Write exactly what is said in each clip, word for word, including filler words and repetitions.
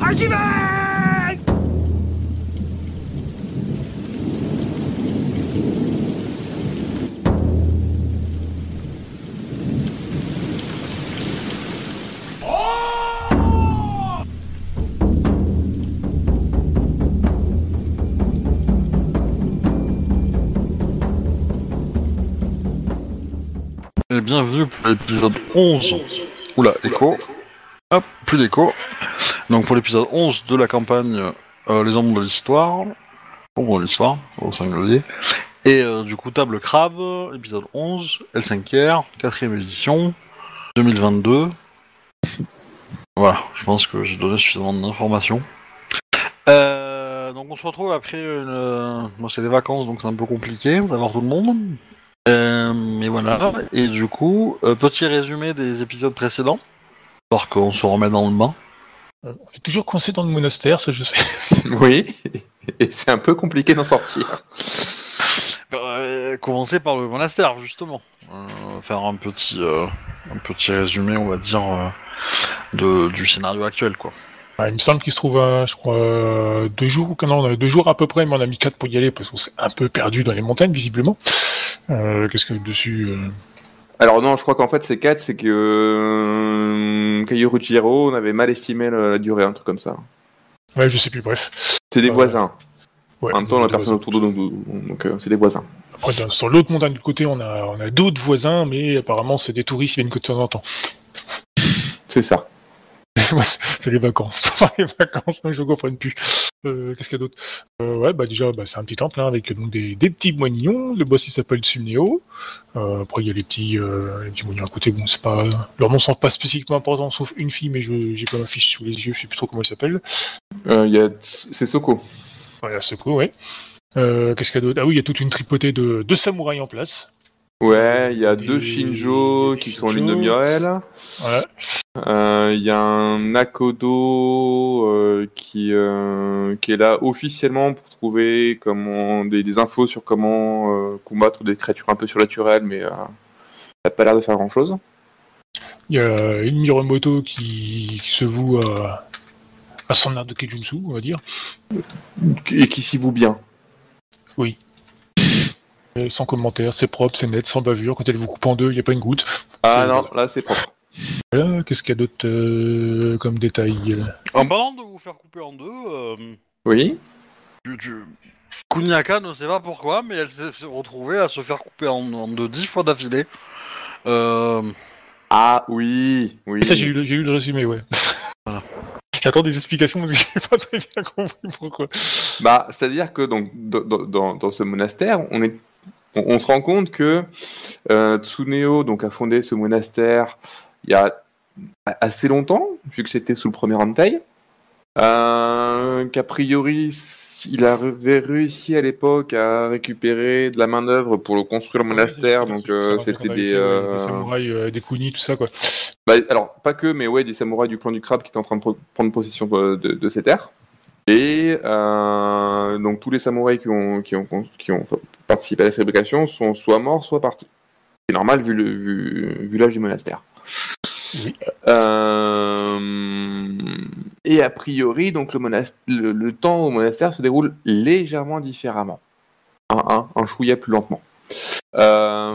j'y vais. Et bienvenue pour l'épisode onze. Oula, écho. Hop, plus d'écho. Donc pour l'épisode onze de la campagne euh, Les Ombres de l'Histoire. Ombres de l'Histoire, au singulier. Et euh, du coup, Table Crabe, épisode onze, L cinq R, quatrième édition, deux mille vingt-deux. Voilà, je pense que j'ai donné suffisamment d'informations. Euh, donc on se retrouve après une... Euh, bon, c'est les vacances, donc c'est un peu compliqué d'avoir tout le monde. Euh, mais voilà, et du coup, euh, petit résumé des épisodes précédents, histoire qu'on se remet dans le bain. On est toujours coincé dans le monastère, ça je sais. Oui, et c'est un peu compliqué d'en sortir. Euh, commencer par le monastère, justement. Euh, faire un petit, euh, un petit résumé, on va dire, euh, de, du scénario actuel, quoi. Ouais, il me semble qu'il se trouve, à, je crois, euh, deux jours, non, on a deux jours à peu près, mais on a mis quatre pour y aller, parce qu'on s'est un peu perdu dans les montagnes, visiblement. Euh, qu'est-ce que dessus euh... Alors non, je crois qu'en fait c'est quatre, c'est que euh, Kayoru Jiro, on avait mal estimé la, la durée, un truc comme ça. Ouais, je sais plus, bref. C'est des euh, voisins. Ouais, en même temps, on a personne autour de nous, donc, donc euh, c'est des voisins. Après, dans, sur l'autre montagne du côté, on a, on a d'autres voisins, mais apparemment c'est des touristes qui viennent que de temps en temps. C'est ça. C'est les vacances, pas les vacances, donc je ne comprends plus. Euh, qu'est-ce qu'il y a d'autre euh, Ouais, bah déjà, bah, c'est un petit temple hein, avec donc, des, des petits moignons. Le boss il s'appelle Sumneo. Euh, après, il y a les petits, euh, les petits moignons à côté. Bon, c'est pas, leurs noms sont pas spécifiquement importants, sauf une fille, mais je j'ai pas ma fiche sous les yeux, je sais plus trop comment elle s'appelle. Euh, y a... C'est Soko. Voilà, Soko, ouais. Euh, qu'est-ce qu'il y a d'autre Ah oui, il y a toute une tripotée de, de samouraïs en place. Ouais, il y a des, deux Shinjo des qui Shinjo. sont en lune de miel. Ouais. Il euh, y a un Nakodo euh, qui, euh, qui est là officiellement pour trouver comment, des, des infos sur comment euh, combattre des créatures un peu surnaturelles, mais euh, ça n'a pas l'air de faire grand-chose. Il y a une Miromoto qui, qui se voue à, à son art de Keijutsu, on va dire. Et qui s'y voue bien. Oui. Et sans commentaire, c'est propre, c'est net, sans bavure. Quand elle vous coupe en deux, il n'y a pas une goutte. Ah c'est, non, voilà. Là c'est propre. Voilà, qu'est-ce qu'il y a d'autre euh, comme détail euh... En parlant de vous faire couper en deux, euh, Oui. tu, tu... Kuniaka ne sait pas pourquoi, mais elle s'est retrouvée à se faire couper en, en deux dix fois d'affilée. Euh... Ah oui, oui. Et ça, j'ai eu, le, j'ai eu le résumé, ouais. Voilà. J'attends des explications parce que j'ai pas très bien compris pourquoi. Bah, c'est-à-dire que donc dans, dans, dans ce monastère, on est, on, on se rend compte que euh, Tsuneo donc a fondé ce monastère il y a assez longtemps, vu que c'était sous le premier Hentai. Euh, qu'a priori, il avait réussi à l'époque à récupérer de la main-d'œuvre pour le construire le monastère, oui, donc euh, c'était des, euh... des samouraïs, euh, des kunis, tout ça quoi. Bah, alors, pas que, mais ouais, des samouraïs du clan du crabe qui étaient en train de pro- prendre possession de, de, de ces terres. Et euh, donc tous les samouraïs qui ont, qui ont, qui ont participé à la fabrication sont soit morts, soit partis. C'est normal vu, le, vu, vu l'âge du monastère. Oui. Euh, et a priori, donc le, monast- le, le temps au monastère se déroule légèrement différemment. Un, un, un chouïa plus lentement. Euh,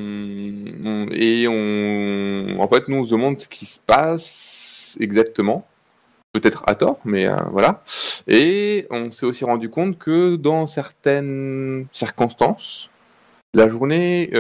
et on, en fait, nous on se demande ce qui se passe exactement. Peut-être à tort, mais euh, voilà. Et on s'est aussi rendu compte que dans certaines circonstances, la journée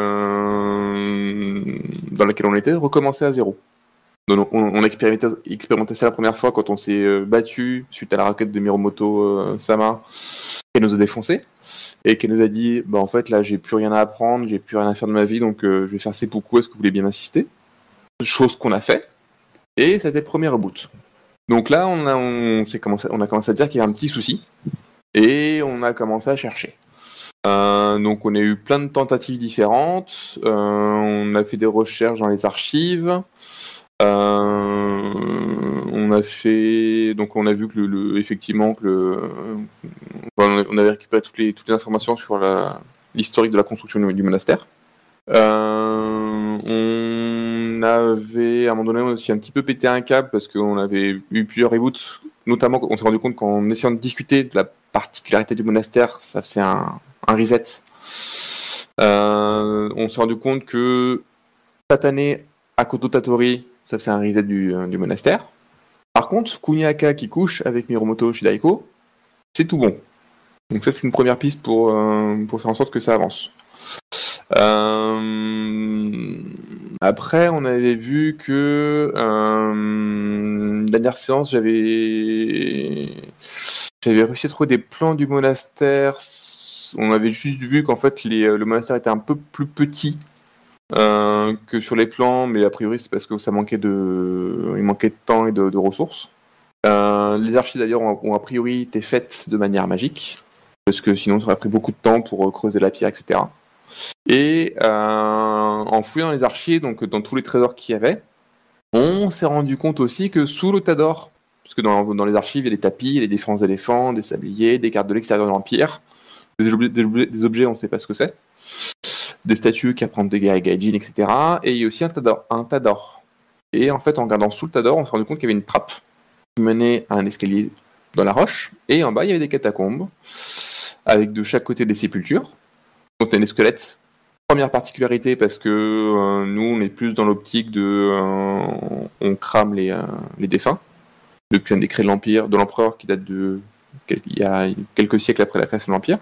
euh, dans laquelle on était recommençait à zéro. Donc on, on a expérimenté, expérimenté ça la première fois quand on s'est euh, battu suite à la raquette de Miromoto euh, Sama, qui nous a défoncé et qui nous a dit bah en fait là j'ai plus rien à apprendre, j'ai plus rien à faire de ma vie, donc euh, je vais faire seppuku, est-ce que vous voulez bien m'assister? Chose qu'on a fait, et c'était le premier reboot. Donc là, on a, on, s'est commencé, on a commencé à dire qu'il y a un petit souci, et on a commencé à chercher. Euh, donc on a eu plein de tentatives différentes, euh, on a fait des recherches dans les archives, euh, on a fait, donc on a vu que le, le effectivement que le, on, on avait récupéré toutes les, toutes les informations sur la, l'historique de la construction du, du monastère. Euh, on avait, à un moment donné, on a aussi un petit peu pété un câble parce qu'on avait eu plusieurs reboots notamment, on s'est rendu compte qu'en essayant de discuter de la particularité du monastère, ça faisait un, un reset. Euh, on s'est rendu compte que Tatane Akoto Tatori, ça faisait un reset du, du monastère. Par contre, Kuniaka qui couche avec Miromoto Shidaiko, c'est tout bon. Donc ça, c'est une première piste pour, euh, pour faire en sorte que ça avance. Euh... Après, on avait vu que euh... dernière séance, j'avais j'avais réussi à trouver des plans du monastère. On avait juste vu qu'en fait, les... le monastère était un peu plus petit euh, que sur les plans, mais a priori, c'est parce que ça manquait de, il manquait de temps et de, de ressources. Euh... Les archives d'ailleurs ont, ont a priori été faites de manière magique, parce que sinon, ça aurait pris beaucoup de temps pour creuser la pierre, et cetera. Et euh, en fouillant les archives, donc dans tous les trésors qu'il y avait, on s'est rendu compte aussi que sous le Tador, parce que dans, dans les archives, il y a des tapis, il y a des défenses d'éléphants, des sabliers, des cartes de l'extérieur de l'Empire, des objets, des objets, des objets on ne sait pas ce que c'est, des statues qui apprennent des guerres et gaijin, et cetera. Et il y a aussi un Tador, un Tador. Et en fait, en regardant sous le Tador, on s'est rendu compte qu'il y avait une trappe qui menait à un escalier dans la roche, et en bas, il y avait des catacombes, avec de chaque côté des sépultures. Donc, on a des squelettes. Première particularité, parce que euh, nous, on est plus dans l'optique de... Euh, on crame les, euh, les défunts, depuis un décret de l'Empire, de l'Empereur qui date de... il y a quelques siècles après la création de l'Empire.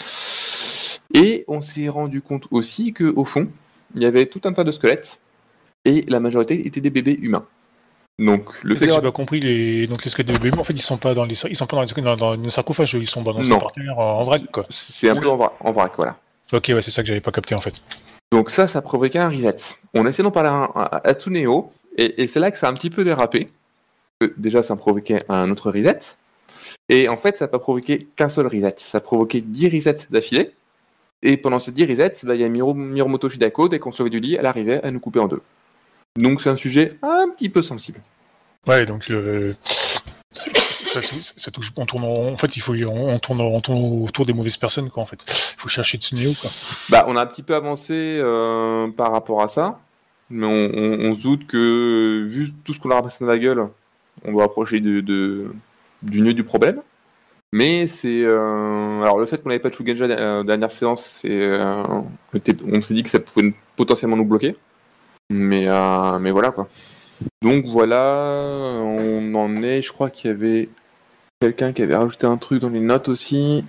Et on s'est rendu compte aussi qu'au fond, il y avait tout un tas de squelettes, et la majorité étaient des bébés humains. Donc, le c'est que j'ai pas compris, les... donc les squelettes des bébés, en fait, ils sont pas dans les, ils sont pas dans les, dans, dans les sarcophages, ils sont balancés par terre en vrac, quoi. C'est un peu en vrac, en vrac, voilà. Ok, ouais, c'est ça que j'avais pas capté, en fait. Donc ça, ça provoquait un reset. On a essayé d'en parler à, à, à Tsuneo, et, et c'est là que ça a un petit peu dérapé. Déjà, ça provoquait un autre reset, et en fait, ça n'a pas provoqué qu'un seul reset. Ça a provoqué dix resets d'affilée, et pendant ces dix resets, bah, il y a Miro, Miromoto Shidako, dès qu'on se levait du lit, elle arrivait à nous couper en deux. Donc c'est un sujet un petit peu sensible. Ouais, donc euh, ça, ça, ça touche. On tourne, en, en fait, il faut, on tourne, on tourne autour des mauvaises personnes, quoi. En fait, il faut chercher Tsuneo, quoi. Bah, on a un petit peu avancé euh, par rapport à ça, mais on, on, on se doute que vu tout ce qu'on a ramassé dans la gueule, on doit approcher de, de, du nœud du problème. Mais c'est euh, alors le fait qu'on n'avait pas de Shugenja euh, dernière séance, c'est euh, on s'est dit que ça pouvait potentiellement nous bloquer. Mais, euh, mais voilà quoi. Donc voilà, on en est. Je crois qu'il y avait quelqu'un qui avait rajouté un truc dans les notes aussi.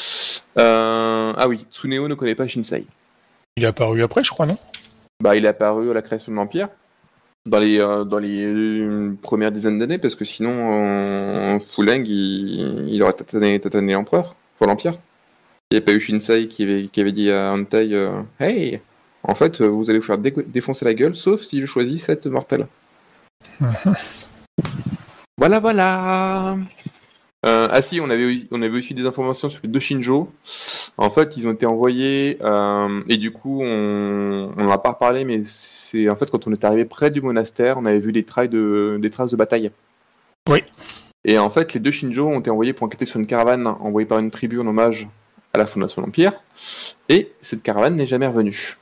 Euh, ah oui, Tsuneo ne connaît pas Shinsei. Il est apparu après, je crois, non? Bah, il est apparu à la création de l'Empire, dans les, euh, dans les euh, premières dizaines d'années, parce que sinon, euh, Fuleng, il, il aurait tatané, tatané l'Empereur, enfin l'Empire. Il n'y avait pas eu Shinsei qui avait, qui avait dit à Hantai euh, Hey, en fait, vous allez vous faire dé- défoncer la gueule, sauf si je choisis cette mortelle. Mm-hmm. Voilà, voilà. Euh, ah si, on avait, on avait aussi des informations sur les deux Shinjo. En fait, ils ont été envoyés, euh, et du coup, on n'en a pas reparlé, mais c'est en fait quand on est arrivé près du monastère, on avait vu des traces de, des traces de bataille. Oui. Et en fait, les deux Shinjo ont été envoyés pour enquêter sur une caravane envoyée par une tribu en hommage à la fondation de l'Empire, et cette caravane n'est jamais revenue.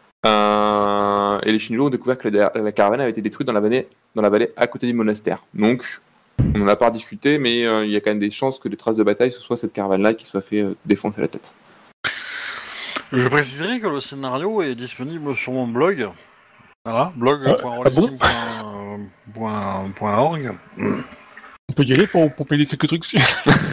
Euh, et les Shinjo ont découvert que la, la caravane avait été détruite dans la vallée, dans la vallée à côté du monastère. Donc, on n'en a pas discuté, mais il euh, y a quand même des chances que les traces de bataille, ce soit cette caravane-là qui soit fait euh, défoncer la tête. Je préciserai que le scénario est disponible sur mon blog. Voilà, blog point rollistim point org. On peut y aller pour, pour payer quelques trucs dessus.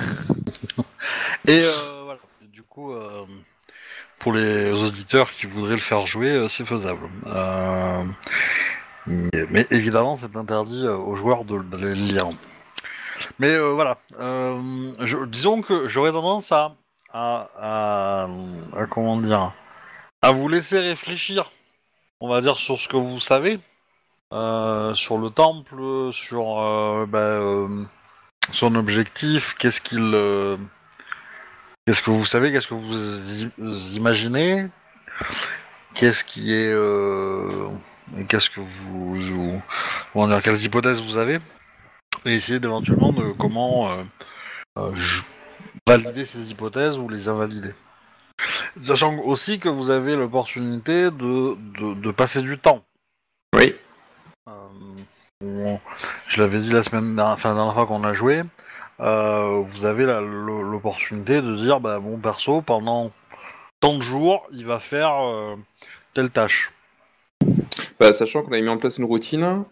Et euh, voilà, du coup, euh, pour les auditeurs qui voudraient le faire jouer, euh, c'est faisable. Euh, mais, mais évidemment, c'est interdit euh, aux joueurs de, de le lire. Mais euh, voilà, euh, je, disons que j'aurais tendance à, à, à, à comment dire, à vous laisser réfléchir, on va dire, sur ce que vous savez, euh, sur le temple, sur euh, bah, euh, son objectif, qu'est-ce qu'il, euh, qu'est-ce que vous savez, qu'est-ce que vous, i- vous imaginez, qu'est-ce qui est, euh, qu'est-ce que vous, vous, comment dire, quelles hypothèses vous avez. Et essayer d'éventuellement de comment euh, euh, valider ces hypothèses ou les invalider. Sachant aussi que vous avez l'opportunité de, de, de passer du temps. Oui. Euh, on, je l'avais dit la semaine dernière, enfin la dernière fois qu'on a joué, euh, vous avez la, l'opportunité de dire, bah bon perso, pendant tant de jours, il va faire euh, telle tâche. Bah, sachant qu'on avait mis en place une routine,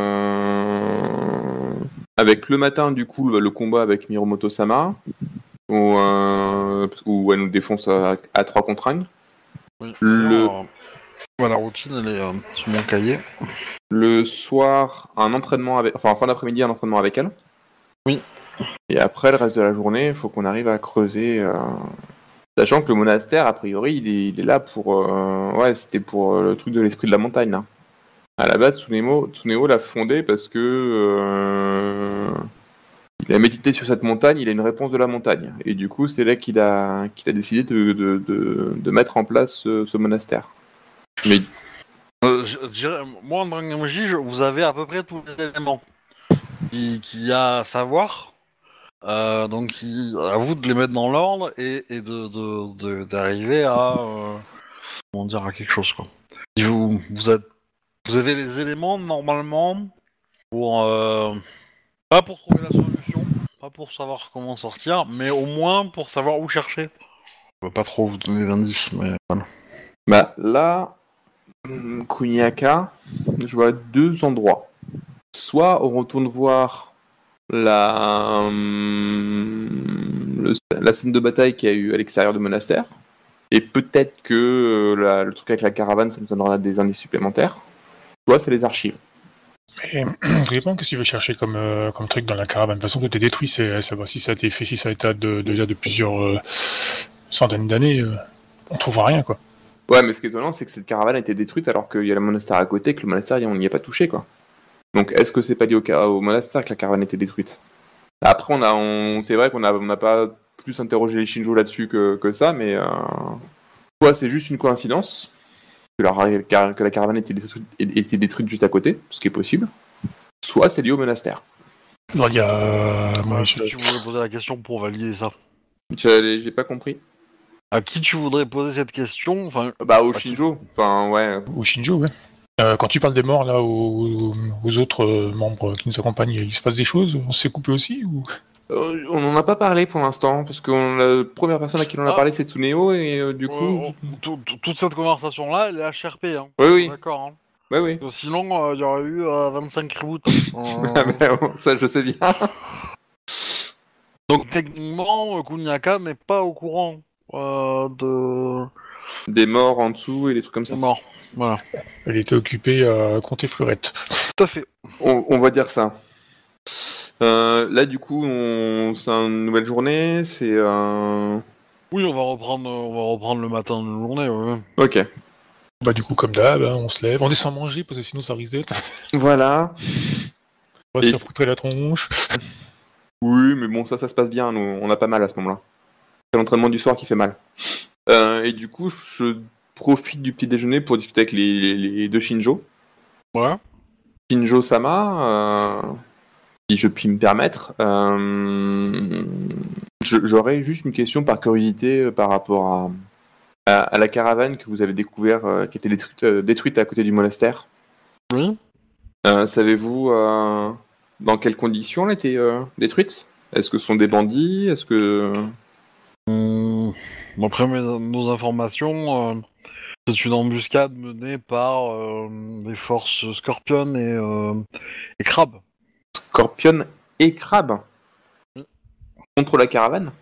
euh... avec le matin, du coup, le, le combat avec Miromoto Sama, où, euh... où elle nous défonce à, à trois contre un. Oui. Le... Alors, voilà, la routine, elle est euh, sur mon cahier. Le soir, un entraînement avec... Enfin, en fin d'après-midi, un entraînement avec elle. Oui. Et après, le reste de la journée, il faut qu'on arrive à creuser... Euh... Sachant que le monastère, a priori, il est, il est là pour... Euh... Ouais, c'était pour euh, le truc de l'esprit de la montagne, là. À la base, Tsuneo, Tsuneo l'a fondé parce que euh, il a médité sur cette montagne, il a une réponse de la montagne. Et du coup, c'est là qu'il a, qu'il a décidé de, de, de, de mettre en place ce, ce monastère. Mais Euh, je, je dirais, moi, en tant que M J, je- vous avez à peu près tous les éléments qu'il qui y a à savoir. Euh, donc, il, à vous de les mettre dans l'ordre et, et de, de, de- d'arriver à, euh, comment dire, à quelque chose, quoi. Et vous, vous, êtes, vous avez les éléments, normalement, pour... Euh, pas pour trouver la solution, pas pour savoir comment sortir, mais au moins pour savoir où chercher. Je veux pas trop vous donner d'indices, mais voilà. bah, là, Kuniaka, je vois deux endroits. Soit on retourne voir la, hum, le- la scène de bataille qu'il y a eu à l'extérieur du monastère. Et peut-être que euh, la- le truc avec la caravane, ça nous donnera des indices supplémentaires. Soit c'est les archives. Et ça dépend qu'est-ce que tu veux chercher comme, euh, comme truc dans la caravane. De toute façon, tout est détruit, c'est savoir si ça a été fait, si ça a été de, déjà de plusieurs euh, centaines d'années, euh, on trouvera rien, quoi. Ouais, mais ce qui est étonnant, c'est que cette caravane a été détruite alors qu'il y a le monastère à côté, que le monastère, on n'y a pas touché, quoi. Donc, est-ce que c'est pas lié au, ca- au monastère que la caravane a été détruite? Après, on a, on, c'est vrai qu'on a, on n'a pas plus interrogé les Shinjo là-dessus que, que ça, mais euh, soit c'est juste une coïncidence que la, que la caravane était détruite, était détruite juste à côté, ce qui est possible. Soit c'est lié au monastère. Non, il y a. moi, Ouais, je- tu voudrais poser la question pour valider ça. J'ai, j'ai pas compris. À qui tu voudrais poser cette question? Enfin, Bah, au à qui- Shinjo. Enfin, ouais. Au Shinjo, ouais. Euh, quand tu parles des morts, là, aux, aux autres euh, membres qui nous accompagnent, il se passe des choses? On s'est coupé aussi ou... Euh, on n'en a pas parlé pour l'instant, parce que on- la première personne à qui on en a Ah. parlé, c'est Tsuneo, et euh, du coup... Euh, on- tout- tout- toute cette conversation-là, elle est H R P, hein. Oui, oui. D'accord, hein. Ouais, oui. Parce que sinon, euh, il y aurait eu euh, vingt-cinq reboots. Ah, Euh, mais, bon, ça, je sais bien. Donc techniquement, euh, Kuniaka n'est pas au courant euh, de... Des morts en dessous et des trucs comme des ça. morts. Voilà. Elle était occupée à compter Fleurette. Tout à fait. On, on va dire ça. Euh, là, du coup, on... c'est une nouvelle journée, c'est... Euh... Oui, on va reprendre, on va reprendre le matin de la journée. Ouais. Ok. Bah du coup, comme d'hab, hein, on se lève, on descend manger, parce que sinon ça risque d'être... Voilà. On va Et- se repoutrer la tronche. Oui, mais bon, ça, ça se passe bien, nous, on a pas mal à ce moment-là. C'est l'entraînement du soir qui fait mal. Euh, et du coup, je profite du petit déjeuner pour discuter avec les, les- les deux Shinjo. Ouais. Shinjo Sama, euh, si je puis me permettre, euh, je- j'aurais juste une question par curiosité euh, par rapport à, à, à la caravane que vous avez découvert, euh, qui était détruite, euh, détruite à côté du monastère. Oui. Euh, savez-vous euh, dans quelles conditions elle était euh, détruite? Est-ce que ce sont des bandits? Est-ce que... Hum, D'après mes- nos informations, euh, c'est une embuscade menée par euh, les forces Scorpion et, euh, et Crab. Scorpion et Crabe Oui. contre la caravane?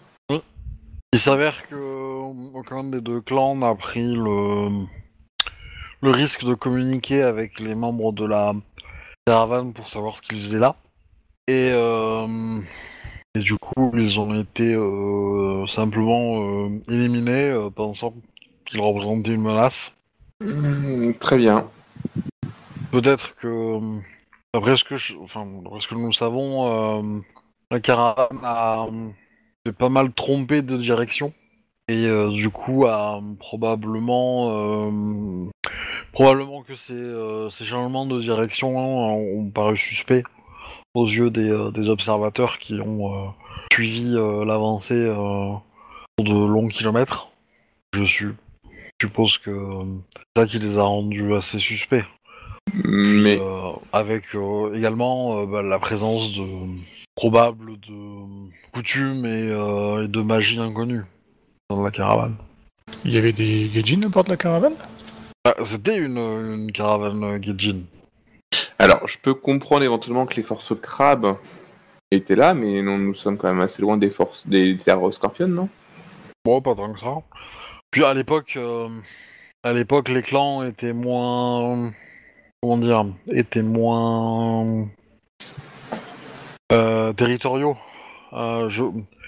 Il s'avère que euh, aucun des deux clans n'a pris le, le risque de communiquer avec les membres de la caravane pour savoir ce qu'ils faisaient là. Et, euh, et du coup, ils ont été euh, simplement euh, éliminés, euh, pensant qu'ils représentaient une menace. Mmh, très bien. Peut-être que, après ce que, je, enfin, d'après ce que nous savons, euh, la caravane a s'est pas mal trompée de direction. Et euh, du coup, a probablement, euh, probablement que ces, euh, ces changements de direction hein, ont paru suspects aux yeux des, euh, des observateurs qui ont euh, suivi euh, l'avancée euh, de longs kilomètres. Je su- suppose que euh, c'est ça qui les a rendus assez suspects. Mais Euh, avec euh, également euh, bah, la présence de probable de coutumes et, euh, et de magie inconnue dans la caravane. Il y avait des Gaijin à bord de la caravane? Ah, c'était une, une caravane euh, Gaijin. Alors, je peux comprendre éventuellement que les forces crabes étaient là, mais non, nous sommes quand même assez loin des forces des terres scorpionnes, non? Bon, pas tant que ça. Puis à l'époque, euh, à l'époque, les clans étaient moins, comment dire, étaient moins euh, territoriaux. Euh, je...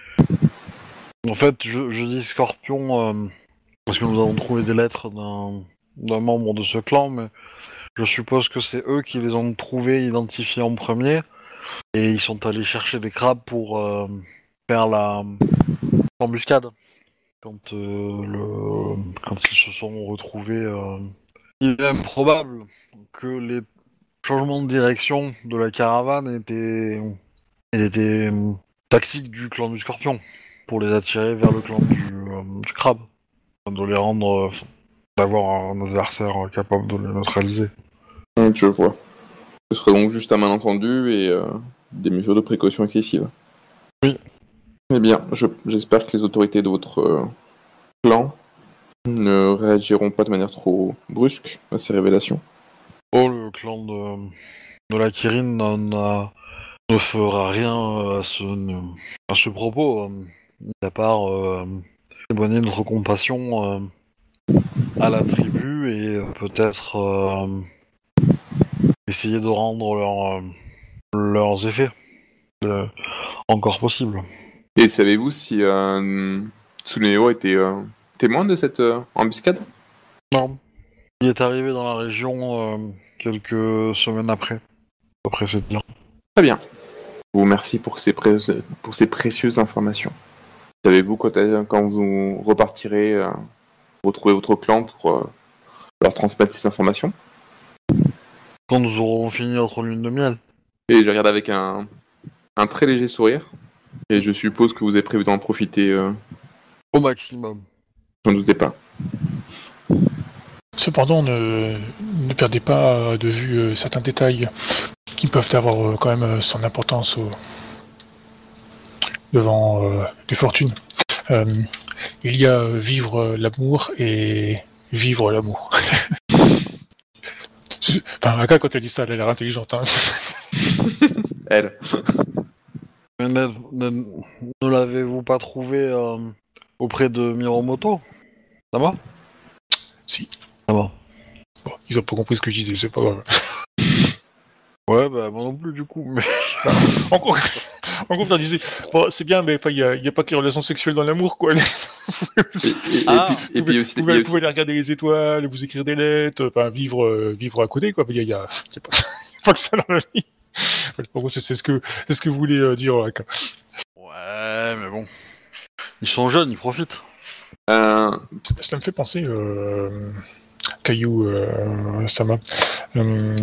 En fait, je, je dis Scorpion euh, parce que nous avons trouvé des lettres d'un, d'un membre de ce clan, mais je suppose que c'est eux qui les ont trouvés, identifiés en premier, et ils sont allés chercher des crabes pour euh, faire la l'embuscade. Quand, euh, le... Quand ils se sont retrouvés, euh... il est même probable que les changements de direction de la caravane étaient, étaient euh, tactiques du clan du Scorpion pour les attirer vers le clan du, euh, du crabe, de les rendre, euh, d'avoir un adversaire capable de les neutraliser. Hum, Je vois. Ce serait donc juste un malentendu et euh, des mesures de précaution excessives. Oui. Eh bien, je- j'espère que les autorités de votre euh, clan ne réagiront pas de manière trop brusque à ces révélations. Oh, le clan de, de la Kirin n'a- ne fera rien euh, à ce, à ce propos, euh, mis à part euh, témoigner notre compassion euh, à la tribu et euh, peut-être euh, essayer de rendre leur, euh, leurs effets euh, encore possibles. Et savez-vous si euh, Tsuneo était euh, témoin de cette euh, embuscade? Non. Il est arrivé dans la région euh, quelques semaines après, après cette dire. Très bien. Je vous remercie pour ces, pré- pour ces précieuses informations. Savez-vous quand, quand vous repartirez euh, retrouver votre clan pour euh, leur transmettre ces informations? Quand nous aurons fini notre lune de miel. Et je regarde avec un, un très léger sourire. Et je suppose que vous avez prévu d'en profiter, euh, Au maximum. j'en doutais pas. Cependant, ne, ne perdez pas de vue euh, certains détails qui peuvent avoir euh, quand même euh, son importance au- devant euh, les fortunes. Euh, il y a euh, vivre euh, l'amour et vivre l'amour. C'est- Enfin, Aka, quand elle dit ça, elle a l'air intelligente. Hein. Elle. Mais ne, ne- ne l'avez-vous pas trouvé euh, auprès de Miromoto? Ça va? Si. Ça va. Bon, ils ont pas compris ce que je disais, c'est pas grave. Ouais, bah moi non plus du coup, mais... En gros, en gros, on disait, bon, c'est bien, mais il n'y a, y a pas que les relations sexuelles dans l'amour, quoi. Et, et- et Ah, puis, et Vous puis pouvez, aussi, vous il y a pouvez- aussi- pouvez aller regarder les étoiles, vous écrire des lettres, enfin vivre, euh, vivre à côté, quoi. Il y a, y a, y a pas, pas que ça dans la vie. En gros, c'est c'est ce que c'est ce que vous voulez euh, dire. Aka. Ouais, mais bon. Ils sont jeunes, ils profitent. euh, Ça, ça me fait penser, euh, Caillou euh, Sama. Euh,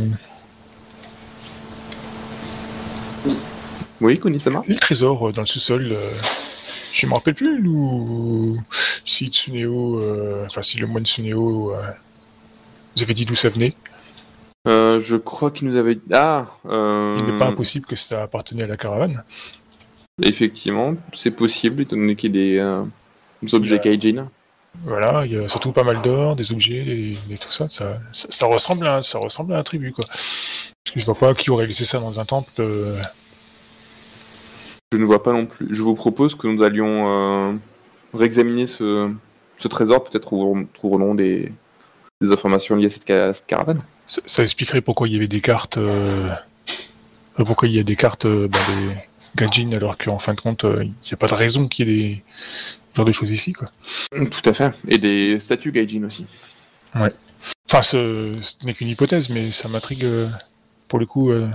Oui, Kunisama. le trésor euh, dans le sous-sol. Euh, je me rappelle plus ou si Tsuneo, euh, enfin si le moine Tsuneo, euh, vous avez dit d'où ça venait. Euh, je crois qu'il nous avait... Ah euh, Il n'est pas impossible que ça appartenait à la caravane. Effectivement, c'est possible, étant donné qu'il y a des, euh, des objets Il y Kaijin. Voilà, il y a surtout pas mal d'or, des objets, des, des- tout ça. Ça, ça, ça ressemble à, ça ressemble à un tribut, quoi. Parce que je vois pas qui aurait laissé ça dans un temple. euh, Je ne vois pas non plus. Je vous propose que nous allions euh, réexaminer ce, ce trésor, peut-être trouverons- trouverons des, des informations liées à cette, ca- à cette caravane. Ça, ça expliquerait pourquoi il y avait des cartes. euh, euh, pourquoi il y a des cartes euh, bah, des Gaijin alors qu'en fin de compte, euh, il n'y a pas de raison qu'il y ait des ce genre de choses ici, quoi. Tout à fait. Et des statues Gaijin aussi. Enfin, ce, ce n'est qu'une hypothèse, mais ça m'intrigue euh, pour le coup euh,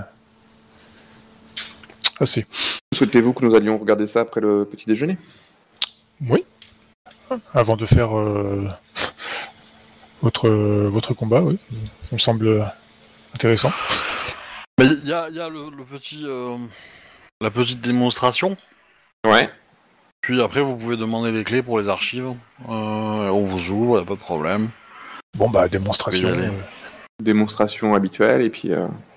assez. Souhaitez-vous que nous allions regarder ça après le petit déjeuner? Oui. Avant de faire euh, votre votre combat, oui. Ça me semble intéressant. Mais il y a, y a le, le petit... euh, la petite démonstration. Ouais. Puis après, vous pouvez demander les clés pour les archives. Euh, on vous ouvre, y a pas de problème. Bon bah démonstration. Oui, allez. euh, Démonstration habituelle, et puis... euh,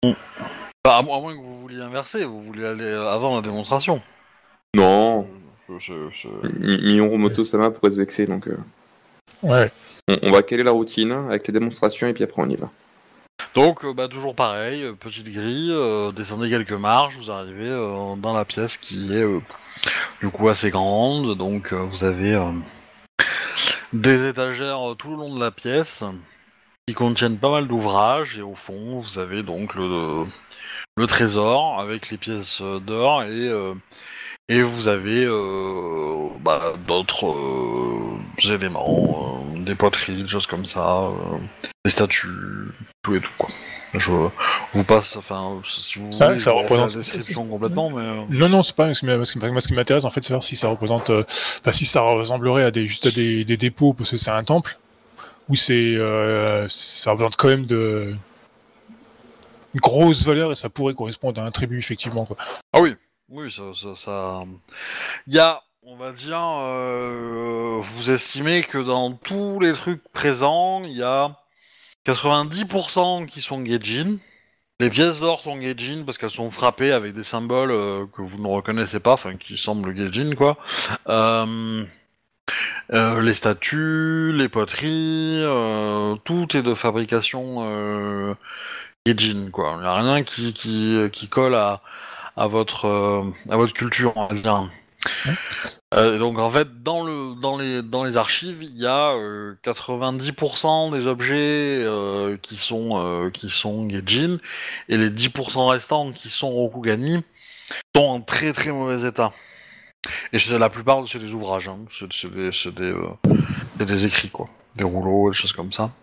Bah, à, mo- à moins que vous vouliez inverser, vous voulez aller euh, avant la démonstration. Non. Je- je- je- Mi- Mion Moto Sama pourrait se vexer, donc euh, Ouais. on, on va caler la routine avec les démonstrations et puis après on y va. Donc, euh, bah, toujours pareil, euh, petite grille, euh, descendez quelques marches, vous arrivez euh, dans la pièce qui est euh, du coup assez grande. Donc, euh, vous avez euh, des étagères euh, tout le long de la pièce qui contiennent pas mal d'ouvrages. Et au fond, vous avez donc le, le trésor avec les pièces euh, d'or et euh, et vous avez euh, bah, d'autres euh, éléments, euh, des poteries, des choses comme ça, euh, des statues, tout et tout quoi. Je vous passe, enfin, si vous Ça, voulez, ça je vous refais représente- la description complètement, mais euh, Non, non, c'est pas ce qui m'a- ce qui m'a- moi, ce qui m'intéresse en fait, c'est savoir si ça représente, euh, enfin, si ça ressemblerait à des juste à des, des dépôts parce que c'est un temple, ou c'est euh, ça représente quand même de une grosse valeur et ça pourrait correspondre à un tribut effectivement quoi. ah oui, oui, ça, ça, ça... il y a, on va dire, euh, vous estimez que dans tous les trucs présents, il y a quatre-vingt-dix pour cent qui sont Gaijin. Les pièces d'or sont Gaijin parce qu'elles sont frappées avec des symboles euh, que vous ne reconnaissez pas, enfin qui semblent Gaijin quoi. Euh, euh, les statues, les poteries, euh, tout est de fabrication euh, Gaijin quoi. Il n'y a rien qui, qui, qui colle à, à, votre, euh, à votre culture, on va dire. Ouais. Euh, donc en fait, dans, le, dans, les, dans les archives, il y a euh, quatre-vingt-dix pour cent des objets euh, qui sont, euh, qui sont Gaijin, et les dix pour cent restants qui sont Rokugani sont en très très mauvais état. Et c'est la plupart, c'est des ouvrages, hein. c'est, c'est, des, c'est, des, euh, c'est des écrits, quoi. Des rouleaux, des choses comme ça.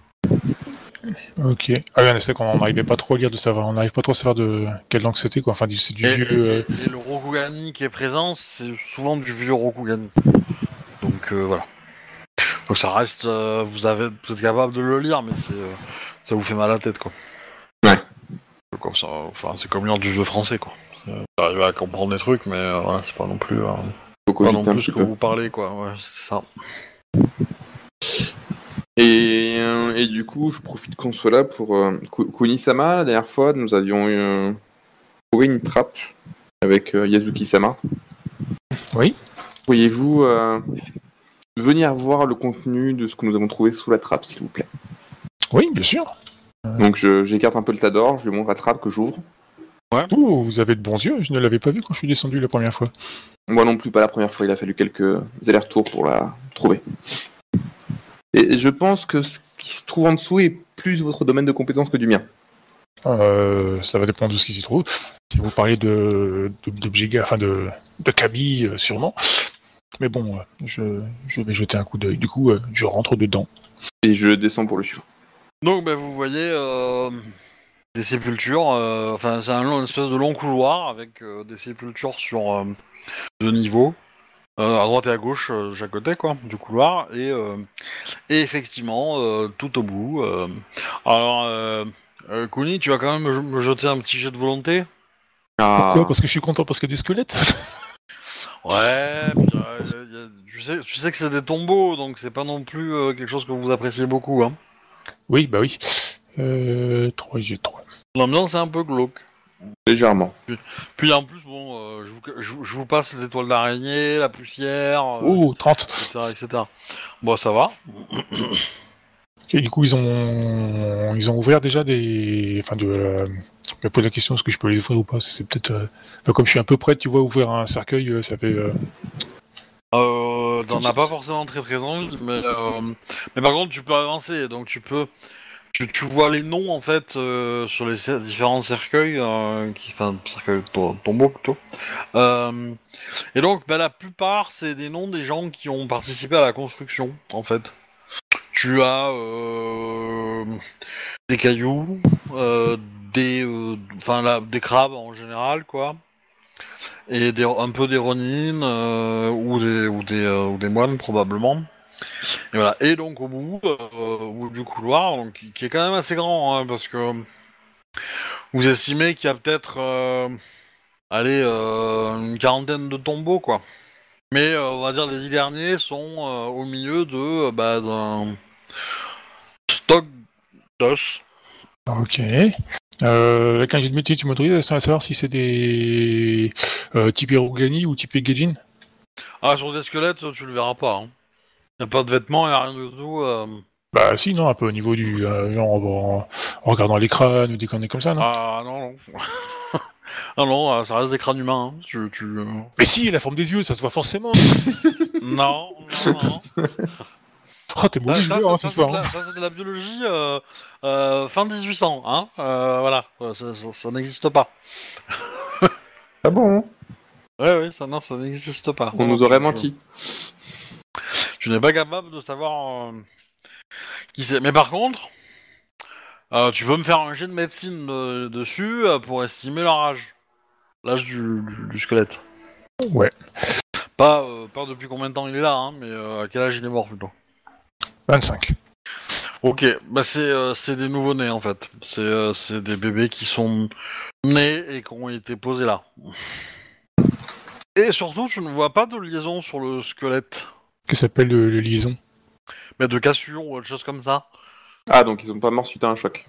Ok. Ah oui, c'est qu'on n'arrivait pas trop à lire de savoir, on n'arrive pas trop à savoir de quelle langue c'était quoi. Enfin, du- c'est du Et, vieux. et- euh, et le Rokugani qui est présent, c'est souvent du vieux Rokugani. Donc euh, voilà. Donc ça reste, euh, vous, avez, vous êtes capable de le lire, mais c'est, euh, ça vous fait mal à la tête, quoi. Ouais. Comme ça, enfin, c'est comme lire du vieux français, quoi. Euh, Vous arrivez à comprendre des trucs, mais euh, voilà, c'est pas non plus, euh, Faut pas non cogiter un plus petit ce que peu. vous parlez, quoi. Ouais, c'est ça. Et, euh, et du coup, je profite qu'on soit là pour euh, Ku- Kuni-sama. La dernière fois, nous avions euh, trouvé une trappe avec euh, Yazuki-sama. Oui. Pourriez-vous euh, venir voir le contenu de ce que nous avons trouvé sous la trappe, s'il vous plaît? Oui, bien sûr. Donc je- j'écarte un peu le tas d'or, je lui montre la trappe que j'ouvre. Oh, vous avez de bons yeux. Je ne l'avais pas vu quand je suis descendu la première fois. Moi non plus, pas la première fois, il a fallu quelques allers-retours pour la trouver. Et je pense que ce qui se trouve en dessous est plus votre domaine de compétence que du mien. Euh, ça va dépendre de ce qui s'y trouve. Si vous parlez de de- d'objets, ga- enfin de de cabis, euh, sûrement. Mais bon, euh, je, je vais jeter un coup d'œil. Du coup, euh, je rentre dedans. Et je descends pour le suivre. Donc, bah, vous voyez euh, des sépultures. euh, Enfin, c'est un long, une espèce de long couloir avec euh, des sépultures sur euh, deux niveaux. Euh, à droite et à gauche, euh, de chaque côté, quoi, du couloir. Et, euh, et effectivement, euh, tout au bout. euh, Alors, euh, euh, Kuni, tu vas quand même me, me jeter un petit jet de volonté. Pourquoi Ah, Parce que je suis content parce que des squelettes. Ouais, puis, euh, y a- y a- tu, sais, tu sais que c'est des tombeaux, donc c'est pas non plus euh, quelque chose que vous appréciez beaucoup. Hein. Oui, bah oui. Euh, trois G trois. L'ambiance est un peu glauque. légèrement. Puis en plus, bon, euh, je, vous, je vous- je vous passe les étoiles d'araignée, la poussière, euh, Oh, trente. et cetera, et cetera. Bon, ça va. Et du coup, ils ont, ils ont ouvert déjà des, enfin de, euh, je me pose la question est-ce que je peux les ouvrir ou pas. Ça, c'est peut-être, euh, enfin, comme je suis un peu prêt, tu vois, ouvrir un cercueil, euh, ça fait. Euh... Euh, t'en as pas forcément très très envie, mais, euh, mais par contre, tu peux avancer, donc tu peux. Tu, tu vois les noms en fait euh, sur les cer- différents cercueils, euh, qui, enfin cercueils to- tombeaux plutôt. Euh, et donc, bah, la plupart c'est des noms des gens qui ont participé à la construction en fait. Tu as euh, des cailloux, euh, des, euh, enfin là, des crabes en général quoi, et des, un peu des ronines euh, ou des ou des euh, ou des moines probablement. Et voilà. Et donc au bout, euh, au bout du couloir, donc qui, qui est quand même assez grand, hein, parce que vous estimez qu'il y a peut-être, euh, allez, euh, une quarantaine de tombeaux, quoi. Mais euh, on va dire les dix derniers sont euh, au milieu de, euh, bah, d'un stock d'os. Ok. Euh, avec un jet de métier, tu m'autorises à savoir si c'est des euh, type Hirugani ou type Gaijin? Ah, sur des squelettes, tu le verras pas. Hein. Y a pas de vêtements, y a rien du tout. Euh... Bah si, non, un peu au niveau du... Euh, genre en, en regardant les crânes ou des conneries comme ça, non? Ah non, non. Ah non, ça reste des crânes humains. Hein. Tu, tu... Mais si, la forme des yeux, ça se voit forcément. non, non, non. Oh, t'es mauvais ça, joueur, hein, ça, ce soir. ça, Hein. ça, c'est de la biologie euh, euh, fin dix-huit cents, hein. Euh, voilà, ça, ça, ça n'existe pas. Ah bon hein. Ouais, ouais, ça, non, ça n'existe pas. On non, nous tu, aurait tu, menti. Tu n'es pas capable de savoir euh, qui c'est. Mais par contre, euh, tu peux me faire un jet de médecine euh, dessus euh, pour estimer leur âge. L'âge du, du, du squelette. Ouais. Pas, euh, pas depuis combien de temps il est là, hein, mais euh, à quel âge il est mort plutôt. vingt-cinq. Ok, bah c'est euh, c'est des nouveau-nés en fait. C'est euh, c'est des bébés qui sont nés et qui ont été posés là. Et surtout, tu ne vois pas de liaison sur le squelette. Qu'est-ce que s'appelle le, le liaison? Mais de cassure ou autre chose comme ça. Ah, donc ils sont pas morts suite à un choc.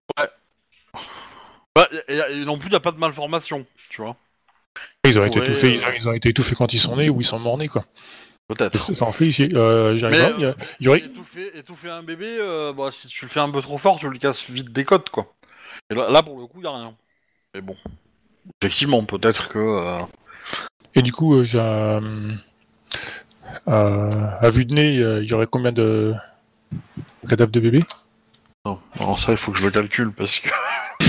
Bah, et, et non plus, il n'y a pas de malformation, tu vois. Ils ont été pourrait, étouffés, euh, ils, ont, ils ont été étouffés quand ils sont nés ou ils sont morts nés, quoi. Peut-être. Ça en fait ici. Euh, j'arrive Mais pas, il y a- euh, il y aurait... étouffer, étouffer un bébé, euh, bah, si tu le fais un peu trop fort, tu lui casses vite des côtes, quoi. Et là, là pour le coup, il n'y a rien. Mais bon. Effectivement, peut-être que... Euh... Et du coup, euh, j'ai... Euh, euh, à vue de nez, il y aurait combien de cadavres de bébés? Non. Alors ça, il faut que je le calcule, parce que...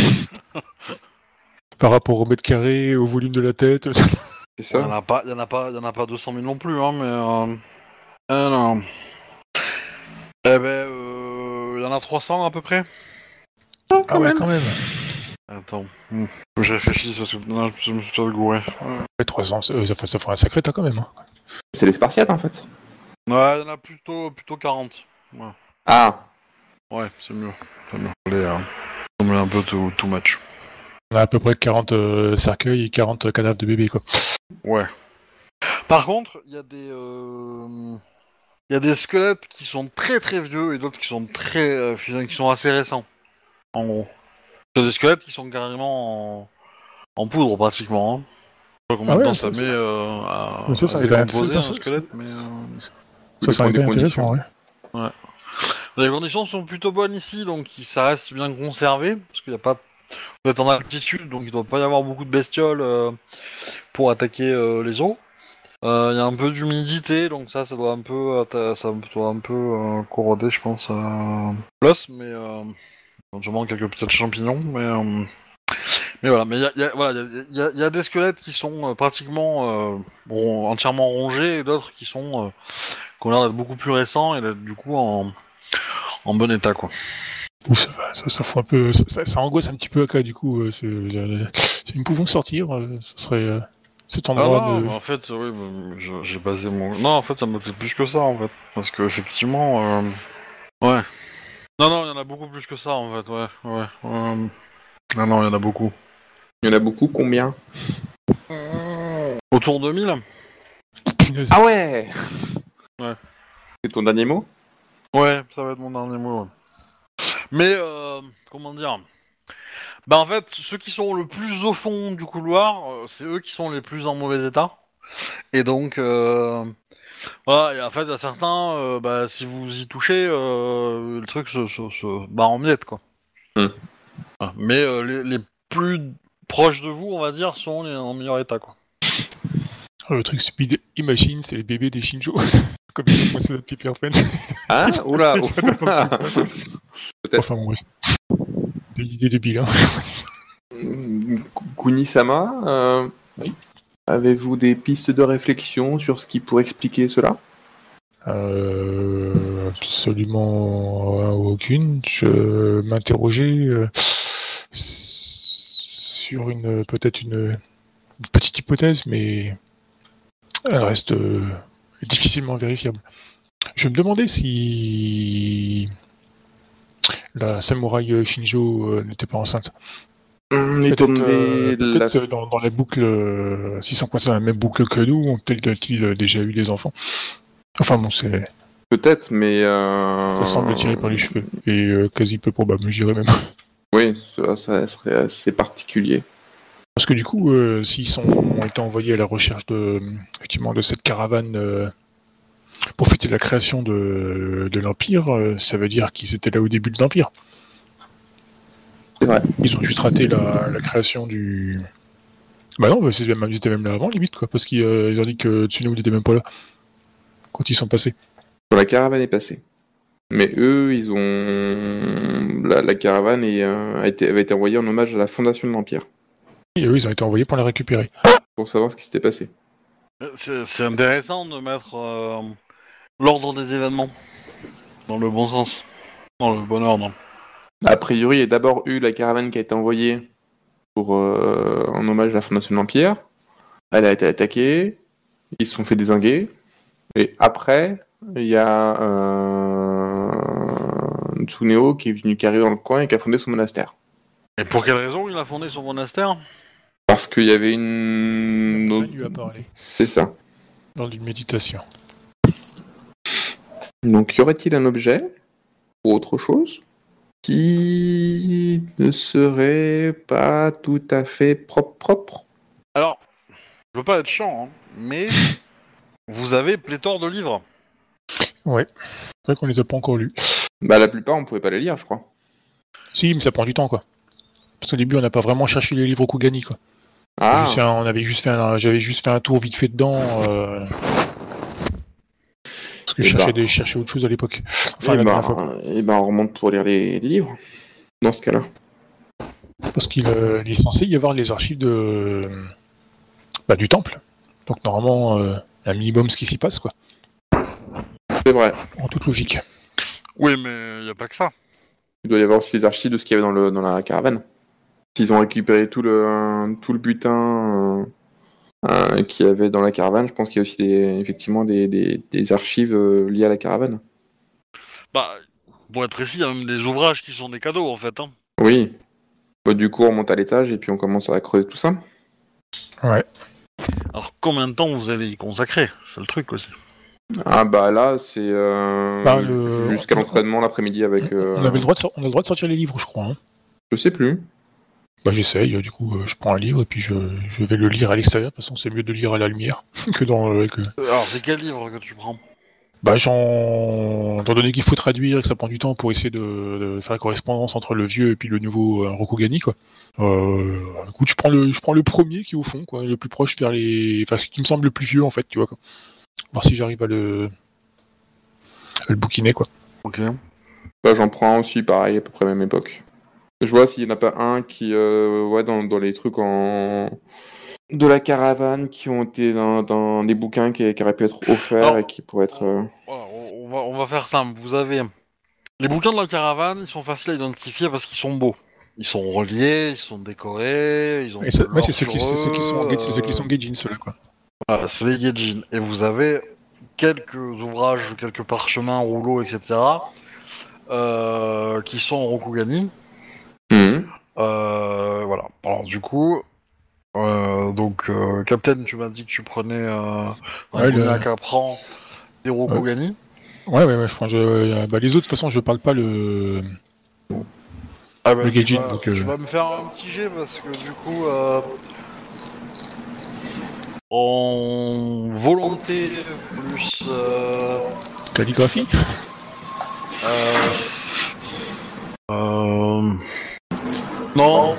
Par rapport au mètre carré, au volume de la tête. C'est Il n'y en ça. a pas, il y en a pas, il y en a pas deux cent mille non plus, hein, mais... Euh... euh, non. Eh ben, euh... il y en a trois cents à peu près. Ah, Ah ouais, quand même. Attends, hmm. Faut que je réfléchisse parce que non, je me suis pas gouré. Ouais, Ouais, trois cents, euh, ça, fait, ça fait un sacré tas quand même. Hein. C'est les Spartiates en fait. Ouais, il y en a plutôt, plutôt quarante. Ouais, Ah. ouais c'est mieux. C'est mieux. Allez, euh... ça me met un peu too, too much. On a à peu près quarante euh, cercueils et quarante cadavres de bébés, quoi. Ouais. Par contre, il y a des... Euh... Il y a des squelettes qui sont très très vieux et d'autres qui sont très... Euh, qui sont assez récents. En gros. Il y a des squelettes qui sont carrément en, en poudre pratiquement. Hein. Je sais pas combien Ah de ouais, temps ça, ça ça- met euh, à, Mais ça, ça à a été décomposer un intéressant, ça, squelette, mais... Euh... Ça, ça aurait été dépend des intéressant, conditions. ouais. Les conditions sont plutôt bonnes ici, donc ça reste bien conservé, parce qu'il n'y a pas... Vous êtes en altitude, donc il ne doit pas y avoir beaucoup de bestioles euh, pour attaquer euh, les os. Il euh, y a un peu d'humidité, donc ça, ça doit un peu, ça doit un peu euh, corroder, je pense, euh, l'os, mais euh, éventuellement quelques petits champignons, mais euh, mais voilà, mais il y a, y a, voilà, il y a, y a des squelettes qui sont euh, pratiquement euh, bon, entièrement rongés et d'autres qui sont euh, qui ont l'air d'être beaucoup plus récents et d'être du coup en en bon état, quoi. Ouh, ça, ça, ça fout un peu, ça, ça, ça angoisse un petit peu à cas du coup. Euh, c'est, euh, si nous pouvons sortir, euh, ce serait euh, cet Ah endroit non, de... mais en fait, oui, mais je- j'ai basé mon... Non, en fait, ça me fait plus que ça, en fait. Parce que, effectivement, euh... ouais. Non, non, il y en a beaucoup plus que ça, en fait, ouais, ouais. Euh... Non, non, il y en a beaucoup. Il y en a beaucoup, combien? Autour de mille. Punaise. Ah ouais. Ouais. C'est ton dernier mot? Ouais, ça va être mon dernier mot, ouais. Mais, euh, comment dire... Bah, en fait, ceux qui sont le plus au fond du couloir, euh, c'est eux qui sont les plus en mauvais état. Et donc, euh... voilà, et en fait, il y a certains, euh, bah, si vous y touchez, euh, le truc se, se, se barre en miettes, quoi. Hmm. Voilà. Mais euh, les, les plus proches de vous, on va dire, sont les, en meilleur état, quoi. Oh, le truc stupide, imagine, c'est les bébés des Shinjo. Comme ils ont passé la petite Pan. Ah, oula, oula. Peut-être. Enfin bon, bref. Des idées débiles, hein. Kuni-sama, euh, Oui. avez-vous des pistes de réflexion sur ce qui pourrait expliquer cela? Euh, absolument euh, aucune. Je m'interrogeais euh, sur une peut-être une, une petite hypothèse, mais elle reste euh, difficilement vérifiable. Je me demandais si la samouraï Shinjo euh, n'était pas enceinte. Hum, Peut-être, étonné, euh, la- peut-être, euh, dans, dans la boucle, euh, s'ils sont coincés dans la même boucle que nous, ont-ils euh, déjà eu des enfants? Enfin bon, c'est, Peut-être, mais... Euh... ça semble tiré par les cheveux, et euh, quasi peu probable, je dirais même. Oui, ça, ça serait assez particulier. Parce que du coup, euh, s'ils sont, ont été envoyés à la recherche de, effectivement, de cette caravane euh, pour fêter la création de, de l'Empire, euh, ça veut dire qu'ils étaient là au début de l'Empire. C'est vrai. Ils ont juste raté la, la création du... Bah non, bah c'est même, ils étaient même là avant, limite, quoi, parce qu'ils euh, ils ont dit que Tsuneo n'était même pas là quand ils sont passés. La caravane est passée. Mais eux, ils ont... La, la caravane est, euh, a été, avait été envoyée en hommage à la fondation de l'Empire. Et eux, ils ont été envoyés pour la récupérer. Pour savoir ce qui s'était passé. C'est, c'est intéressant de mettre euh, l'ordre des événements dans le bon sens, dans le bon ordre. A priori, il y a d'abord eu la caravane qui a été envoyée pour, euh, en hommage à la fondation de l'Empire. Elle a été attaquée, ils se sont fait dézinguer, et après, il y a euh, Tsuneo qui est venu carrer dans le coin et qui a fondé son monastère. Et pour quelle raison il a fondé son monastère ? Parce qu'il y avait une... On lui a parlé C'est ça. dans une méditation. Donc, y aurait-il un objet ou autre chose qui ne serait pas tout à fait propre propre? Alors, je veux pas être chiant, hein, mais vous avez pléthore de livres. Ouais. C'est vrai qu'on les a pas encore lus. Bah, la plupart, on pouvait pas les lire, je crois. Si, mais ça prend du temps, quoi. Parce qu'au début, on n'a pas vraiment cherché les livres Kugani, quoi. Ah, Juste fait un- on avait juste fait un, j'avais juste fait un tour vite fait dedans. Euh... Parce que je Et cherchais, bah. des, je cherchais autre chose à l'époque. Enfin, et, la bah, dernière fois, quoi. et bah, on remonte pour lire les, les livres, dans ce cas-là. Parce qu'il euh, il est censé y avoir les archives de, bah, du temple. Donc normalement, euh, un minimum ce qui s'y passe, quoi. C'est vrai. En toute logique. Oui, mais il y a pas que ça. Il doit y avoir aussi les archives de ce qu'il y avait dans, le, dans la caravane. S'ils ont récupéré tout le, tout le butin euh, euh, qu'il y avait dans la caravane, je pense qu'il y a aussi des, effectivement des, des, des archives euh, liées à la caravane. Bah, pour être précis, il y a même des ouvrages qui sont des cadeaux en fait. Hein. Oui. Bah, du coup, on monte à l'étage et puis on commence à creuser tout ça. Ouais. Alors, combien de temps vous allez y consacrer ? C'est le truc aussi. Ah bah là, c'est euh, Bah, le- jusqu'à l'entraînement l'après-midi avec... euh, On avait le droit de, sor- on a le droit de sortir les livres, je crois. Hein. Je sais plus. Bah j'essaye, euh, du coup euh, je prends un livre et puis je, je vais le lire à l'extérieur. De toute façon c'est mieux de lire à la lumière que dans... Euh, que... Alors, c'est quel livre que tu prends ? Bah j'en... Étant donné qu'il faut traduire et que ça prend du temps pour essayer de, de faire la correspondance entre le vieux et puis le nouveau euh, Rokugani, quoi. Euh... Écoute, je prends, le, je prends le premier qui est au fond, quoi, le plus proche vers les... Enfin, ce qui me semble le plus vieux, en fait, tu vois, quoi. Voir si j'arrive à le... à le bouquiner, quoi. Ok. Bah, j'en prends un aussi, pareil, à peu près même époque. Je vois s'il n'y en a pas un qui, euh, ouais, dans, dans les trucs en... de la caravane qui ont été dans, dans des bouquins qui, qui auraient pu être offerts Alors, et qui pourraient être... euh, Voilà, on, on va, on va faire simple. Vous avez les bouquins de la caravane, ils sont faciles à identifier parce qu'ils sont beaux. Ils sont reliés, ils sont décorés, ils ont. Et ça- de ouais, c'est l'or ceux qui, sur c'est ceux qui sont, eux, c'est ceux qui euh, sont Gaijin, ceux-là, quoi. Voilà, c'est les Gaijin. Et vous avez quelques ouvrages, quelques parchemins, rouleaux, et cetera, euh, qui sont en Rokugani. mhm. Euh, voilà. Alors du coup, euh, donc euh, Captain, tu m'as dit que tu prenais euh, un Ouais, le- Gumiak apprend des Rokugani. Ouais, ouais, ouais, je prends... Je... euh, Bah les autres, de toute façon, je parle pas le... Ah bah, Le tu, Gaijin, vas, donc, tu euh, vas me faire un petit jet parce que du coup, euh, en volonté plus euh, Calligraphie. euh, euh, non.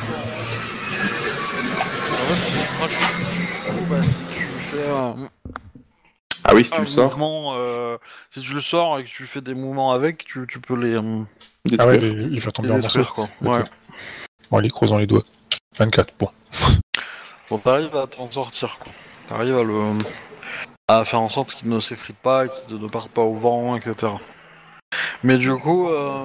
En fait, du coup, bah, si tu fais un, Ah oui, si tu un le sors, mouvement, euh, si tu le sors et que tu fais des mouvements avec, tu, tu peux les, euh, Ah ouais, détruire. les- il va tomber les en morceaux. détruire quoi. Ok. Ouais. Bon, allez, creusons les doigts. vingt-quatre, bon. Bon, t'arrives à t'en sortir quoi. T'arrives à le à faire en sorte qu'il ne s'effrite pas, qu'il ne parte pas au vent, et cetera. Mais du coup, euh...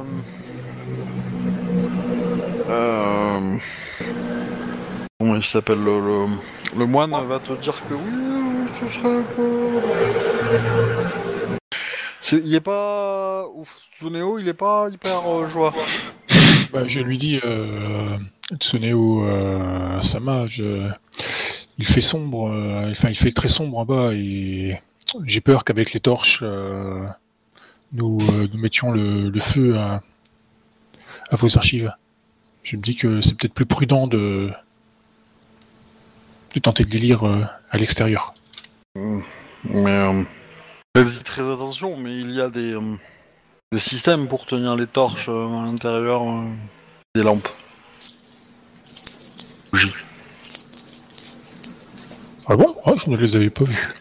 Euh... comment il s'appelle le, le, le moine va te dire que oui, ce serait pas... C'est... Il est pas... Ouf, Tsuneo, il est pas hyper euh, joie. Bah, je lui dis, euh, Tsuneo euh, Sama, je... il fait sombre, euh, enfin il fait très sombre en bas et j'ai peur qu'avec les torches, euh, nous, euh, nous mettions le, le feu à, à vos archives. je me dis que c'est peut-être plus prudent de, de tenter de les lire euh, à l'extérieur. Mais euh, faites-y très attention, mais il y a des, euh, des systèmes pour tenir les torches euh, à l'intérieur euh, des lampes. J. Ah bon? Ah, je ne les avais pas vus.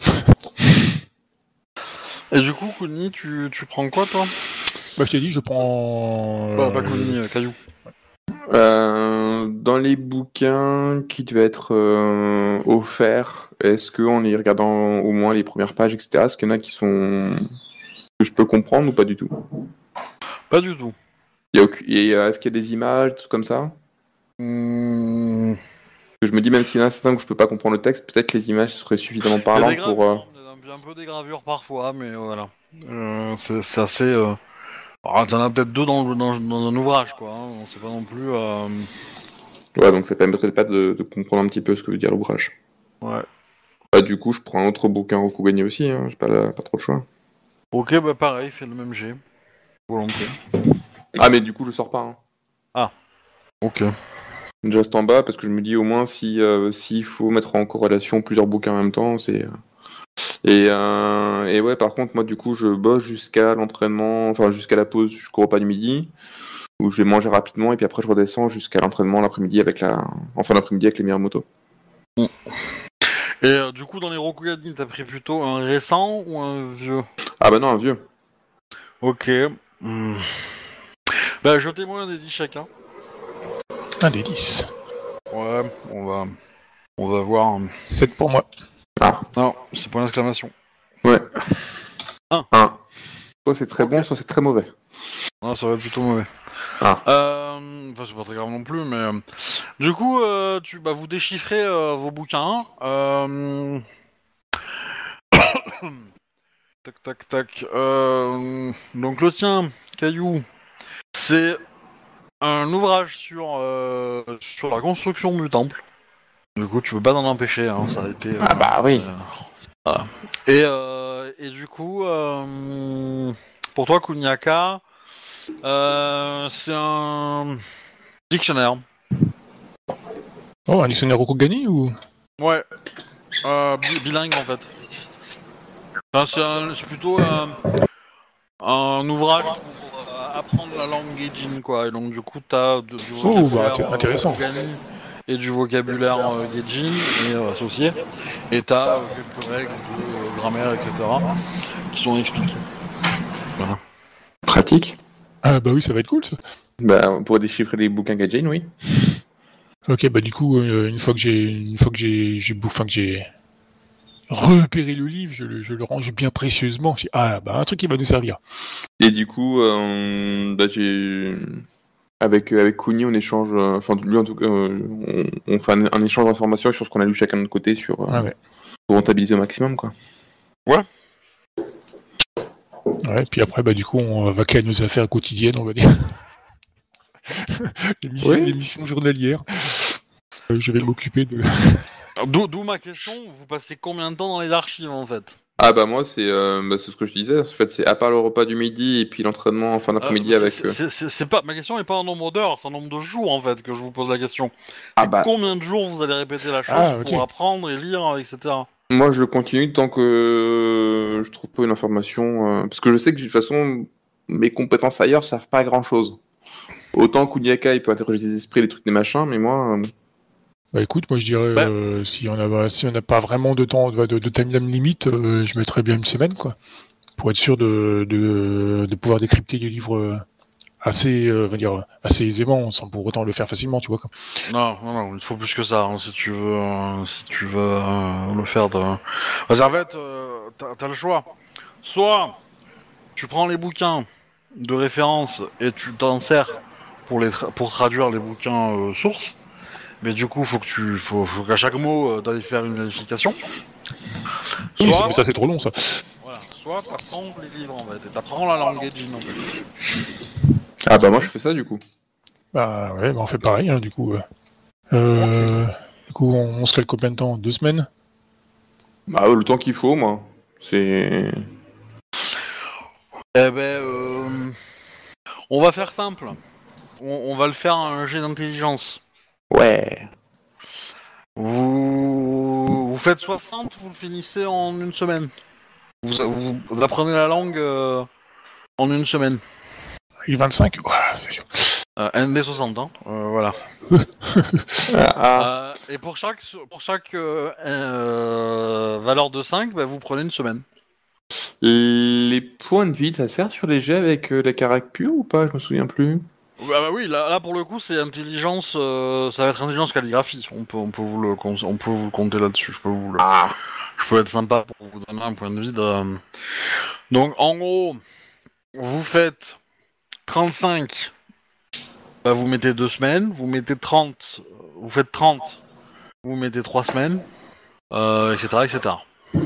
Et du coup, Kuni, tu, tu prends quoi, toi? Bah, je t'ai dit, je prends. Euh, Bah, pas Kuni, euh, Caillou. Euh, dans les bouquins qui devaient être euh, offerts, est-ce qu'en les regardant au moins les premières pages, et cetera, est-ce qu'il y en a qui sont que je peux comprendre ou pas du tout? Pas du tout. Il y a aucun- et, euh, est-ce qu'il y a des images, des trucs comme ça? Mmh... Je me dis même s'il y en a certains que je peux pas comprendre le texte, peut-être que les images seraient suffisamment Il y a des parlantes pour. euh, gravures, il y a un peu des gravures parfois, mais euh, voilà. Euh, c'est, c'est assez... Euh... Ah, t'en as peut-être deux dans, le- dans, dans un ouvrage, quoi. Hein. On sait pas non plus... Euh... Ouais, donc ça permettrait pas de, de comprendre un petit peu ce que veut dire l'ouvrage. Ouais. Bah, du coup, je prends un autre bouquin Rokugani aussi, hein, j'ai pas, la- pas trop le choix. Ok, bah pareil, fais le même jet. Volonté. Ah, mais du coup, je sors pas. Hein. Ok. Je reste en bas parce que je me dis au moins si euh, s'il faut mettre en corrélation plusieurs bouquins en même temps, c'est. Et, euh, et ouais, par contre, moi, du coup, je bosse jusqu'à l'entraînement, enfin jusqu'à la pause jusqu'au repas du midi, où je vais manger rapidement et puis après je redescends jusqu'à l'entraînement l'après-midi avec la, en fin d'après-midi avec les Miyamoto. Et euh, du coup, dans les Rokugani, t'as pris plutôt un récent ou un vieux? Ah bah non, un vieux. Ok. Hmm. Bah, jetez-moi un des dix chacun. Un des dix. Ouais, on va... On va voir... sept pour moi. Non, c'est point d'exclamation. Ouais. Un. Un. Soit c'est très bon, soit c'est très mauvais. Non, ça va être plutôt mauvais. Ah. Euh... Enfin, c'est pas très grave non plus, mais... euh, Du coup, euh, tu... bah, vous déchiffrez euh, vos bouquins. Euh... tac, tac, tac. Euh... Donc, le tien, Caillou, c'est un ouvrage sur, euh, sur la construction du temple. Du coup, tu peux pas t'en empêcher, hein, ça a été... euh, Ah bah oui. euh, voilà. Et, euh, et du coup, euh, pour toi, Kuniaka, euh, c'est un dictionnaire. Oh, un dictionnaire Rokugani ou. Ouais, euh, bi- bilingue en fait. Enfin, c'est, un- c'est plutôt un, un ouvrage pour euh, apprendre la langue Gaijin, quoi. Et donc, du coup, t'as de- du Oh, vocabulaire bah, euh, intéressant. Rokugani et du vocabulaire euh, Gaijin et euh, associé. Et t'as euh, quelques règles de euh, grammaire, et cetera qui sont expliquées. Voilà. Pratique. Ah, bah oui, ça va être cool ça. Bah pour déchiffrer les bouquins Gaijin, oui. Ok, bah du coup, euh, une fois que j'ai, une fois que j'ai, j'ai bouffé, enfin que j'ai repéré le livre, je le, je le range bien précieusement. Je dis, ah, bah un truc qui va nous servir. Et du coup, euh, bah, j'ai avec avec Kuni, on échange, euh, enfin lui en tout cas, euh, on, on fait un, un échange d'informations sur ce qu'on a lu chacun de notre côté sur euh, Ah ouais. pour rentabiliser au maximum, quoi. Ouais, puis après, bah du coup, on va vaquer à nos affaires quotidiennes, on va dire. les, missions, Oui. les missions journalières. Euh, je vais m'occuper de. D'où, d'où ma question, vous passez combien de temps dans les archives en fait? Ah bah moi c'est euh, bah, c'est ce que je disais. En fait, c'est à part le repas du midi et puis l'entraînement en fin d'après-midi Euh, avec. c'est, euh, c'est, c'est, c'est pas, ma question n'est pas un nombre d'heures, c'est un nombre de jours en fait que je vous pose la question. Ah C'est bah combien de jours vous allez répéter la chose Ah, ok. pour apprendre et lire, et cetera. moi je continue tant que euh, je trouve pas une information euh, parce que je sais que de toute façon mes compétences ailleurs servent pas à grand chose. Autant Kuniaka il peut interroger des esprits, des trucs, des machins, mais moi. euh, Bah écoute, moi je dirais, Bah. euh, si on a, si on n'a pas vraiment de temps, de, de, de timeline limite, euh, je mettrais bien une semaine, quoi, pour être sûr de, de, de pouvoir décrypter les livres euh, assez, euh, on va dire, assez aisément, sans pour autant le faire facilement, tu vois. Quoi. Non, non, non, il faut plus que ça hein, si tu veux, euh, si tu veux euh, le faire. De... Parce qu'en fait, euh, t'as, t'as le choix. Soit tu prends les bouquins de référence et tu t'en sers pour les tra- pour traduire les bouquins euh, sources. Mais du coup, faut que tu, faut, faut qu'à chaque mot, euh, t'ailles faire une vérification. Oui, Soit, ça, mais ça c'est trop long, ça. voilà, soit t'apprends les livres en fait, et t'apprends la langue Gaijin en fait. Ah bah moi je fais ça du coup. Bah ouais, bah on fait pareil, hein, du coup. Euh, euh, du coup, on, on se cale combien de temps? Deux semaines? Bah le temps qu'il faut, moi. C'est. Eh ben, euh, on va faire simple. on, on va le faire un jet d'intelligence. Ouais. Vous, vous faites soixante, vous le finissez en une semaine. Vous, vous, vous apprenez la langue euh, en une semaine. Et vingt-cinq ouais, c'est sûr. Euh, N D soixante, hein. Euh, voilà. Ah, Euh, et pour chaque, pour chaque euh, euh, valeur de cinq, bah, vous prenez une semaine. les points de vie, ça sert sur les jets avec euh, la carac pure ou pas? Je me souviens plus. Bah, bah oui, là, là pour le coup c'est intelligence, euh, ça va être intelligence calligraphie. On peut, on peut vous le, con- on peut vous le compter là-dessus. Je peux vous le, Ah. je peux être sympa pour vous donner un point de vie. De... Donc en gros, vous faites trente-cinq, bah, vous mettez deux semaines. Vous mettez trente, vous faites trente, vous mettez trois semaines, euh, et cetera, et cetera.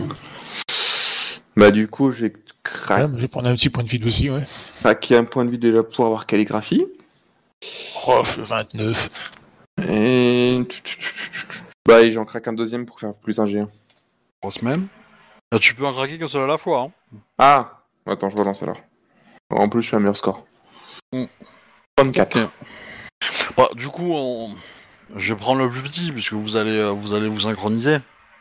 Bah du coup, j'ai Ouais, craqué je vais prendre un petit point de vide aussi, ouais. un point de vie déjà pour avoir calligraphie. Oh, vingt-neuf. Et... Bah et j'en craque un deuxième pour faire plus un G un. Trois semaines. Là, tu peux en craquer qu'un seul à la fois. Hein. Ah. Attends, je relance alors. En plus, je fais un meilleur score. Mm. trente-quatre. Ok. Bah, du coup, on... je vais prendre le plus petit puisque vous allez, euh, vous allez vous synchroniser.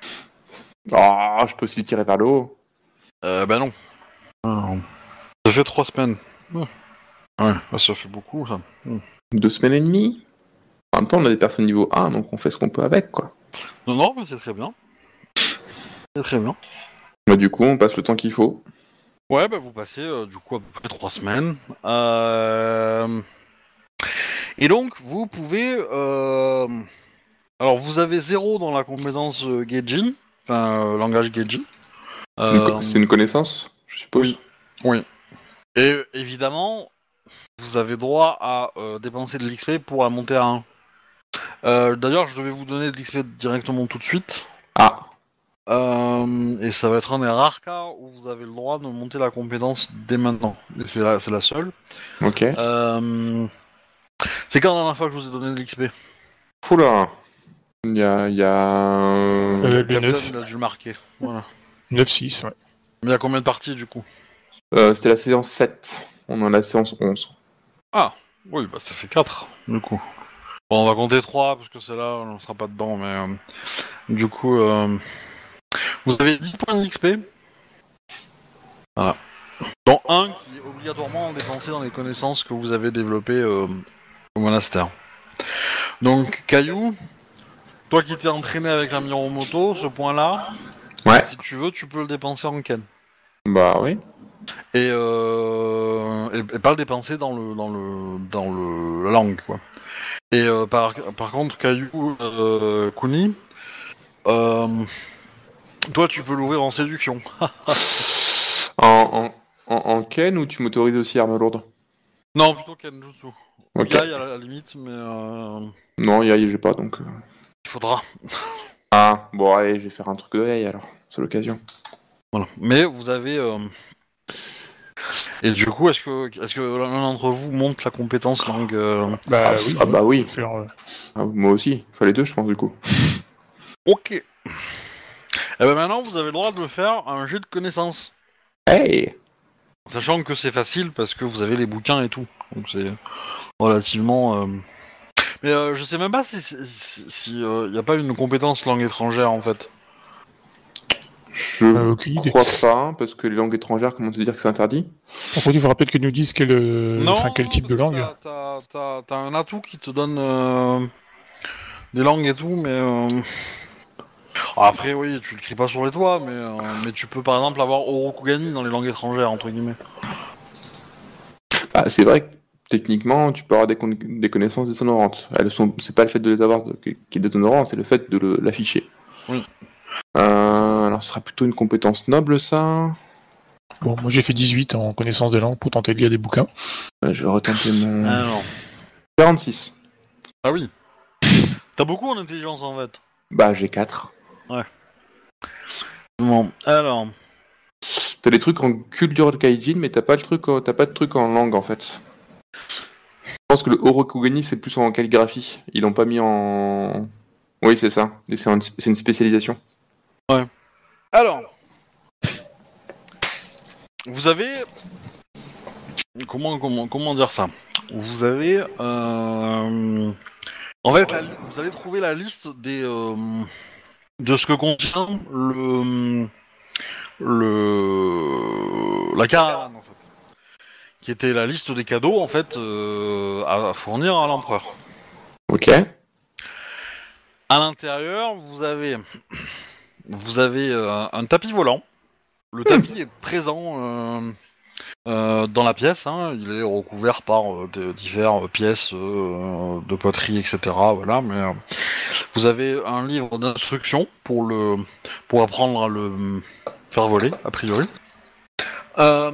Oh, je peux aussi le tirer vers le haut. Euh, bah non. Ah, ça fait trois semaines. Ouais, ouais, ça fait beaucoup ça. Mm. Deux semaines et demie. En même temps, on a des personnes niveau un, donc on fait ce qu'on peut avec, quoi. Non, non, mais c'est très bien. C'est très bien. Bah du coup, on passe le temps qu'il faut. Ouais, bah vous passez euh, du coup à peu près trois semaines. Euh... Et donc, vous pouvez... Euh... Alors, vous avez zéro dans la compétence euh, Gaijin, enfin, euh, langage Gaijin. C'est une, Euh... co- c'est une connaissance, je suppose. Oui. Oui. Et évidemment, vous avez droit à euh, dépenser de l'X P pour la monter à un. Euh, D'ailleurs, je devais vous donner de l'X P directement tout de suite. Ah. Euh, et ça va être un des rares cas où vous avez le droit de monter la compétence dès maintenant. Et c'est la, c'est la seule. Ok. Euh, c'est quand la dernière fois que je vous ai donné de l'X P? Oula. Il y a... Il y a... Euh, Le le Captain, neuf. il a dû le marquer. Voilà. neuf six, ouais. Mais il y a combien de parties du coup? Euh, c'était la séance sept. On est à la séance onze. Ah, oui, bah ça fait quatre du coup. Bon, on va compter trois parce que c'est là, on sera pas dedans, mais euh, du coup, euh, vous avez dix points d'X P. Voilà. Dont un qui est obligatoirement dépensé dans les connaissances que vous avez développées euh, au monastère. Donc, Caillou, toi qui t'es entraîné avec la Miromoto, ce point-là, Ouais. si tu veux, tu peux le dépenser en Ken. Bah oui. Et, euh, et, et pas le dépenser dans le dans le dans le la langue, quoi. Et euh, par par contre, Caillou, euh, Kuni, euh, toi tu peux l'ouvrir en séduction. En, en, en, en Ken ou tu m'autorises aussi arme lourde? Non, plutôt Kenjutsu. Ok. Yai à la limite, mais euh, Non, Yai, j'ai pas donc. euh. il faudra. Ah, bon, allez, je vais faire un truc de Yai alors, c'est l'occasion. Voilà. Mais vous avez. Euh... Et du coup, est-ce que est-ce que l'un d'entre vous monte la compétence langue euh... Bah Ah, oui. ah bah oui. Faire, euh, Ah, moi aussi, il fallait deux, je pense, du coup. Ok. Et ben maintenant, vous avez le droit de me faire un jet de connaissances. Hey! Sachant que c'est facile parce que vous avez les bouquins et tout. Donc c'est relativement. Euh... Mais euh, je sais même pas si si, si, si euh, y a pas une compétence langue étrangère en fait. Je Euh, aucune idée. crois pas, parce que les langues étrangères, comment te dire que c'est interdit? Par contre, il faudra peut-être qu'ils nous disent quel, euh, Non. enfin, quel type parce de que langue. T'as, t'as, t'as, t'as un atout qui te donne euh, des langues et tout, mais. Euh... Après, oui, tu le cries pas sur les toits, mais, euh, mais tu peux par exemple avoir Orokugani dans les langues étrangères, entre guillemets. Ah, c'est vrai que techniquement, tu peux avoir des, con- des connaissances déshonorantes. Elles sont, c'est pas le fait de les avoir de- qui est déshonorant, c'est le fait de le- l'afficher. Oui. Euh, alors, ce sera plutôt une compétence noble, ça. Bon, moi j'ai fait dix-huit en connaissance des langues pour tenter de lire des bouquins. Euh, je vais retenter mon. Ah non. quarante-six. Ah oui. T'as beaucoup en intelligence en fait. Bah, j'ai quatre. Bon, alors. T'as des trucs en culture de Kaijin, mais t'as pas le truc, en- t'as pas de truc en langue en fait. Je pense que le Orokugani c'est plus en calligraphie. Ils l'ont pas mis en. Oui, c'est ça. Et c'est, un- c'est une spécialisation. Alors. Vous avez. Comment, comment, comment dire ça? où vous avez... Euh... En fait, la li- vous allez trouver la liste des... Euh... de ce que contient le... le... la caravane, en fait. Qui était la liste des cadeaux, en fait, euh, à fournir à l'empereur. Ok. À l'intérieur, vous avez... Vous avez euh, un tapis volant. Le tapis est présent euh, euh, dans la pièce. Hein. Il est recouvert par euh, de, diverses pièces euh, de poterie, et cetera. Voilà. Mais euh, vous avez un livre d'instructions pour le pour apprendre à le faire voler, a priori. Euh,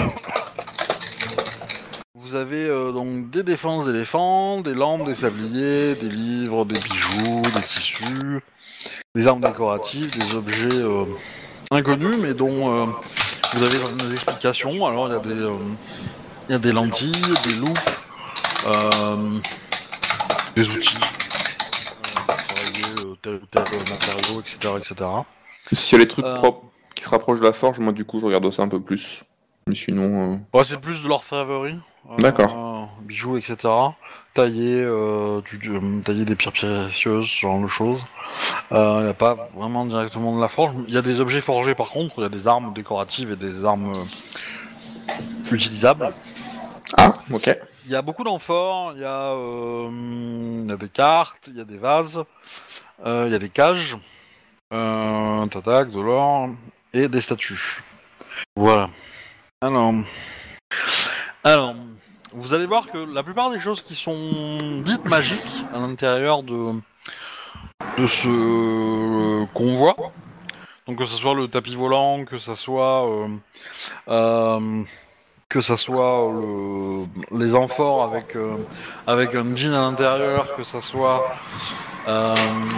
vous avez euh, donc des défenses d'éléphants, des lampes, des sabliers, des livres, des bijoux, des tissus, des armes décoratives, des objets euh, inconnus, mais dont euh, vous avez certaines explications. Alors il y a des, euh, il y a des lentilles, des loupes, euh, des outils euh, pour travailler euh, tel ou tel matériau, et cetera, et cetera. S'il y a les trucs Euh, propres qui se rapprochent de la forge, moi du coup je regarde ça un peu plus. Mais sinon. Euh... Ouais, c'est plus de l'orfèvrerie. Euh, D'accord. Bijoux, et cetera. Tailler, euh, du, du- euh, tailler des pierres précieuses, ce genre de choses. Il euh, n'y a pas vraiment directement de la forge. Il y a des objets forgés par contre, il y a des armes décoratives et des armes euh, utilisables. Ah, ok. Il y a beaucoup d'amphores, il y, euh, y a des cartes, il y a des vases, euh, il y a des cages, euh, tatac, de l'or et des statues. Voilà. Alors... Alors, vous allez voir que la plupart des choses qui sont dites magiques à l'intérieur de, de ce convoi, donc que ce soit le tapis volant, que ça soit euh, euh, que ça soit le, les amphores avec euh, avec un jean à l'intérieur, que ça soit euh,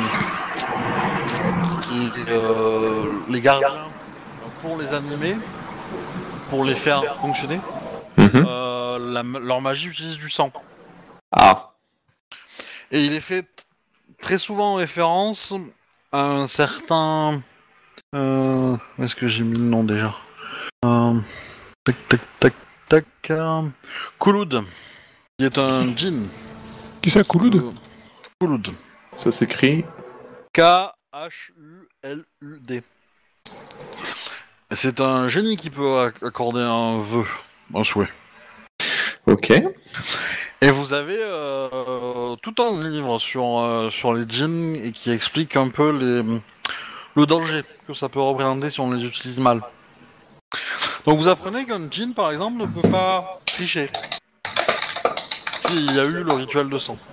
les, euh, les gardiens pour les animer, pour les faire fonctionner. Mhm. Euh, la, leur magie utilise du sang. Ah. Et il est fait t- très souvent référence à un certain... Euh, où est-ce que j'ai mis le nom déjà euh, Tac tac tac tac... Euh, Khulud, qui est un djinn. Qui ça, Khulud Euh, Khulud. Ça s'écrit. K H U L U D. C'est un génie qui peut acc- accorder un vœu, un souhait. Ok. Et vous avez euh, tout un livre sur, euh, sur les djinns et qui explique un peu les, le danger que ça peut représenter si on les utilise mal. Donc vous apprenez qu'un djinn, par exemple, ne peut pas tricher s'il y a eu le rituel de sang.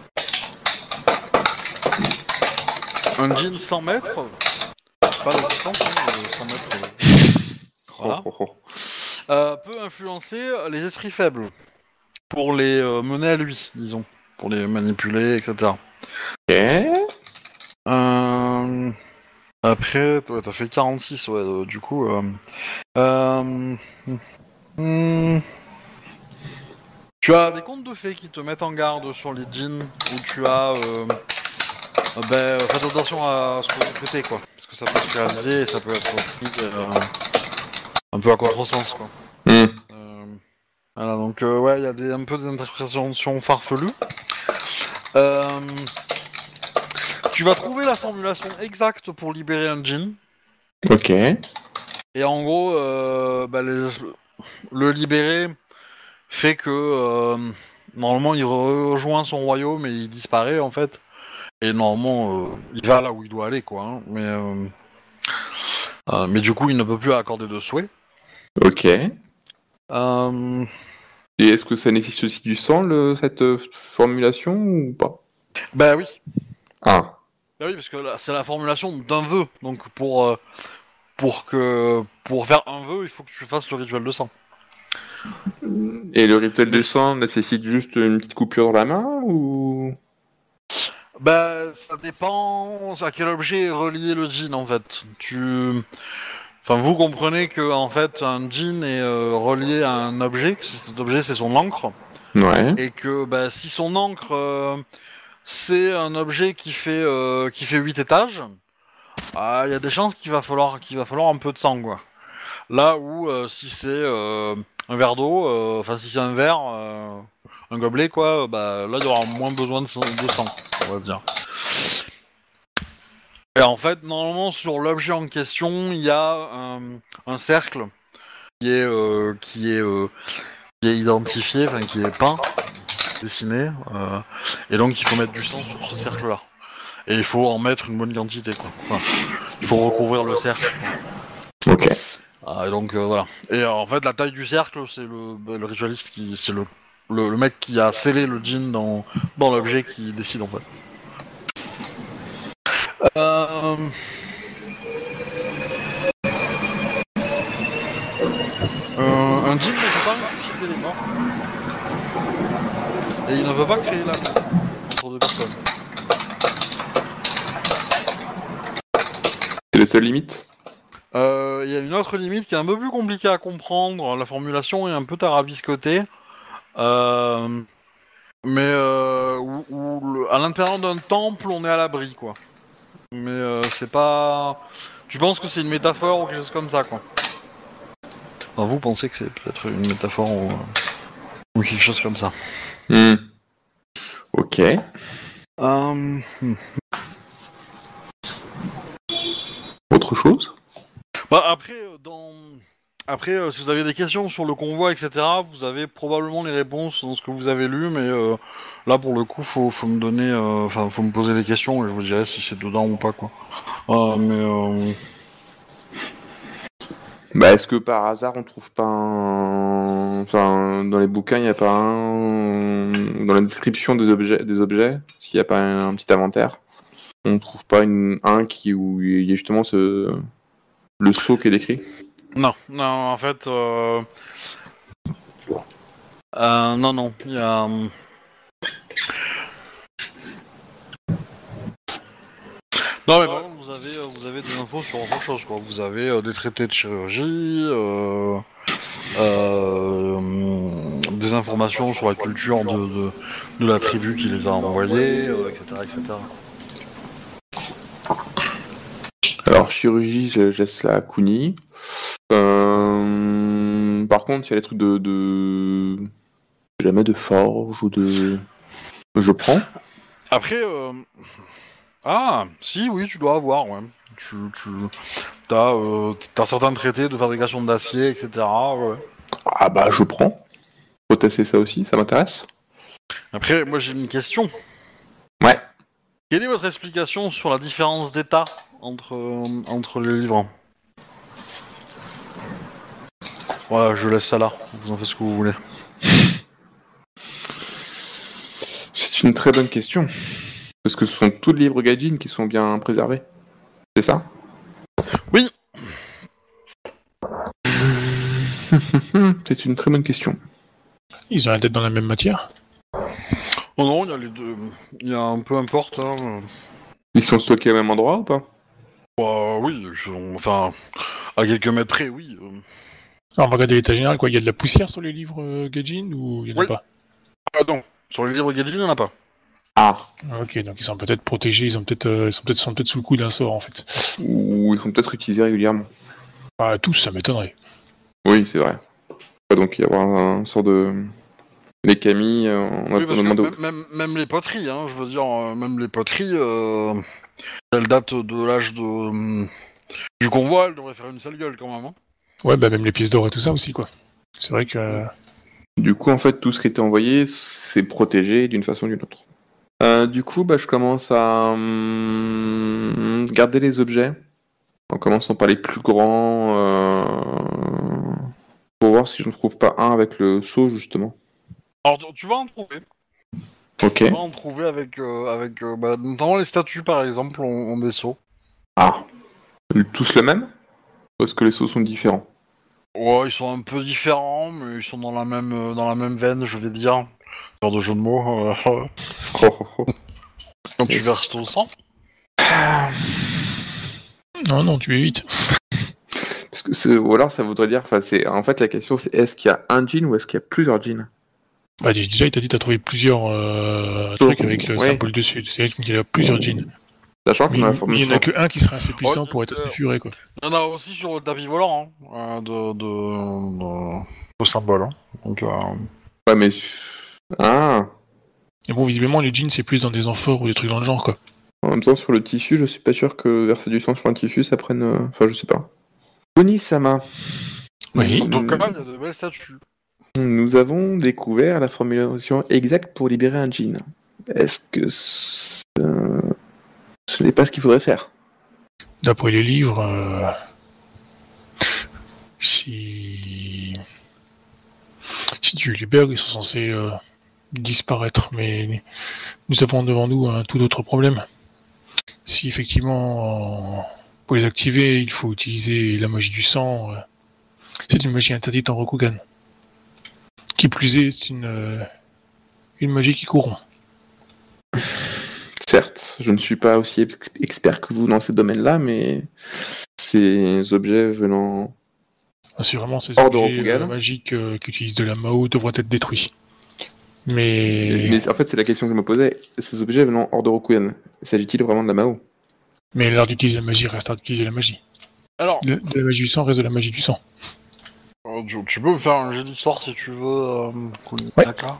Un djinn cent mètres, pas de distance, hein, cent mètres, euh, voilà, Oh, oh, oh. euh, peut influencer les esprits faibles pour les euh, mener à lui, disons, pour les manipuler, et cetera. Ok. Euh... Après, toi, t'as fait quarante-six, ouais, euh, du coup... Euh... Euh... hmm. Tu as des contes de fées qui te mettent en garde sur les djinns, où tu as... Euh... euh, ben, faites attention à ce que vous faites, quoi. Parce que ça peut se réaliser et ça peut être pris euh, un peu à contresens, quoi. Hmm. Euh... Voilà, donc, euh, ouais, il y a des, un peu des interprétations farfelues. Euh... Tu vas trouver la formulation exacte pour libérer un djinn. Ok. Et en gros, euh, bah, les- le libérer fait que euh, normalement il rejoint son royaume et il disparaît en fait. Et normalement, euh, il va là où il doit aller, quoi. Hein. Mais, euh, euh, mais du coup, il ne peut plus accorder de souhait. Ok. Et Euh, est-ce que ça nécessite aussi du sang, le, cette euh, formulation, ou pas? bah oui. Ah. Bah oui, parce que là, c'est la formulation d'un vœu. Donc pour euh, pour que pour faire un vœu, il faut que tu fasses le rituel de sang. Et le rituel de Mais- sang nécessite juste une petite coupure dans la main, ou... Bah, ça dépend à quel objet est relié le djinn en fait. Tu, enfin, vous comprenez que en fait un djinn est euh, relié à un objet. Que cet objet c'est son encre Ouais. et que bah si son encre euh, c'est un objet qui fait euh, qui fait huit étages, il y a des chances qu'il va falloir qu'il va falloir un peu de sang quoi. Là où euh, si c'est euh, un verre d'eau, euh, enfin si c'est un verre, euh, un gobelet, quoi, bah là il y aura moins besoin de sang, de sang, on va dire. Et en fait, normalement, sur l'objet en question, il y a un, un cercle qui est, euh, qui est, euh, qui est identifié, enfin qui est peint, dessiné, euh, et donc il faut mettre du sang sur ce cercle-là. Et il faut en mettre une bonne quantité, quoi. Enfin, il faut recouvrir le cercle. Quoi. Ok. Ah, et donc euh, voilà. Et euh, en fait, la taille du cercle, c'est le, bah, le ritualiste qui, c'est le, le, le mec qui a scellé le djinn dans, dans l'objet qui décide en fait. Euh... Euh, un djinn ne peut pas ressusciter les morts. Et il ne veut pas créer la mort entre deux personnes. C'est la seule limite. Il euh, y a une autre limite qui est un peu plus compliquée à comprendre. La formulation est un peu tarabiscotée. Euh... Mais euh, où, où le, à l'intérieur d'un temple, on est à l'abri, quoi. Mais euh, c'est pas... Tu penses que c'est une métaphore ou quelque chose comme ça, quoi. Enfin, vous pensez que c'est peut-être une métaphore ou, ou quelque chose comme ça. Mmh. Ok. Euh... Autre chose? Bah après, dans... Après, euh, si vous avez des questions sur le convoi, et cetera, vous avez probablement les réponses dans ce que vous avez lu, mais euh, là, pour le coup, faut, faut me donner... Enfin, euh, faut me poser des questions et je vous dirai si c'est dedans ou pas, quoi. Euh, mais... Euh... Bah, est-ce que par hasard, on trouve pas un... Enfin, dans les bouquins, il n'y a pas un... Dans la description des objets, des objets, s'il n'y a pas un, un petit inventaire, on trouve pas une... un qui... où il y a justement ce... le sceau qui est décrit? Non, non, en fait... Euh... Euh, non, non, il y a... Non mais par contre vous avez, euh, vous avez des infos sur autre chose quoi. Vous avez euh, des traités de chirurgie, euh, euh, des informations sur la culture de, de, de la tribu qui les a envoyés, euh, et cetera, et cetera. Alors chirurgie, je je laisse la Kuni. Euh... Par contre, il y a les trucs de, de... jamais de forge ou de... Je prends. Après, euh... ah, si, oui, tu dois avoir, ouais. Tu, tu, t'as, euh, t'as certains traités de fabrication d'acier, et cetera. Ouais. Ah bah je prends. Faut tester ça aussi, ça m'intéresse. Après, moi j'ai une question. Ouais. Quelle est votre explication sur la différence d'état entre, euh, entre les livres? Voilà, je laisse ça là. Vous en faites ce que vous voulez. C'est une très bonne question. Parce que ce sont tous les livres Gaijin qui sont bien préservés. C'est ça? Oui. C'est une très bonne question. Ils ont la tête dans la même matière? Oh non, il y a les deux. Il y a un peu importe. Hein. Ils sont stockés au même endroit ou pas? Bah oui, je- enfin, à quelques mètres près, oui. euh. Alors, on va regarder l'état général, quoi. Il y a de la poussière sur les livres euh, Gaijin ou il y en a Oui. pas? Ah non, sur les livres Gaijin, il n'y en a pas. Ah. Ok, donc ils sont peut-être protégés, ils ont peut-être, euh, ils sont peut-être, sont peut-être sous le coup d'un sort en fait. Ou ils sont peut-être utilisés régulièrement. Ah, tous, ça m'étonnerait. Oui, c'est vrai. Donc il y avoir un sort de... Les Camille, euh, on a Oui, parce on a que demandé... même, même, même les poteries, hein, je veux dire, euh, même les poteries, euh, elles datent de l'âge de hum, du convoi, elles devraient faire une sale gueule quand même. Hein. Ouais, bah même les pièces d'or et tout ça aussi, quoi. C'est vrai que... euh, Du coup, en fait, tout ce qui était envoyé, c'est protégé d'une façon ou d'une autre. Euh, du coup, bah, je commence à hum, garder les objets, en commençant par les plus grands, euh, pour voir si je ne trouve pas un avec le seau, justement. Alors tu, tu vas en trouver. Ok. Tu vas en trouver avec, euh, avec euh, bah, notamment les statues par exemple, ont, ont des seaux. Ah. Tous le même? Parce que les seaux sont différents. Ouais, ils sont un peu différents, mais ils sont dans la même, euh, dans la même veine, je vais dire. Genre de jeu de mots. euh, Oh, oh, oh. Quand tu verses ton sang. Non, non, tu évites. Parce que c'est- ou alors ça voudrait dire, enfin, c'est en fait la question c'est est-ce qu'il y a un djinn ou est-ce qu'il y a plusieurs djinns? Bah, déjà, il t'a dit que t'as trouvé plusieurs euh, trucs avec le Ouais. symbole dessus. C'est qu'il y a plusieurs jeans. Sachant Mais qu'on a il l'information. il y en a que un qui sera assez puissant Ouais, pour être euh, sulfuré, quoi. Il y en a aussi sur le tapis volant, hein, euh, de, de, de, de symbole. Hein. Donc, euh... Ouais, mais Ah. Et bon, visiblement, les jeans, c'est plus dans des amphores ou des trucs dans le genre, quoi. En même temps, sur le tissu, je suis pas sûr que verser du sang sur un tissu, ça prenne... euh, Enfin, je sais pas. Oni-sama. Oui. En tout cas, il y a de belles statues. Nous avons découvert la formulation exacte pour libérer un djinn. Est-ce que ce, ce n'est pas ce qu'il faudrait faire? D'après les livres, euh... si... si tu les libères, ils sont censés euh, disparaître, mais nous avons devant nous un tout autre problème. Si effectivement, pour les activer, il faut utiliser la magie du sang, euh, c'est une magie interdite en Rokugan. Qui plus est, c'est une, euh, une magie qui corrompt. Certes, je ne suis pas aussi ex- expert que vous dans ces domaines-là, mais ces objets venant... Assurément, ces Hors de objets Rokugan. euh, magiques euh, qui utilisent de la Mao devraient être détruits. Mais... Mais, mais en fait, c'est la question que je me posais. Ces objets venant hors de Rokugan, s'agit-il vraiment de la Mao? mais l'art d'utiliser la magie reste l'art d'utiliser la magie. Alors, De, de la magie du sang reste de la magie du sang. euh, tu, tu peux me faire un jeu d'histoire si tu veux, euh, Ouais. D'accord.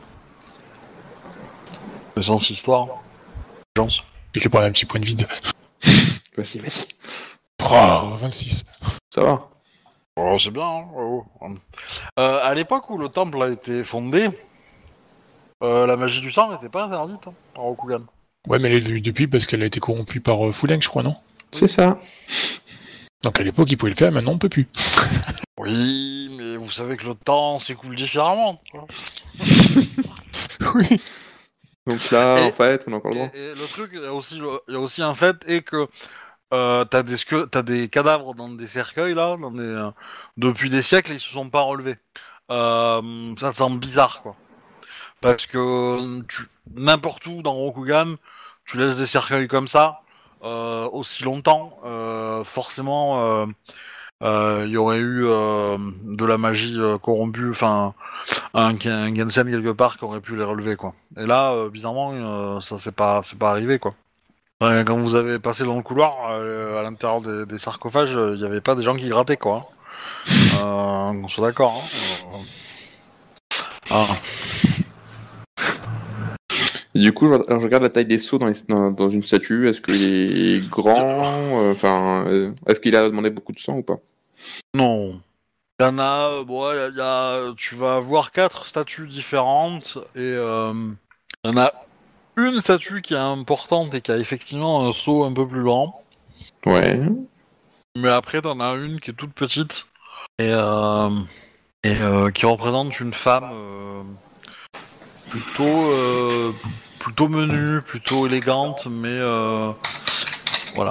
Le sens histoire. Chance. Je vais prendre un petit point de vide. Vas-y, vas-y. Oh, vingt-six. Ça va. Oh, c'est bien, hein. Oh. Euh, à l'époque où le temple a été fondé, euh, la magie du sang n'était pas interdite hein, en Rokugan. Ouais, mais elle est devenue depuis parce qu'elle a été corrompue par euh, Fuleng, je crois, non? C'est ça. Donc à l'époque, il pouvait le faire, maintenant on peut plus. Oui, mais vous savez que le temps s'écoule différemment. Quoi. Oui. Donc là, Et- en fait, on a encore le Et, droit. et le truc, il y a aussi, le- il y a aussi un fait, et que euh, t'as des, sque- t'as des cadavres dans des cercueils, là, dans des, euh, depuis des siècles, et ils se sont pas relevés. Euh, ça semble bizarre, quoi. Parce que tu, n'importe où dans Rokugan, tu laisses des cercueils comme ça, euh, aussi longtemps, euh, forcément, euh, euh, il y aurait eu euh, de la magie euh, corrompue, enfin, un, un Gensen quelque part qui aurait pu les relever, quoi. Et là, euh, bizarrement, euh, ça c'est pas, c'est pas arrivé, quoi. Enfin, quand vous avez passé dans le couloir, euh, à l'intérieur des, des sarcophages, il n'y avait pas des gens qui grattaient, quoi. Euh, on soit d'accord, hein. Euh, ah. Et du coup, je, alors, je regarde la taille des seaux dans, les- dans, dans une statue. Est-ce qu'il est grand? euh, Enfin, euh, est-ce qu'il a demandé beaucoup de sang ou pas? Non. Il y en a, euh, bon, il y a, il y a- tu vas avoir quatre statues différentes et euh, il y en a une statue qui est importante et qui a effectivement un seau un peu plus grand. Ouais. Mais après, t'en as une qui est toute petite et, euh, et euh, qui représente une femme euh, plutôt euh, plutôt menue, plutôt élégante, mais euh, voilà.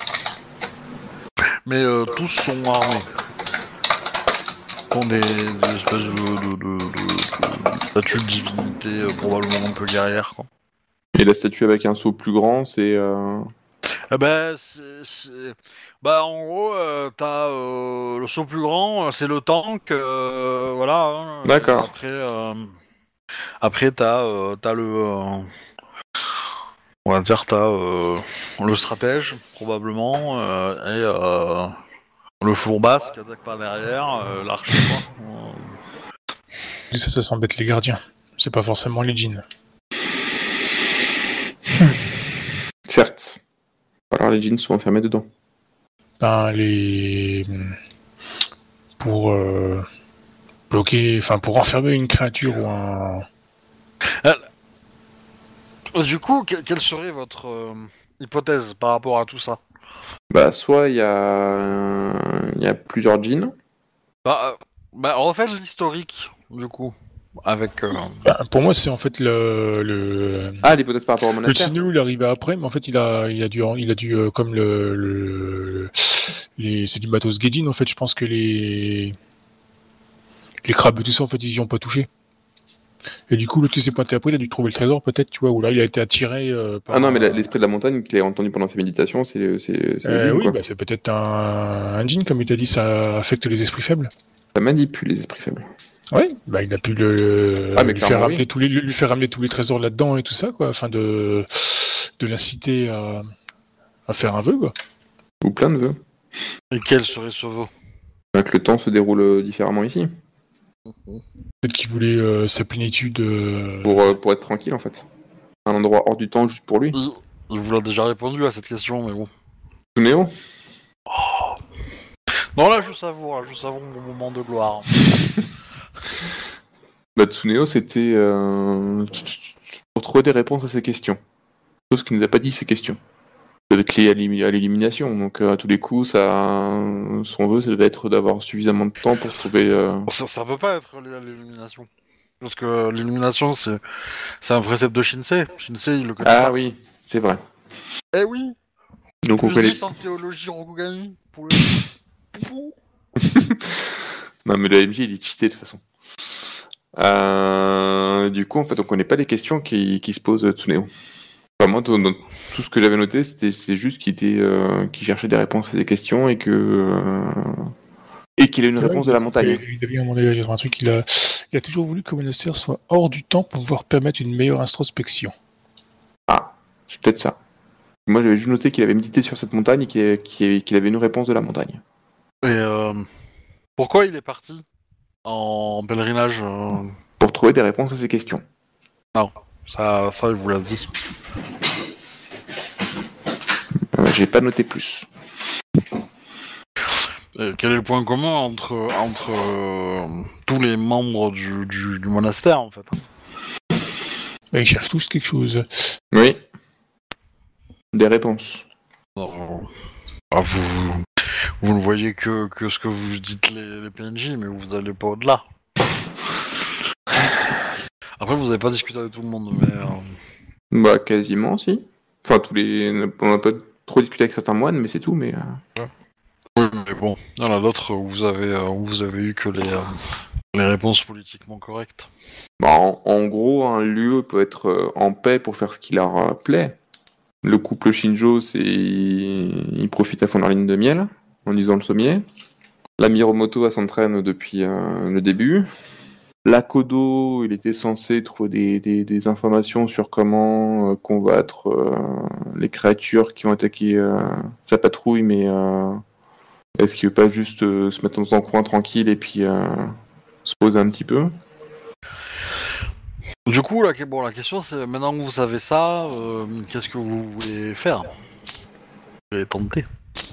Mais euh, tous sont armés. Ils ont des, des espèces de, de, de, de, de statues de divinité euh, probablement un peu guerrières, quoi. Et la statue avec un seau plus grand, c'est... Euh... Eh ben, c'est, c'est- bah en gros, euh, t'as euh, le saut plus grand, euh, c'est le tank, euh, voilà. Hein. D'accord. Après, euh, après t'as, euh, t'as le, euh, on va dire t'as euh, le stratège probablement euh, et euh, le fourbasse qui attaque par derrière, euh, l'archer quoi. Euh, Et ça, ça semble être les gardiens. C'est pas forcément les djinns. Certes. Alors les djinns sont enfermés dedans. Ben, les... Pour euh, bloquer... Enfin, pour enfermer une créature ou un... Du coup, que- quelle serait votre euh, hypothèse par rapport à tout ça? Bah, soit il y a... il y a plusieurs djinns. Bah, euh, bah refaites l'historique, du coup, avec... euh, Ben, pour moi, c'est en fait le... le... Ah, l'hypothèse par rapport au Le monastère. Tsunéo, il est arrivé après, mais en fait, il a, il a dû, il a dû, euh, comme le, le les, c'est du matos Gedin, en fait, je pense que les, les crabes et tout ça, en fait, ils y ont pas touché. Et du coup, le qui s'est pointé après, il a dû trouver le trésor, peut-être, tu vois, ou là, il a été attiré euh, par... Ah non, mais la- l'esprit de la montagne qu'il a entendu pendant ses méditations, c'est c'est- c'est le Euh, djinn, oui, quoi. bah, c'est peut-être un, un djinn, comme il t'a dit, ça affecte les esprits faibles. Ça manipule les esprits faibles. Oui, bah, il a pu le, Ah, mais lui, faire clairement, ramener oui. tous les, lui faire ramener tous les trésors là-dedans et tout ça, quoi, afin de, de l'inciter à, à faire un vœu, quoi. Ou plein de vœux. Et quel serait ce vœu? Bah, que le temps se déroule euh, différemment ici. Peut-être qu'il voulait euh, sa plénitude. Euh... Pour, euh, pour être tranquille, en fait. Un endroit hors du temps juste pour lui. Il, il vous l'a déjà répondu à cette question, mais bon. Tsunéo. Non, là, je savoure, là, je savoure mon moment de gloire. Bah, Tsunéo, c'était euh... pour trouver des réponses à ces questions. Chose qu'il nous a pas dit, ces questions. Ça devait être lié à l'élim- à l'élimination, donc euh, à tous les coups, ça, son vœu, ça devait être d'avoir suffisamment de temps pour trouver... Euh... Ça, ça peut pas être lié à l'élimination. Parce que l'élimination, c'est, c'est un précepte de Shinsei. Shinsei, il le connaît Ah pas. oui, c'est vrai. Eh oui. Donc on Plus connaît... dix en théologie Rokugani pour le... Non mais le M J, il est cheaté de toute façon. Euh... Du coup, en fait, on connaît pas les questions qui, qui se posent Tsunéo. Enfin, moi, tout, tout ce que j'avais noté, c'était c'est juste qu'il était, euh, qu'il cherchait des réponses à des questions et que euh, et qu'il a une Ouais, réponse il de a la dit montagne. que- Il a bien demandé un truc. Il a, il a toujours voulu que le monastère soit hors du temps pour pouvoir permettre une meilleure introspection. Ah, c'est peut-être ça. Moi, j'avais juste noté qu'il avait médité sur cette montagne et qu'il qu'il- qu'il avait une réponse de la montagne. Et euh, pourquoi il est parti en pèlerinage euh, Pour trouver des réponses à ces questions. ça, ça, il vous l'a dit. Euh, j'ai pas noté plus. Et quel est le point commun entre, entre euh, tous les membres du, du, du monastère, en fait? Bah, ils cherchent tous quelque chose. Oui. Des réponses. Alors, ah, vous, vous ne voyez que, que ce que vous dites les, les P N J, mais vous allez pas au-delà. Après, vous avez pas discuté avec tout le monde, mais... euh, Bah, quasiment, si. Enfin, tous les... On n'a pas trop discuté avec certains moines, mais c'est tout, mais... euh, Oui, mais bon, il y en a d'autres où vous avez, euh, où vous avez eu que les, euh, les réponses politiquement correctes. Bah, en, en gros, un lieu peut être euh, en paix pour faire ce qui leur euh, plaît. Le couple Shinjo, c'est... il profite à fond de leur ligne de miel, en lisant le sommier. La Miromoto, elle s'entraîne depuis euh, le début. L'Akodo, il était censé trouver des, des, des informations sur comment euh, combattre euh, les créatures qui ont attaqué euh, sa patrouille, mais euh, est-ce qu'il veut pas juste euh, se mettre dans un coin tranquille et puis euh, se poser un petit peu? Du coup, la, bon, la question c'est, maintenant que vous savez ça, euh, qu'est-ce que vous voulez faire? Vous voulez tenter?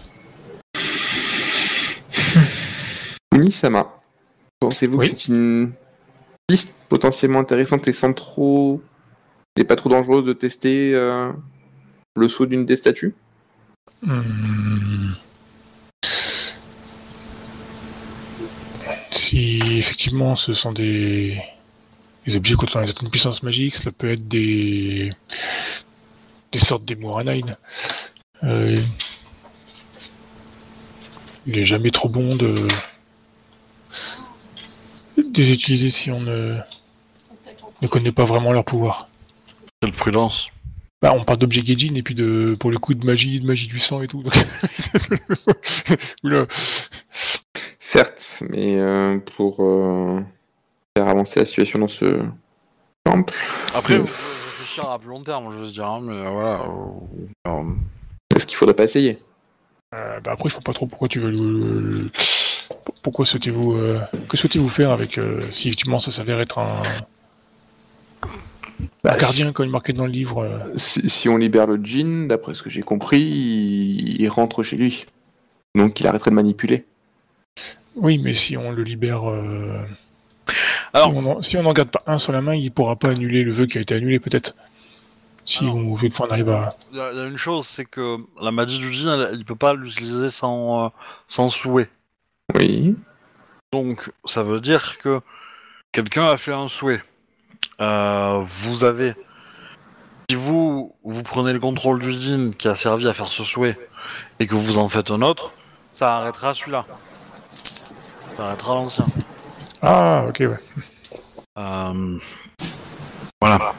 Unisama, pensez-vous Oui. que c'est une piste potentiellement intéressante et sans trop... et pas trop dangereuse de tester euh, le saut d'une des statues? Hmm. Si effectivement ce sont des, des objets contenant une certaine puissance magique, cela peut être des, des sortes d'Emuranain. Euh... Il est jamais trop bon de, de les utiliser si on ne, ne connaît pas vraiment leur pouvoir. Quelle prudence. Bah, on parle d'objets Gaijin et puis de, pour le coup, de magie, de magie du sang et tout. Donc... Oula. Certes, mais euh, pour euh, faire avancer la situation dans ce camp. Après, Euh, vous pouvez réfléchir à plus long terme, je veux dire, hein, mais euh, voilà. euh, euh, Est-ce qu'il faudrait pas essayer? Euh, bah après, je vois pas trop pourquoi tu veux le... le- Pourquoi souhaitez-vous... euh, Que souhaitez-vous faire avec... euh, si effectivement ça s'avère être un... Bah, un gardien, comme il est marqué dans le livre... euh, si, si on libère le djinn, d'après ce que j'ai compris, il, il rentre chez lui. Donc il arrêterait de manipuler. Oui, mais si on le libère... euh, Alors- Si on en- si on n'en garde pas un sur la main, il pourra pas annuler le vœu qui a été annulé, peut-être. Si Alors- on veut on arrive à... Il y, a il y a une chose, c'est que la magie du djinn, elle- il peut pas l'utiliser sans, euh, sans souhait. Oui. Donc, ça veut dire que quelqu'un a fait un souhait. Euh, vous avez... Si vous, vous prenez le contrôle du djinn qui a servi à faire ce souhait, et que vous en faites un autre, ça arrêtera celui-là. Ça arrêtera l'ancien. Ah, ok, ouais. Euh... Voilà.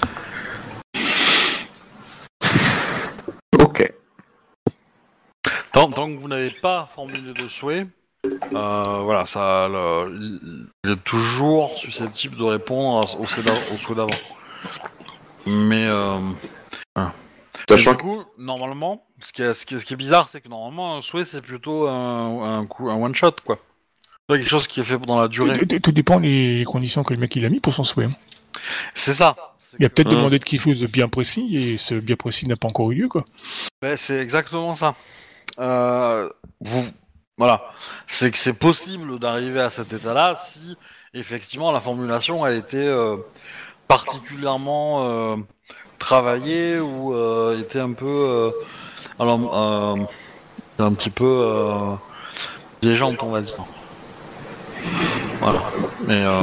Ok. Tant, tant que vous n'avez pas formulé de souhait, euh, voilà, ça, le- il, il est toujours susceptible de répondre à- au, souhait d'avant- au souhait d'avant. Mais, euh, voilà. Mais Sachant du coup, normalement, ce qui est, ce qui est, ce qui est bizarre, c'est que normalement, un souhait, c'est plutôt un, un coup, un one shot, quoi. pas quelque chose qui est fait dans la durée. Tout, tout- tout dépend des conditions que le mec il a mis pour son souhait. hein. C'est ça. C'est Il a que- peut-être Hum. demandé de quelque chose de bien précis et ce bien précis n'a pas encore eu lieu, quoi. Ben, c'est exactement ça. Euh, vous, voilà, c'est que c'est possible d'arriver à cet état-là si effectivement la formulation a été euh, particulièrement euh, travaillée ou euh, était un peu, euh, alors, euh, un petit peu euh, piégeante, on va dire. Voilà. Mais euh,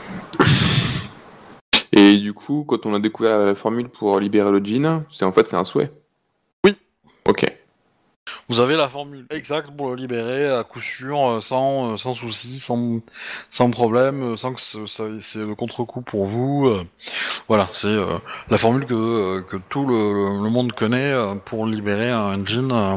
Et du coup, quand on a découvert la formule pour libérer le djinn, c'est en fait c'est un souhait. Oui. Ok. vous avez la formule exacte pour le libérer à coup sûr, euh, sans, euh, sans souci, sans, sans problème, euh, sans que ce- ça, c'est le contre-coup pour vous. euh, voilà, c'est euh, la formule que, euh, que tout le, le monde connaît euh, pour libérer un djinn. euh.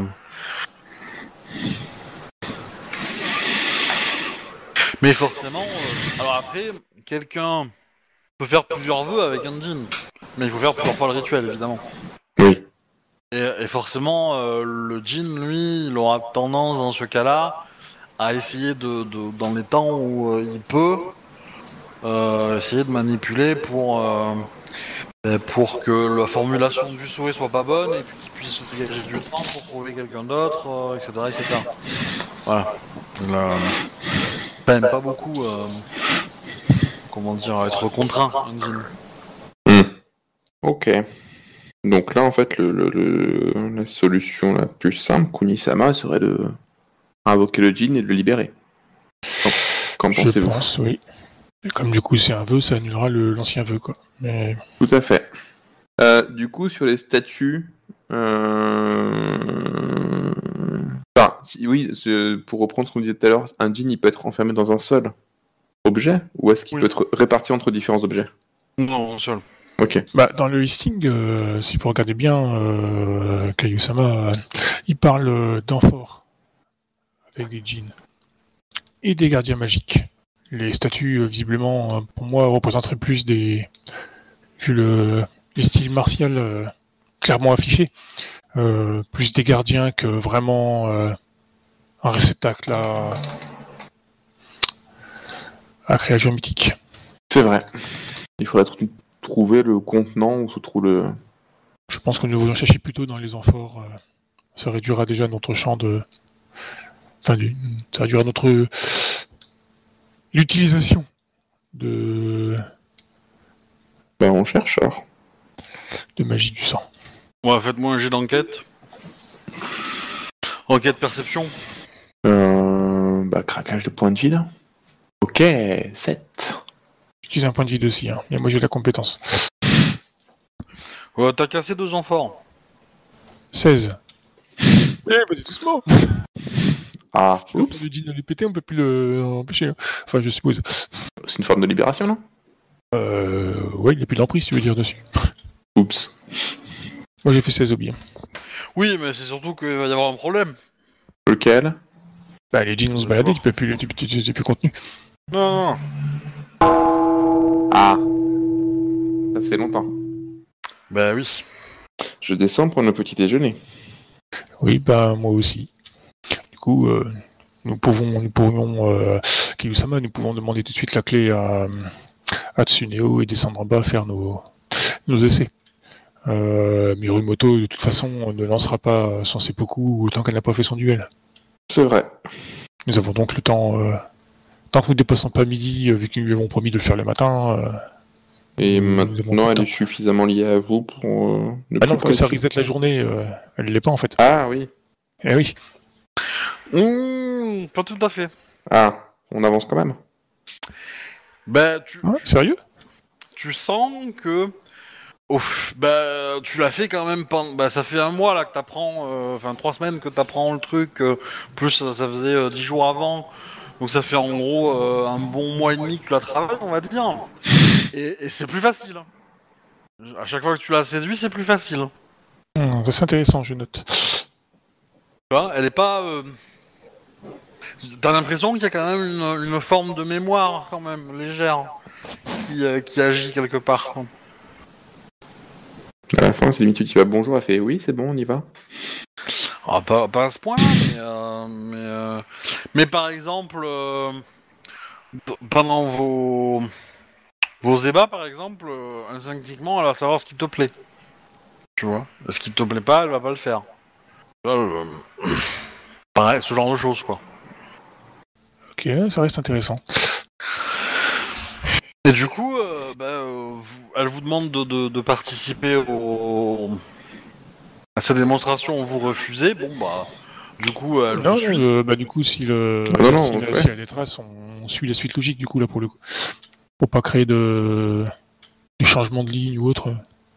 Mais forcément, euh, alors après, quelqu'un peut faire plusieurs vœux avec un djinn, mais il faut faire plusieurs fois le rituel, évidemment. Oui. Et, et forcément, euh, le djinn, lui, il aura tendance dans ce cas-là à essayer de, de dans les temps où euh, il peut, euh, essayer de manipuler pour euh, ben, pour que la formulation du souhait soit pas bonne et puis qu'il puisse se dégager du temps pour trouver quelqu'un d'autre, euh, et cetera, et cetera. Voilà. Il, euh, ça aime pas beaucoup, euh, comment dire, être contraint, un djinn. Hmm. Ok. Donc là, en fait, le, le- le- la solution la plus simple, Kunisama, serait de invoquer le djinn et de le libérer. Qu'en- Qu'en Je pensez-vous? pense, oui. Et comme du coup c'est un vœu, ça annulera le- l'ancien vœu, quoi. Mais Tout à fait. Euh, du coup, sur les statuts, euh... enfin, si- oui, ce- pour reprendre ce qu'on disait tout à l'heure, un djinn, il peut être enfermé dans un seul objet, ou est-ce qu'il Oui. peut être réparti entre différents objets? Non, seul. Ok. bah, dans le listing, euh, si vous regardez bien, euh, Kayusama, euh, il parle euh, d'amphores avec des djinns et des gardiens magiques. Les statues, euh, visiblement, euh, pour moi, représenteraient plus des, vu le les styles martiaux euh, clairement affichés, euh, plus des gardiens que vraiment euh, un réceptacle à, à création mythique. C'est vrai. Il faudrait tr- trouver le contenant où se trouve le... Je pense que nous devrions chercher plutôt dans les amphores. euh, ça réduira déjà notre champ de. Enfin, du- ça réduira notre. L'utilisation de... Ben, on cherche, alors. de magie du sang. Ouais, faites-moi un jet d'enquête. Enquête perception. Euh... Bah, craquage de points de vide. Ok, sept. J'utilise un point de vide aussi, hein, mais moi j'ai la compétence. Ouais, t'as cassé deux amphores. seize. Eh, vas-y doucement. Ah, Si le oups. djinn allait péter, on peut plus le empêcher. hein. Enfin, je suppose. C'est une forme de libération, non? Euh... Ouais, il n'y a plus d'emprise, tu veux dire, dessus. Oups. Moi j'ai fait seize au bien. Oui, mais c'est surtout qu'il va y avoir un problème. Lequel? Bah, les djinns vont se balader, tu peux plus, tu, tu, tu, tu plus contenu. Non, non, Ah. Ça fait longtemps. Bah oui. Je descends pour le petit déjeuner. Oui, bah, moi aussi. Du coup, euh, nous pouvons, nous pourrions, euh, Kiyusama, nous pouvons demander tout de suite la clé à, à Tsuneo et descendre en bas faire nos, nos essais. Euh, Mirumoto, de toute façon, ne lancera pas son seppuku tant qu'elle n'a pas fait son duel. C'est vrai. Nous avons donc le temps, euh, tant que nous ne dépassons pas midi, euh, vu que nous lui avons promis de le faire le matin. Euh, Et Nous avons maintenant, pas elle le est suffisamment liée à vous pour euh, ne ah non, plus comme ça passer. reset la journée, euh, elle l'est pas en fait. Ah oui. Eh oui. Mmh, pas tout à fait. Ah, on avance quand même. Bah, tu, Ah, sérieux? tu sens que. Ouf, bah, tu l'as fait quand même pendant. Bah, ça fait un mois là que t'apprends. euh, Enfin, trois semaines que t'apprends le truc. euh, plus ça, ça faisait euh, dix jours avant. Donc ça fait en gros euh, un bon mois et demi que tu la travailles, on va dire. Et, et c'est plus facile. À chaque fois que tu l'as séduit, c'est plus facile. Hum, ça, c'est intéressant, je note. Tu vois, elle est pas. euh, T'as l'impression qu'il y a quand même une, une forme de mémoire, quand même, légère, qui, euh, qui agit quelque part. À la fin, c'est limite, tu dis bah, bonjour, elle fait oui, c'est bon, on y va. Ah, pas, pas à ce point, mais, euh, mais, euh, mais par exemple, euh, p- pendant vos vos ébats, par exemple, euh, instinctivement, elle va savoir ce qui te plaît. Tu vois. Ce qui te plaît pas, elle va pas le faire. Tu vois, euh, pareil, ce genre de choses, quoi. Ok, ça reste intéressant. Et du coup, euh, bah, euh, vous- elle vous demande de, de, de participer au, à cette démonstration. Vous refusez. Bon, bah, du coup, elle vous Non, non, suit. euh, bah du coup, si le, Ah non, non, si, on la- fait. s'il y a des traces, on, on suit la suite logique du coup là pour le coup, pour pas créer de, de changement de ligne ou autre.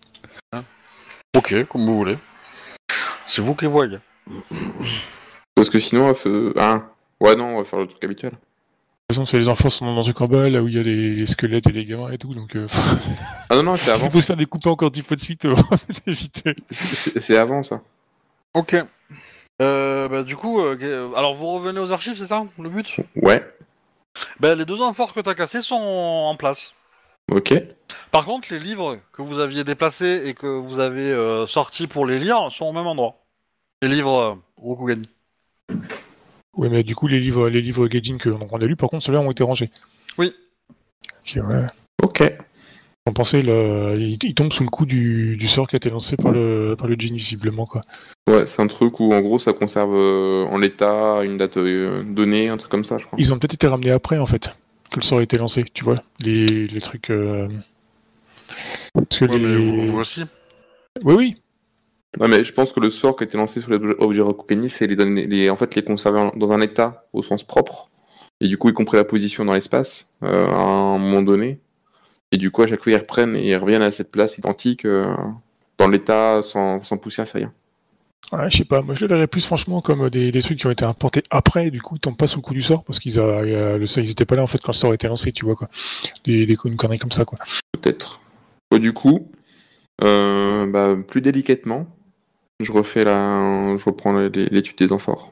Ok, comme vous voulez. C'est vous qui voyez. Parce que sinon, elle fait... Ah, ouais, non, on va faire le truc habituel. De toute façon, c'est les enfants sont dans un combat là où il y a des, des squelettes et des gamins et tout, donc euh, Ah non, non, c'est si avant. c'est pour se faire découper encore dix fois de suite, euh, éviter. C'est c'est- c'est avant, ça. Ok. Euh, bah, du coup, euh, que- alors vous revenez aux archives, c'est ça le but? Ouais, Bah, les deux amphores que t'as cassés sont en place. ok. Par contre, les livres que vous aviez déplacés et que vous avez euh, sortis pour les lire sont au même endroit. Les livres euh, Rokugani. Ouais, mais du coup, les livres, les livres Gaijin que donc, on a lus, par contre, ceux-là ont été rangés. Oui. Ok, ouais. Ok. On pensait, le... il, il tombe sous le coup du, du sort qui a été lancé par le, par le djinn, visiblement, quoi. Ouais, c'est un truc où, en gros, ça conserve euh, en l'état, une date euh, donnée, un truc comme ça, je crois. Ils ont peut-être été ramenés après, en fait, que le sort a été lancé, tu vois, les, les trucs... Euh... Parce que Ouais, mais les... vous, vous aussi. Oui, oui. Non, mais je pense que le sort qui a été lancé sur les obje- objets Rokugani, c'est les, donner- les, en fait, les conserver en- dans un état au sens propre, et du coup, y compris la position dans l'espace, euh, à un moment donné. Et du coup, à chaque fois, ils reprennent et ils reviennent à cette place identique, euh, dans l'état, sans, sans poussière, c'est rien. Ouais, je sais pas, moi je le verrais plus franchement comme des, des trucs qui ont été importés après, du coup ils tombent pas sous le coup du sort, parce qu'ils a, a- le, ils étaient pas là en fait quand le sort a été lancé, tu vois quoi. Des, des une connerie comme ça quoi. Peut-être. Bon, du coup, euh, bah, plus délicatement, je refais la, je reprends les- les- l'étude des amphores.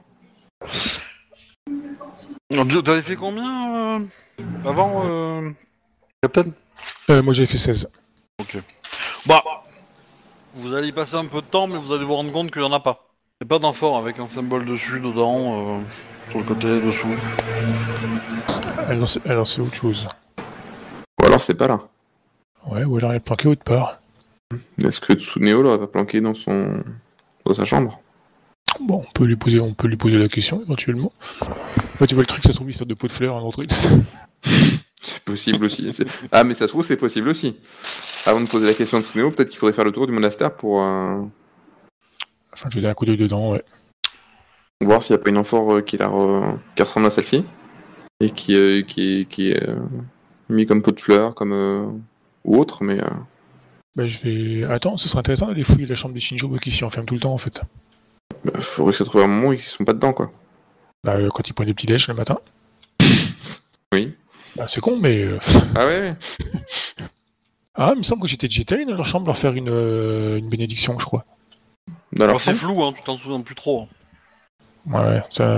Donc, t'avais fait combien euh, avant, euh, Captain? Euh, moi j'avais fait seize. Ok. Bah, vous allez y passer un peu de temps, mais vous allez vous rendre compte qu'il y en a pas. C'est pas d'amphore avec un symbole dessus, dedans, euh, sur le côté, dessous. Alors c'est, alors c'est autre chose. Ou alors, c'est pas là. Ouais, ou alors elle est planquée autre part. Est-ce que Tsuneo l'aurait pas planqué dans son, dans sa chambre? Bon, on peut lui poser, on peut lui poser la question éventuellement. Enfin, tu vois le truc, ça se trouve il sort de pot de fleurs, un autre truc. C'est possible aussi. c'est- Ah, mais ça se trouve, c'est possible aussi. Avant de poser la question de Tsuneo, peut-être qu'il faudrait faire le tour du monastère pour euh, Enfin, je vais donner un coup d'œil dedans, ouais. voir s'il n'y a pas une amphore euh, qui, la re- qui ressemble à celle-ci et qui, euh, qui est, qui est euh, mis comme pot de fleurs, comme euh, ou autre, mais euh, Bah je vais... Attends, ce serait intéressant d'aller fouiller la chambre des Shinjo qui s'y enferment tout le temps en fait. bah, faudrait que ça trouve un moment où ils sont pas dedans, quoi. Bah euh, quand ils prennent des petits déj le matin. Oui. Bah c'est con, mais... euh, Ah ouais. Ah, il me semble que j'étais j'étais allé dans leur chambre leur faire une, euh, une bénédiction, je crois. Dans leur Alors, c'est chambre. flou, hein, tu t'en souviens plus trop. hein. Ouais, ça...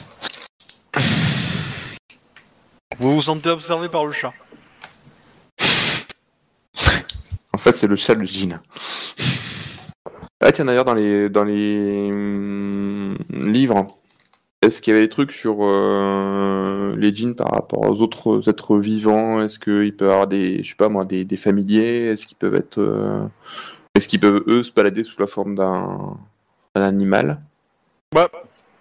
Vous vous sentez observé par le chat. En fait, c'est le chat le djinn. Ah tiens, d'ailleurs, dans les dans les hum, livres, est-ce qu'il y avait des trucs sur euh, les djinns par rapport aux autres êtres vivants? Est-ce qu'ils peuvent avoir des, je sais pas moi, des, des familiers? Est-ce qu'ils peuvent être, euh, est-ce qu'ils peuvent eux se balader sous la forme d'un d'un animal? Bah.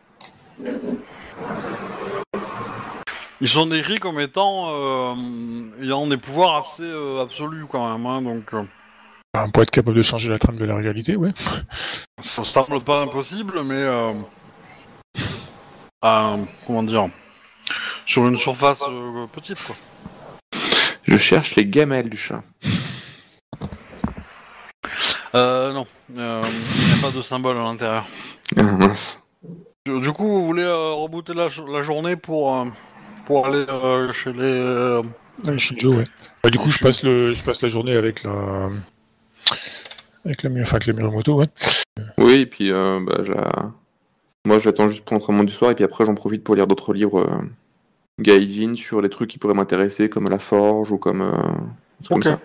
Ils sont décrits comme étant euh, ayant des pouvoirs assez euh, absolus quand même, hein, donc euh, Enfin, pour être capable de changer la trame de la réalité, ouais. ça semble pas impossible, mais euh, à, comment dire, sur une surface euh, petite quoi. Je cherche les gamelles du chat. Euh, non, il n'y a pas de symbole à l'intérieur. Ah, mince. Du, du coup, vous voulez euh, rebooter la, la journée pour euh, pour aller euh, chez les. Euh... Ouais, Shinjo, ouais. Bah, du coup, je passe, le, je passe la journée avec la... Avec la, enfin, avec la Miromoto, ouais. Oui, et puis euh, bah, j'a- moi j'attends juste pour l'entraînement du soir, et puis après j'en profite pour lire d'autres livres euh, gaijin sur les trucs qui pourraient m'intéresser, comme la forge ou comme, euh, des trucs Ok. comme ça.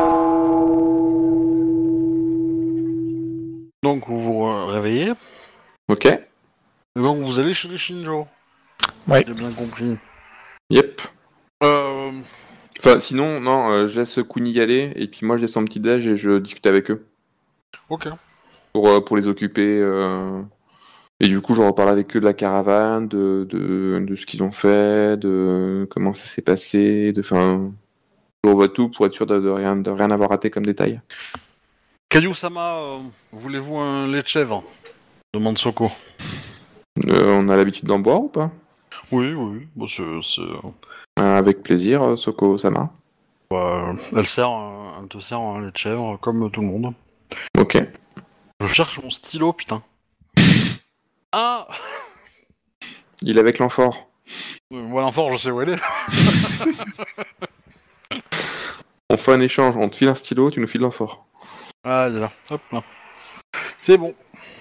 Donc vous vous euh, réveillez. Ok. Et donc vous allez chez les Shinjo. Ouais. J'ai bien compris. Yep. Enfin, sinon, non, euh, je laisse Kuni y aller, et puis moi je descends petit déj et je discute avec eux. Ok. Pour, euh, pour les occuper. Euh... Et du coup, je reparle avec eux de la caravane, de, de, de ce qu'ils ont fait, de comment ça s'est passé, de. Enfin, je revois tout pour être sûr de, de, rien, de rien avoir raté comme détail. Kayu-sama, euh, voulez-vous un lait de chèvre? Demande Soko. Euh, on a l'habitude d'en boire ou pas? Oui, oui, bon, c'est, c'est... Euh, Avec plaisir, euh, Soko-sama. Bah, elle sert, un- elle te sert un lait de chèvre comme tout le monde. Ok. Je cherche mon stylo, putain. Ah, Il est avec l'amphore. euh, moi l'enfant, je sais où elle est. On fait un échange, on te file un stylo, tu nous files l'amphore. Ah, il est là. Hop là. C'est bon.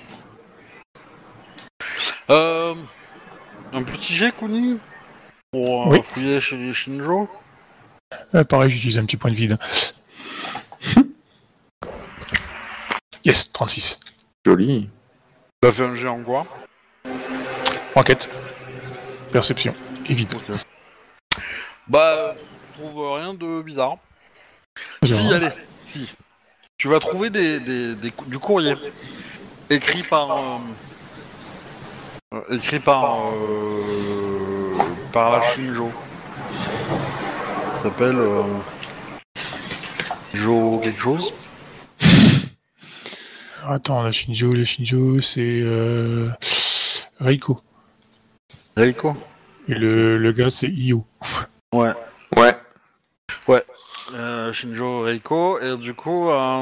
Euh, un petit jet, Kuni, pour euh, Oui. fouiller chez les Shinjo. Euh, pareil, j'utilise un petit point de vide. Yes, trente-six. Joli. T'as fait un jet en quoi? Enquête. Perception. Et vide. Ok. Bah, je trouve rien de bizarre. Si, Zéro. allez, si. Tu vas trouver des, des, des cou- du courrier écrit par euh, euh, écrit par euh, par la Shinjo. Ça s'appelle euh, Jo quelque chose. Alors, attends, la Shinjo, la Shinjo, c'est euh... Reiko. Reiko. Et le, le gars, c'est Io. Ouais. Ouais. Ouais. Euh, Shinjo Reiko et du coup. Euh...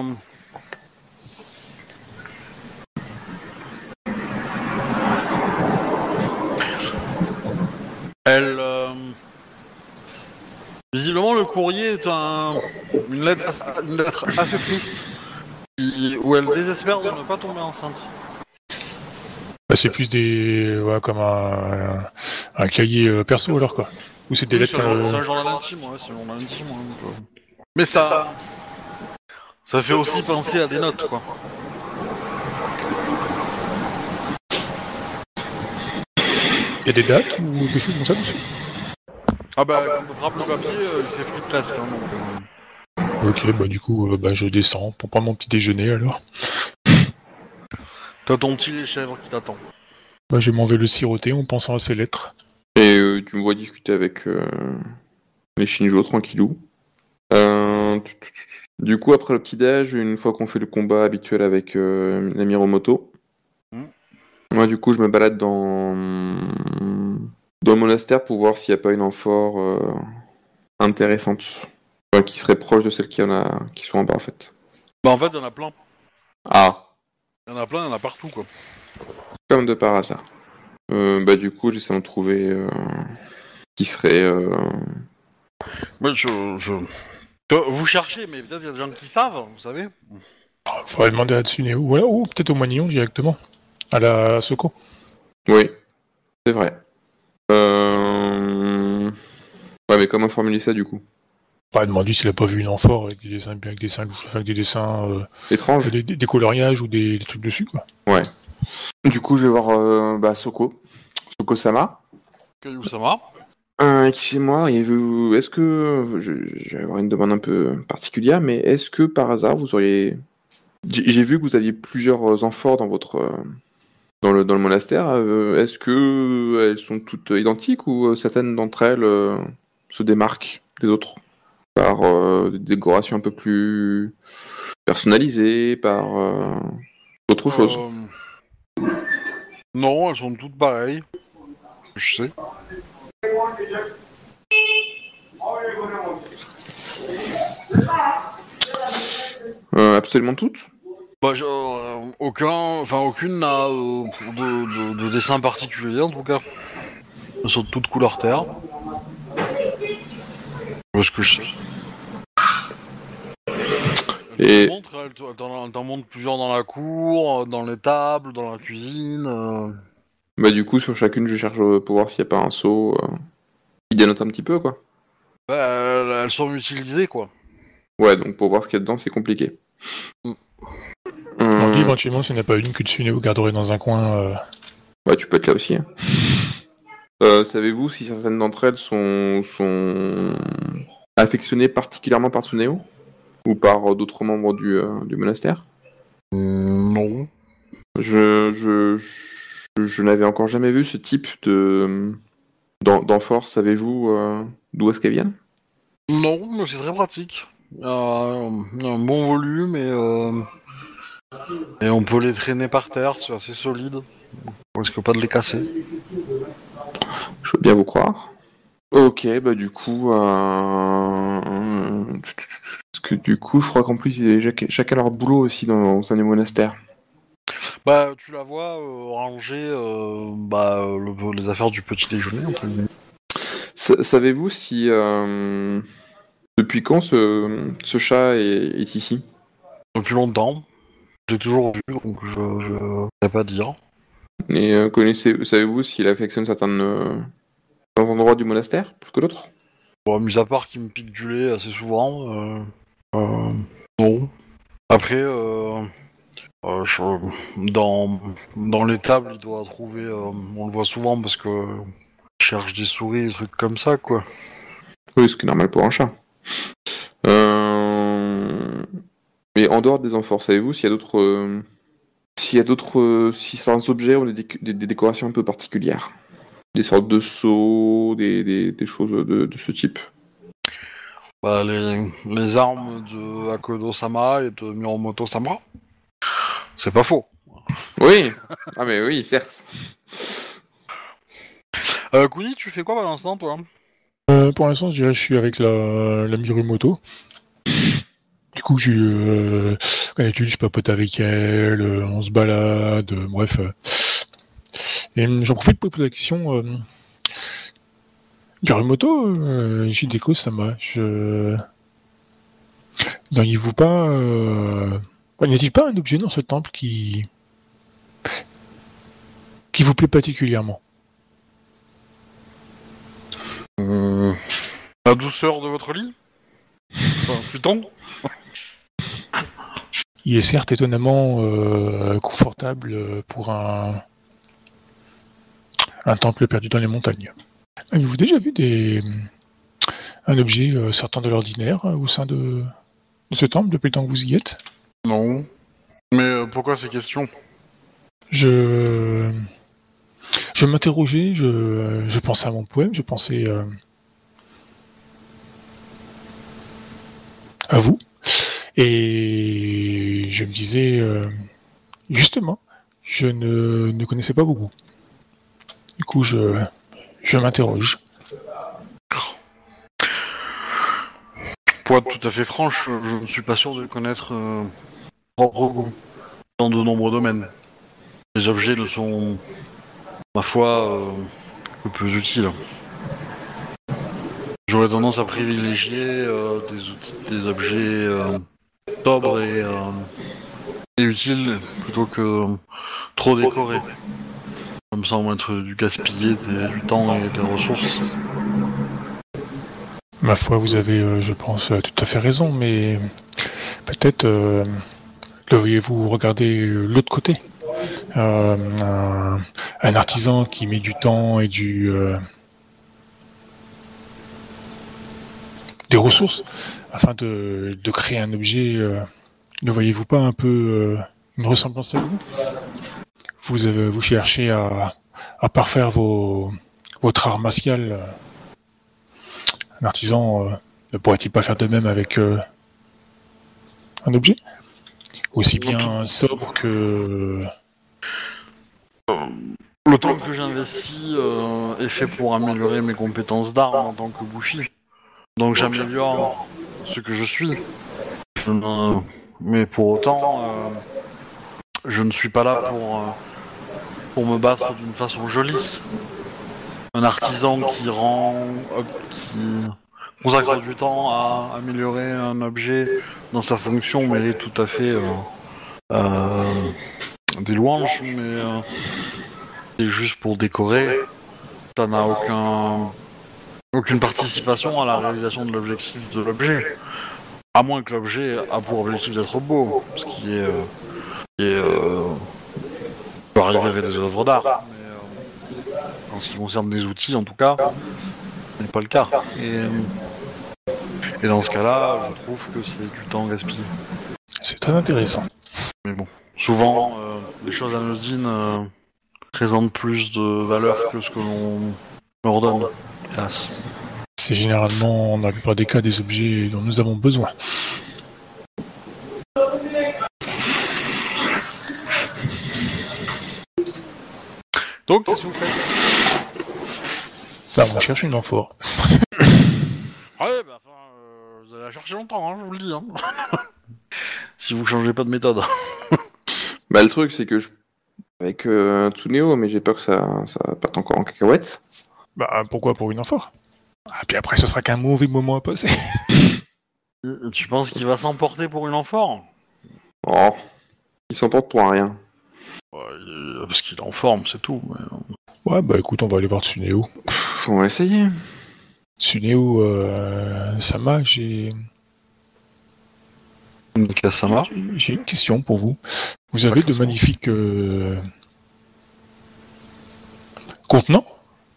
Elle. Euh... Visiblement, le courrier est un... une, lettre assez... une lettre assez triste qui... où elle désespère de ne pas tomber enceinte. Bah, c'est plus des... Ouais, comme un, un, un cahier euh, perso, alors, quoi. Ou c'est des Oui, lettres... c'est un, euh, c'est un journal intime, ouais, c'est un journal intime. Ouais, donc, euh. Mais ça... ça fait aussi penser à des notes, quoi. Il y a des dates ou des choses comme ça dessus? Ah bah, quand on attrape le papier, euh, il s'effrite presque. Hein, donc, euh. Ok, bah du coup, euh, bah, je descends pour prendre mon petit déjeuner, alors. T'as ton petit lait chèvre qui t'attend. Bah, je m'en vais le siroter en pensant à ces lettres. Et euh, tu me vois discuter avec euh, les Shinjo tranquillou. Euh, tu- tu- tu- Du coup, après le petit-déj, une fois qu'on fait le combat habituel avec euh, la Miromoto, Mm. moi du coup je me balade dans, dans le monastère pour voir s'il n'y a pas une amphore euh, intéressante. Enfin, qui serait proche de celles qui, en a... qui sont en bas en fait. Bah en fait, il y en a plein. Ah, Il y en a plein, il y en a partout, quoi. comme de par hasard. Euh, bah du coup j'essaie d'en trouver euh, qui serait... Euh... Moi, je... je... Que vous cherchez, mais peut-être il y a des gens qui savent, vous savez. Faudrait demander à Tsuneo, ou, alors, ou peut-être au Moignon directement, à la Soko. Oui, c'est vrai. Euh... Ouais, mais comment formuler ça du coup? Pas demander s'il a pas vu une amphore avec des dessins, avec des dessins, avec des dessins, euh, Étrange. des, des, des coloriages ou des, des trucs dessus, quoi. Ouais. Du coup, je vais voir euh, bah, Soko. Soko-sama. Kayu-sama. Euh, excusez-moi, et vous- est-ce que... Je, je vais avoir une demande un peu particulière, mais est-ce que par hasard vous auriez... J'ai j'ai vu que vous aviez plusieurs amphores dans votre... euh, Dans le, dans le monastère. Euh, est-ce que euh, elles sont toutes identiques ou euh, certaines d'entre elles euh, se démarquent des autres par euh, des décorations un peu plus personnalisées, par euh, autre chose? Euh... Non, elles sont toutes pareilles. Je sais. Euh, absolument toutes? Bah, je- euh, aucun, enfin aucune n'a euh, de, de, de dessin particulier en tout cas. Elles sont toutes couleur terre. Parce que je sais. Elle Et- te montre, elle te- elle t'en elle t'en montre plusieurs dans la cour, dans les tables, dans la cuisine. euh. Bah du coup, sur chacune, je cherche euh, pour voir s'il n'y a pas un seau euh, qui dénote un petit peu, quoi. Bah, elles, elles sont utilisées quoi. Ouais, donc pour voir ce qu'il y a dedans, c'est compliqué. Mm. On dit Hum, éventuellement s'il n'y en a pas une que Tsuneo garderait dans un coin. Euh... Bah tu peux être là aussi. Hein. Euh, savez-vous si certaines d'entre elles sont, sont affectionné particulièrement par Tsuneo? Ou par euh, d'autres membres du, euh, du monastère? Mm, non. Je, je, je, je n'avais encore jamais vu ce type de d'en- d'amphore. Savez-vous euh, d'où est-ce qu'elles viennent? Non, mais c'est très pratique. Il y a un, un bon volume et, euh, et on peut les traîner par terre, c'est assez solide. On risque pas de les casser. Je veux bien vous croire. Ok, bah du coup, euh... parce que du coup, je crois qu'en plus, ils avaient chac- chacun leur boulot aussi dans, au sein du monastère. Bah, tu la vois euh, ranger euh, bah, le- les affaires du petit déjeuner, entre guillemets. Sa- Savez-vous si euh, depuis quand ce, ce chat est, est ici? Depuis longtemps. J'ai toujours vu, donc je ne sais pas dire. Et euh, connaissez, savez-vous s'il affectionne certains, euh, certains endroits du monastère plus que d'autres? Bon, mis à part qu'il me pique du lait assez souvent, euh, euh, non. Après, euh, euh, je- dans, dans les tables, il doit trouver, euh, on le voit souvent parce que il cherche des souris, des trucs comme ça, quoi. Oui, ce qui est normal pour un chat. Euh... Mais en dehors des amphores, savez-vous s'il y a d'autres, euh, s'il y a d'autres, euh, si certains objets ont des, déc- des- des décorations un peu particulières, des sortes de sceaux, des, des, des choses de, de ce type. Bah, les, les armes de Akodo-sama et de Miromoto-sama, c'est pas faux. Oui. Ah mais oui, certes. Euh, Kuni, tu fais quoi pour l'instant, toi? Euh, pour l'instant, je dirais que je suis avec la, la Mirumoto. Du coup, j'ai, euh, quand d'habitude, je papote avec elle, euh, on se balade, euh, bref. euh. Et hum, j'en profite pour poser la question. Euh, Mirumoto, euh, Hideko Sama, je... n'auriez-vous pas... Euh... N'y a-t-il pas un objet dans ce temple qui... qui vous plaît particulièrement? Euh, La douceur de votre lit? Enfin, Pluton? Il est certes étonnamment euh, confortable pour un... un temple perdu dans les montagnes. Avez-vous déjà vu des... un objet euh, sortant de l'ordinaire euh, au sein de... de ce temple depuis le temps que vous y êtes? Non. Mais euh, pourquoi ces questions? Je... Je m'interrogeais, je... je pensais à mon poème, je pensais euh, à vous, et je me disais, euh, justement, je ne... ne connaissais pas vos goûts. Du coup, je, je m'interroge. Pour être tout à fait franche, je ne suis pas sûr de connaître euh, propre goût dans de nombreux domaines. Les objets ne sont, ma foi, euh, que peu utiles. J'aurais tendance à privilégier euh, des outils, des objets euh, sobres et, euh, et utiles plutôt que trop décorés. Ça me semble être du gaspiller des- du temps et des ressources. Ma foi, vous avez, euh, je pense, euh, tout à fait raison, mais peut-être euh, devriez-vous regarder euh, l'autre côté. Euh, un, un artisan qui met du temps et du euh, des ressources afin de, de créer un objet. Euh, ne voyez-vous pas un peu euh, une ressemblance à vous? Vous, euh, vous cherchez à, à parfaire vos, votre art martial. euh, Un artisan euh, ne pourrait-il pas faire de même avec euh, un objet aussi bien sobre que... Le temps que j'investis euh, est fait pour améliorer mes compétences d'armes en tant que Bushi. Donc j'améliore ce que je suis. Je ne- Mais pour autant, euh, je ne suis pas là pour, euh, pour me battre d'une façon jolie. Un artisan qui rend, euh, qui consacre du temps à améliorer un objet dans sa fonction mérite tout à fait euh, euh, des louanges, mais euh, c'est juste pour décorer. Ça n'a aucun, aucune participation à la réalisation de l'objectif de l'objet. À moins que l'objet a pour objectif d'être beau, ce qui est, euh, qui est euh, peut arriver avec des œuvres d'art. Mais euh, en ce qui concerne des outils, en tout cas, ce n'est pas le cas. Et, euh, Et dans ce cas-là, je trouve que c'est du temps gaspillé. C'est très intéressant. Mais bon, souvent, euh, les choses anodines euh, présentent plus de valeur que ce que l'on leur donne. Hélas. C'est généralement, dans la plupart des cas, des objets dont nous avons besoin. Donc, qu'est-ce que vous faites? Bah, on cherche une amphore. Ah ouais, bah enfin, euh, vous allez la chercher longtemps, hein, je vous le dis. Hein. Si vous changez pas de méthode. Bah, le truc, c'est que je. Avec euh, Tsuneo, mais j'ai peur que ça, ça parte encore en cacahuète. Bah, pourquoi pour une amphore? Ah, puis après, ce sera qu'un mauvais moment à passer. Tu penses qu'il va s'emporter pour une amphore? Oh, il s'emporte pour un rien. Ouais, il est- parce qu'il est en forme, c'est tout. Mais... Ouais, bah écoute, on va aller voir Tsuneo. Pff, on va essayer. Tsuneo, euh, Sama, j'ai... Mikasama. j'ai une question pour vous. Vous avez de magnifiques euh... contenants?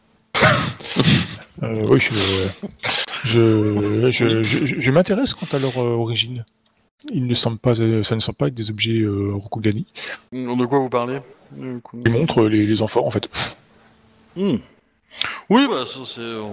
euh, Oui, je, je, je, je, je, je m'intéresse quant à leur euh, origine. Il ne semble pas, euh, ça ne semble pas être des objets euh, Rokugani. De quoi vous parlez? Ils montrent les, les amphores, en fait. Hmm. Oui, bah ça c'est... euh,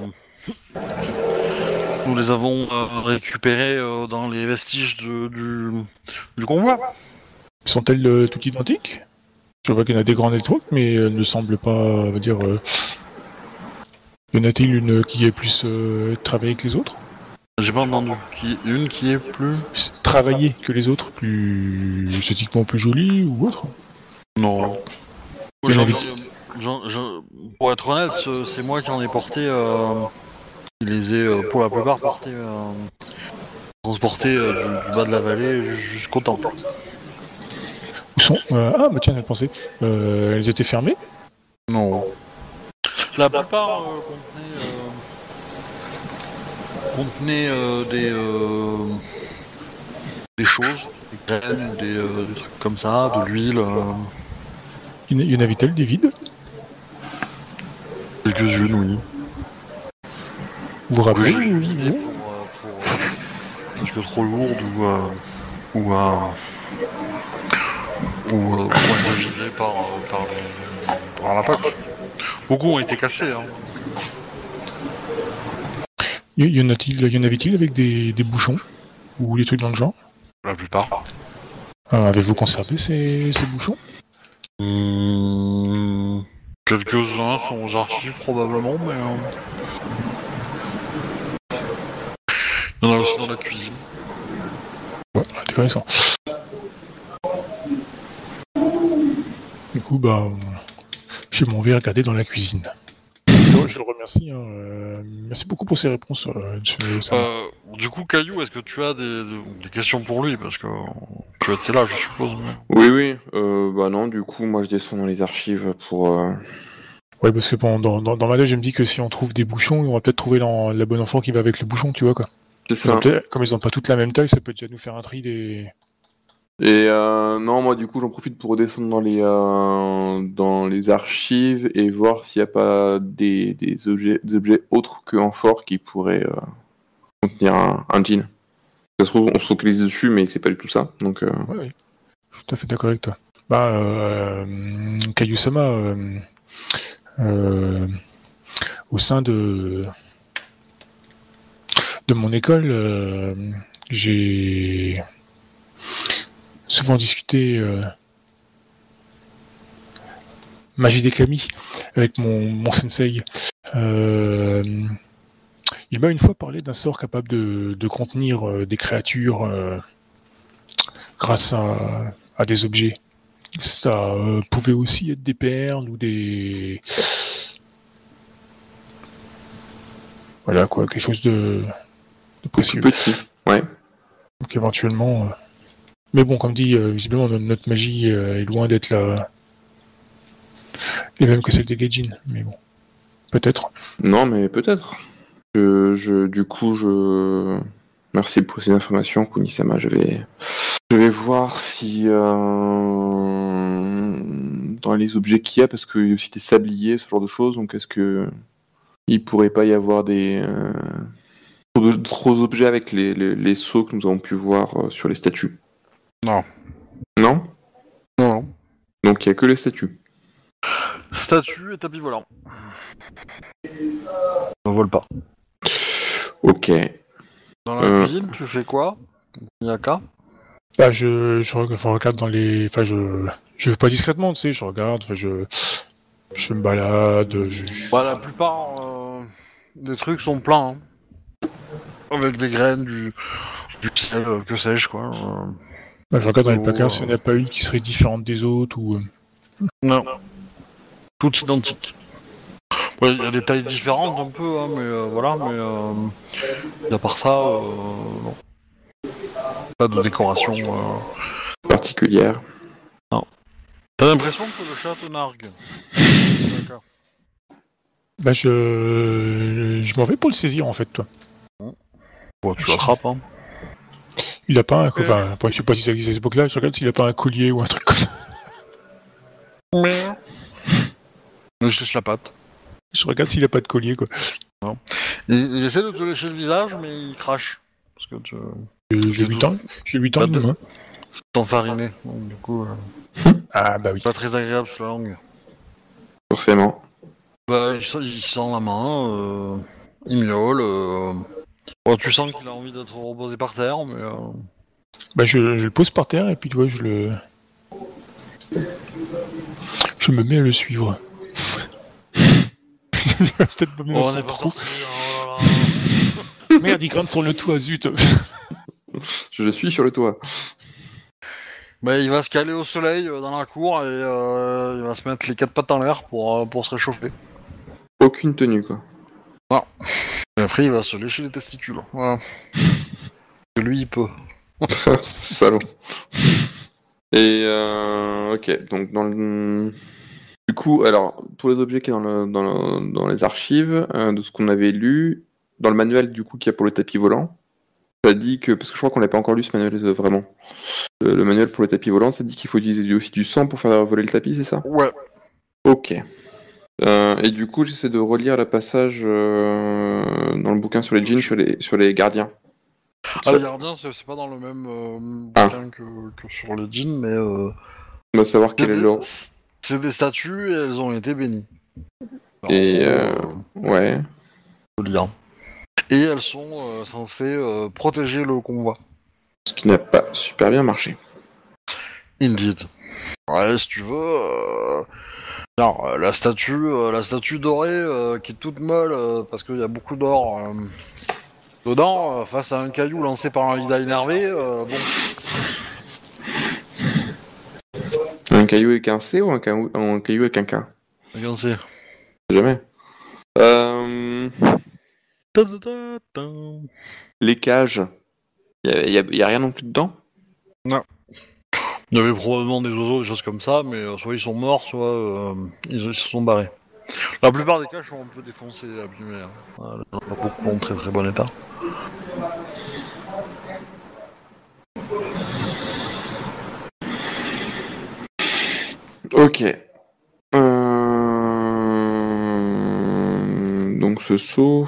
Nous les avons euh, récupérés euh, dans les vestiges de, du, du convoi. Sont-elles euh, toutes identiques? Je vois qu'il y en a des grandes et des autres, mais elles ne semblent pas, on va dire... Euh... Y en a-t-il une qui est plus euh, travaillée que les autres? J'ai pas entendu. Qui, une qui est plus... Travaillée que les autres, plus esthétiquement plus jolie ou autre? Non. Il y en J'en- avait- j'en- j'en- pour être honnête, ce- c'est moi qui en ai porté... Euh, qui les ai euh, pour la plupart portés... Euh, transportés euh, du, du bas de la vallée jusqu'au temple. Où sont euh, Ah, bah tiens, j'ai pensé. Euh, elles étaient fermées? Non. La plupart euh, contenaient, euh, contenaient euh, des, euh, des choses, des graines, des, euh, des trucs comme ça, de l'huile, euh, Y en- y en avait-elle des vides? quelques-unes, oui. Vous vous Que rappelez? j'ai vidé pour, euh, pour euh, parce que trop lourde ou euh, ou euh, ou euh, pour être vidé par euh, par, les- par la poche. Beaucoup ont été cassés. Hein. Y, y en a-t-il, y en avait-il avec des, des bouchons? Ou des trucs dans le genre? La plupart. Euh, Avez-vous conservé ces, ces bouchons? Mmh, quelques-uns sont aux archives probablement, mais euh, il y en a aussi dans la cuisine. Ouais, intéressant. Du coup, bah, euh, je m'en vais regarder dans la cuisine. Je, je le remercie. Hein, euh, merci beaucoup pour ces réponses. Euh, je- ça- Euh, du coup, Caillou, est-ce que tu as des, des- des questions pour lui? Parce que tu étais là, je suppose. mais- Oui, oui. Euh, bah non, du coup, moi je descends dans les archives pour. Euh... Ouais, parce que pendant, dans, dans, dans ma tête, je me dis que si on trouve des bouchons, on va peut-être trouver la, la bonne enfant qui va avec le bouchon, tu vois quoi. C'est Ils ont ça. peut-être- Comme ils ont pas toutes la même taille, ça peut déjà nous faire un tri des. Et euh, non, moi du coup, j'en profite pour descendre dans les euh, dans les archives et voir s'il n'y a pas des, des objets des objets autres que amphores qui pourraient euh, contenir un, un djinn. Ça se trouve, on se focalise dessus, mais c'est pas du tout ça. Donc. Euh... Ouais, oui. Je suis tout à fait d'accord avec toi. Bah, euh, Kayu-sama, euh, euh, au sein de de mon école, euh, j'ai souvent discuté euh, magie des kami avec mon, mon sensei. Euh, il m'a une fois parlé d'un sort capable de, de contenir euh, des créatures euh, grâce à, à des objets. Ça euh, pouvait aussi être des perles ou des... Voilà quoi, quelque chose de, de précieux. Petit, ouais. Donc éventuellement... Euh... Mais bon, comme dit, euh, visiblement notre magie euh, est loin d'être la... les mêmes que celle des Gaijin. Mais bon, peut-être. Non, mais peut-être. Je, je, du coup, je... Merci pour ces informations, Kunisama. Je vais... Je vais voir si... Euh... Dans les objets qu'il y a, parce qu'il y a aussi des sabliers, ce genre de choses, donc est-ce que... Il pourrait pas y avoir des... Euh... D'autres objets avec les, les, les sceaux que nous avons pu voir euh, sur les statues. Non. Non. Non, non. Donc il n'y a que les statues. Statue et tapis volant. On vole pas. Ok. Dans la Euh. cuisine, tu fais quoi, Miyaka? Bah, je, je, reg- enfin, regarde dans les. Enfin, je. Je vais pas discrètement, tu sais, je regarde, enfin, je. Je me balade, je. Bah, la plupart euh, des trucs sont pleins. Hein. Avec des graines, du, du sel, euh, que sais-je, quoi. euh. Bah, je regarde dans les Oh, placards s'il euh. n'y en a pas une qui serait différente des autres ou. euh, Non. Tout identique. Ouais, il y a des tailles différentes un peu, hein, mais euh, voilà, mais euh, et à part ça, euh, non. Pas de décoration. Euh... Particulière. T'as l'impression que le chat te nargue. D'accord. Bah, je. Je m'en vais pour le saisir en fait, toi. Bon, tu l'attrapes, hein. Il a pas un. Enfin, après, je sais pas si ça existe à cette époque-là, je regarde s'il a pas un collier ou un truc comme ça. Je lèche la patte. Je regarde s'il a pas de collier, quoi. Il, il essaie de te lécher le visage, mais il crache. Parce que tu... Euh, J'ai huit ans. J'ai huit ans, Pas de- moi. t'enfariner. Donc, du coup, euh, Ah, bah oui. pas très agréable sur la langue. Forcément. Bah, il sent, il sent la main, euh, il miaule. Euh... Bon, tu sens qu'il a envie d'être reposé par terre, mais... Euh... Bah, je, je le pose par terre et puis, tu vois, je le. Je me mets à le suivre. Peut-être pas me Oh, dans on son est pas trou. sorti, oh là là. Merde, il grimpe sur le toit, zut. Je suis sur le toit. Bah, il va se caler au soleil euh, dans la cour et euh, il va se mettre les quatre pattes en l'air pour, euh, pour se réchauffer. Aucune tenue, quoi. Et après, il va se lécher les testicules. Voilà. Que lui, il peut. Salaud. Et euh, ok, donc dans le... Du coup, alors, pour les objets qui sont dans, le, dans, le- dans les archives, euh, de ce qu'on avait lu, dans le manuel du coup qu'il y a pour le tapis volant, ça dit que, parce que je crois qu'on n'a pas encore lu ce manuel euh, vraiment, le, le manuel pour le tapis volant, ça dit qu'il faut utiliser du- aussi du sang pour faire voler le tapis, c'est ça? Ouais. Ok. Euh, et du coup, j'essaie de relire le passage euh, dans le bouquin sur les djinns, sur les, sur les gardiens. Ah, les gardiens, c'est c'est pas dans le même euh, Ah. bouquin que, que sur les djinns, mais... Euh, On va savoir quel c'est est des- leur... c'est des statues et elles ont été bénies. Et En euh, gros, euh, ouais. faut le lire. Et elles sont euh, censées euh, protéger le convoi. Ce qui n'a pas super bien marché. Indeed. Ouais, si tu veux... Euh... Alors, euh, la statue, euh, la statue dorée euh, qui est toute molle euh, parce qu'il y a beaucoup d'or euh, dedans, euh, face à un caillou lancé par un Ida énervé, euh, bon... Un caillou avec un C ou un caillou, un caillou avec un K? Regarde, c'est... Jamais. Euh, Ta-ta-ta-ta. les cages. Il y a, y a- y a rien non plus dedans? Il y avait probablement des oiseaux, des choses comme ça, mais euh, soit ils sont morts, soit euh, ils, ils se sont barrés. La plupart des cages sont un peu défoncées, abîmées. Hein. Euh, Il y en a pas beaucoup en très très bon état. Ok. Euh, Donc ce saut...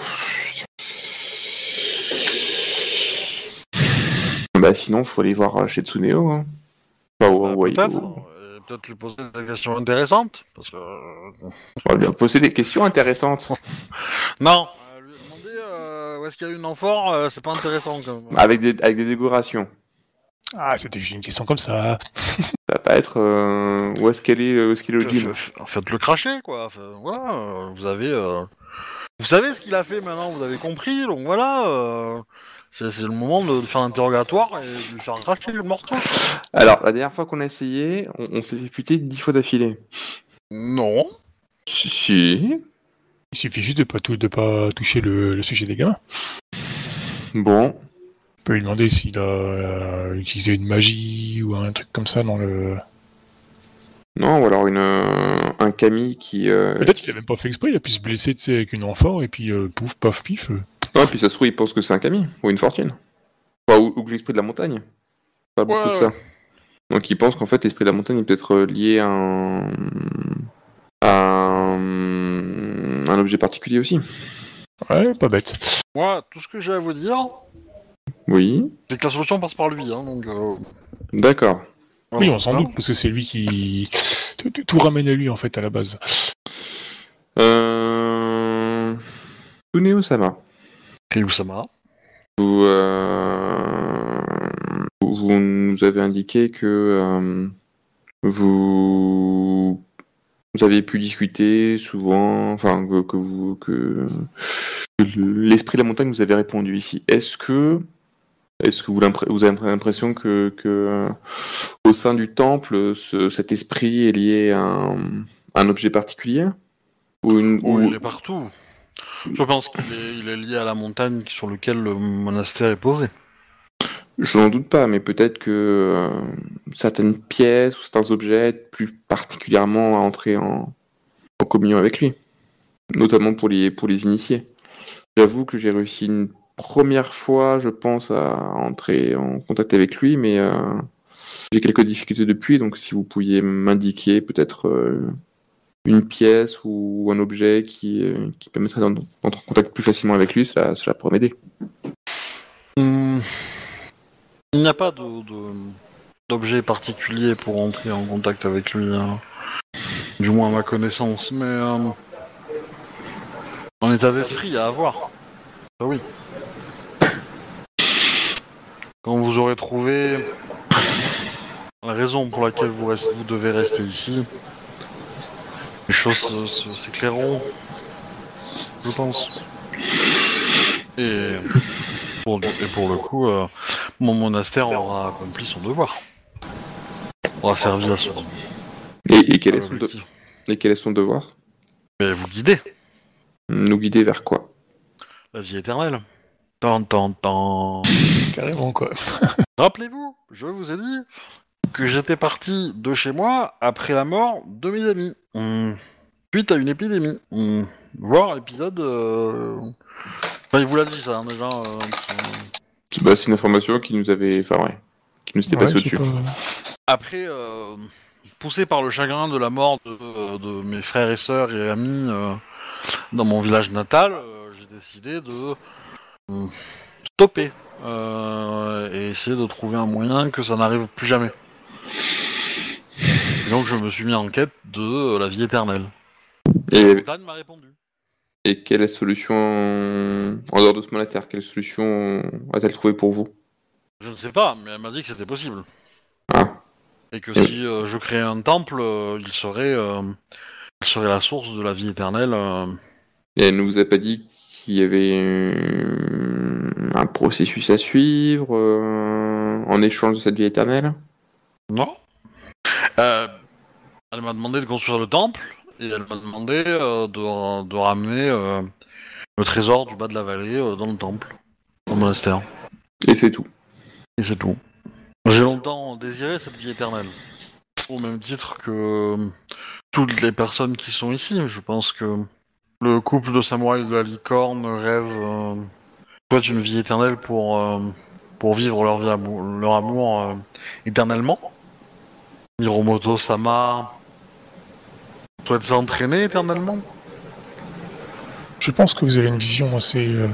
Bah sinon, faut aller voir euh, chez Tsuneo. Hein. Enfin, Bah, ouais, ouais, peut-être, ouais. euh, peut-être lui poser des questions intéressantes, parce que... euh, On va bien poser des questions intéressantes. Non, euh, lui demander euh, où est-ce qu'il y a une amphore, euh, c'est pas intéressant quand même. Avec des, avec des décorations. Ah, c'était juste une question comme ça. Ça va pas être... euh, Où est-ce qu'elle est, euh, où est-ce qu'il est le jean? F- f- Faites-le cracher, quoi. Enfin, voilà, euh, vous avez... euh, Vous savez ce qu'il a fait maintenant, vous avez compris, donc voilà... euh, C'est c'est le moment de faire un interrogatoire et de lui faire cracher le morceau. Alors, la dernière fois qu'on a essayé, on, on s'est fait buter dix fois d'affilée. Non. Si. Il suffit juste de pas, tou- de pas toucher le, le sujet des gamins. Bon. On peut lui demander s'il a euh, utilisé une magie ou un truc comme ça dans le... Non, ou alors une, euh, un Camille qui... Euh, Peut-être qui- qu'il a même pas fait exprès, il a pu se blesser, tu sais, avec une amphore, et puis euh, pouf, paf, pif. euh. Non, puis ça se trouve, il pense que c'est un Camille, ou une fortune. Enfin, ou, ou que l'esprit de la montagne. Pas beaucoup Ouais, de ça. ouais. Donc il pense qu'en fait, l'esprit de la montagne est peut-être lié à un... à un... un objet particulier aussi. Ouais, pas bête. Moi, tout ce que j'ai à vous dire, Oui. c'est que la solution passe par lui, hein, donc... Euh... D'accord. Oui, voilà. on s'en doute, parce que c'est lui qui... Tout, tout- tout ramène à lui, en fait, à la base. Euh... Tsunéo-sama, Ryusama. vous, euh... vous vous nous avez indiqué que euh, vous... vous avez pu discuter souvent, enfin que, que vous que, que l'esprit de la montagne vous avait répondu ici. Est-ce que est-ce que vous, l'impré- vous avez l'impression que, que euh, au sein du temple, ce- cet esprit est lié à un, un objet particulier ou une Oh, ou il est partout. Je pense qu'il est, il est lié à la montagne sur laquelle le monastère est posé. je n'en doute pas, mais peut-être que euh, certaines pièces ou certains objets aident plus particulièrement à entrer en, en communion avec lui, notamment pour les pour les initiés. J'avoue que j'ai réussi une première fois, je pense, à entrer en contact avec lui, mais euh, j'ai quelques difficultés depuis, donc si vous pouviez m'indiquer peut-être euh, une pièce ou un objet qui, euh, qui permettrait d'en- d'entrer en contact plus facilement avec lui, cela, cela pourrait m'aider. Hmm. Il n'y a pas de, de- d'objet particulier pour entrer en contact avec lui, hein. Du moins à ma connaissance, mais euh, en état d'esprit à avoir. Ah oui. Quand vous aurez trouvé la raison pour laquelle vous, restez, vous devez rester ici, les choses se- se- s'éclaireront, je pense. Et pour, et pour le coup, euh, mon monastère aura accompli son devoir. Aura servi à son, Et, et quel à est son de- l'objectif. et quel est son devoir? Mais vous guidez Nous guider vers quoi? la vie éternelle. Tant, tant, tant. Carrément, quoi. Rappelez-vous, je vous ai dit que j'étais parti de chez moi après la mort de mes amis. Hum, Suite à une épidémie. Hum, Voir épisode... Euh... Enfin, il vous l'a dit ça, hein, déjà. euh, C'est bah, c'est une information qui nous avait, enfin ouais, qui nous était Ouais, passée c'est au-dessus. pas... Après, euh, poussé par le chagrin de la mort de, de mes frères et sœurs et amis euh, dans mon village natal, euh, j'ai décidé de euh, stopper euh, et essayer de trouver un moyen que ça n'arrive plus jamais. Et donc je me suis mis en quête de euh, la vie éternelle. Et la Et, montagne m'a répondu. et quelle est la solution en dehors de ce monastère? Quelle solution a-t-elle trouvé pour vous? Je ne sais pas, mais elle m'a dit que c'était possible. Ah. Et que Et, si euh, je créais un temple, euh, il serait, euh, il serait la source de la vie éternelle. euh. et elle ne vous a pas dit qu'il y avait euh, un processus à suivre euh, en échange de cette vie éternelle? Non. Euh, Elle m'a demandé de construire le temple et elle m'a demandé euh, de, de ramener euh, le trésor du bas de la vallée euh, dans le temple, dans le monastère. Et c'est tout. Et c'est tout. J'ai longtemps désiré cette vie éternelle, au même titre que euh, toutes les personnes qui sont ici. Je pense que le couple de samouraïs de la licorne rêve euh, soit une vie éternelle pour, euh, pour vivre leur, vie amou- leur amour euh, éternellement. Hiromoto Sama souhaite s'entraîner éternellement. Je pense que vous avez une vision assez... euh,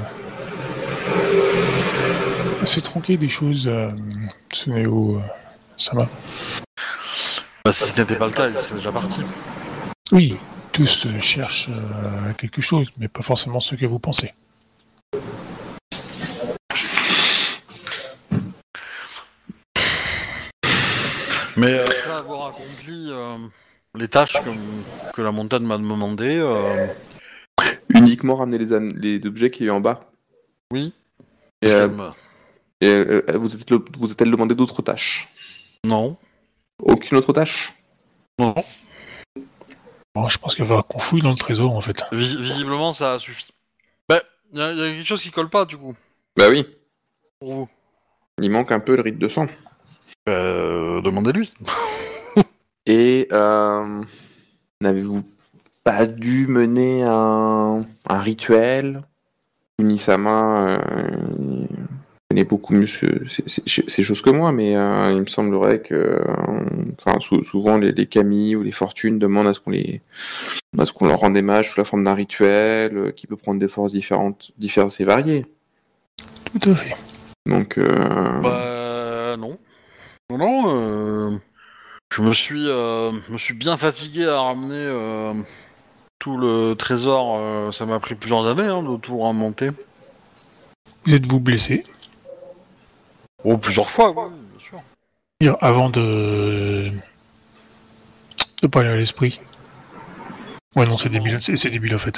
assez tronquée des choses, euh, Tsuneo, euh, Sama. Bah, si ce n'était pas le cas, il serait déjà parti. Oui, tous euh, cherchent euh, quelque chose, mais pas forcément ce que vous pensez. Mais euh, après avoir accompli euh, les tâches que, que la montagne m'a demandé, euh, Uniquement ramener les, an- les objets qui est en bas. oui. Et, Parce euh, qu'elle me- et euh, euh, vous êtes le- vous a-t-elle demandé d'autres tâches? Non. Aucune autre tâche? Non. Bon, je pense qu'il va falloir qu'on fouille dans le trésor, en fait. Vis- visiblement, ça a suffi. Bah, il y, a y a quelque chose qui colle pas, du coup, Bah oui, pour vous. il manque un peu le rite de sang. Euh, demandez-lui. Et euh, n'avez-vous pas dû mener un, un rituel? Unisama euh, connais beaucoup mieux ce- ces, ces- ces choses que moi, mais euh, il me semblerait que, euh, enfin, sou- souvent les, les Camille ou les Fortunes demandent à ce qu'on les, à ce qu'on leur rende des mages sous la forme d'un rituel euh, qui peut prendre des forces différentes, diverses et variées. Tout à fait. Donc, euh, Bah non. Non, non, euh, je me suis, euh, me suis bien fatigué à ramener euh, tout le trésor. Euh, ça m'a pris plusieurs années hein, de tout remonter. Vous êtes-vous blessé? Oh, plusieurs fois, oui, bien sûr. Dire, avant de... de parler à l'esprit. Ouais, non, c'est débile, c'est, c'est débile en fait.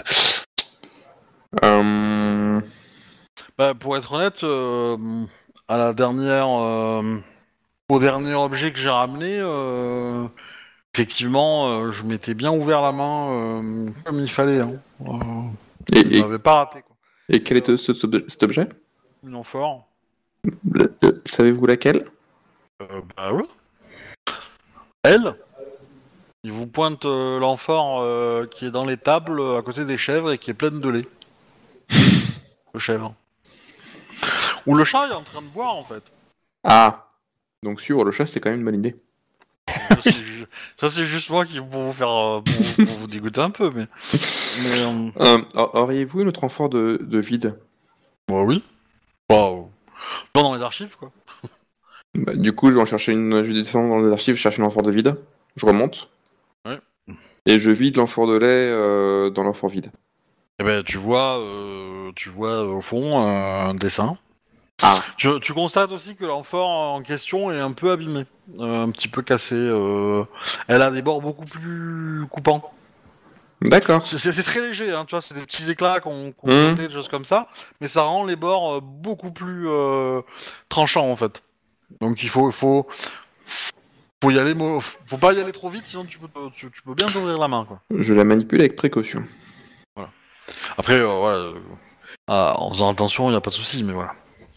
euh, Bah, pour être honnête, euh, à la dernière, euh, au dernier objet que j'ai ramené, euh, effectivement, euh, je m'étais bien ouvert la main euh, comme il fallait. Hein. Euh, et, je et, m'avais pas raté, quoi. et quel est ce- ce- cet objet? Une amphore. Le- euh, Savez-vous laquelle? Euh, bah ouais. Elle, il vous pointe euh, l'amphore euh, qui est dans les tables euh, à côté des chèvres et qui est pleine de lait. Le chèvre. Ou le chat est en train de boire en fait. Ah, donc suivre le chat, c'est quand même une bonne idée. Ça c'est, ju- ça, c'est juste moi qui pour vous faire euh, pour, vous- pour vous dégoûter un peu, mais. mais euh, Euh, a- auriez-vous une autre amphore de, de vide? Bah oui. Waouh. Pas dans les archives quoi. Bah, du coup, je vais en chercher une. Je vais descendre dans les archives, je cherche une amphore de vide. Je remonte. Ouais. Et je vide l'amphore de lait euh, dans l'amphore vide. Et ben tu vois, euh, tu vois euh, au fond euh, un dessin. Ah. Tu, tu constates aussi que l'amphore en question est un peu abîmée, euh, un petit peu cassée. euh, Elle a des bords beaucoup plus coupants. D'accord. C'est, c'est- c'est très léger, hein, tu vois, c'est des petits éclats qu'on qu'on Mhm. sautait, des choses comme ça, mais ça rend les bords euh, beaucoup plus euh, tranchants en fait. Donc il faut, faut, faut y aller, mo- faut pas y aller trop vite, sinon tu peux, te- tu, tu peux bien t'ouvrir la main, quoi. Je la manipule avec précaution. Après, euh, voilà, euh, ah, en faisant attention, il y a pas de souci, mais voilà.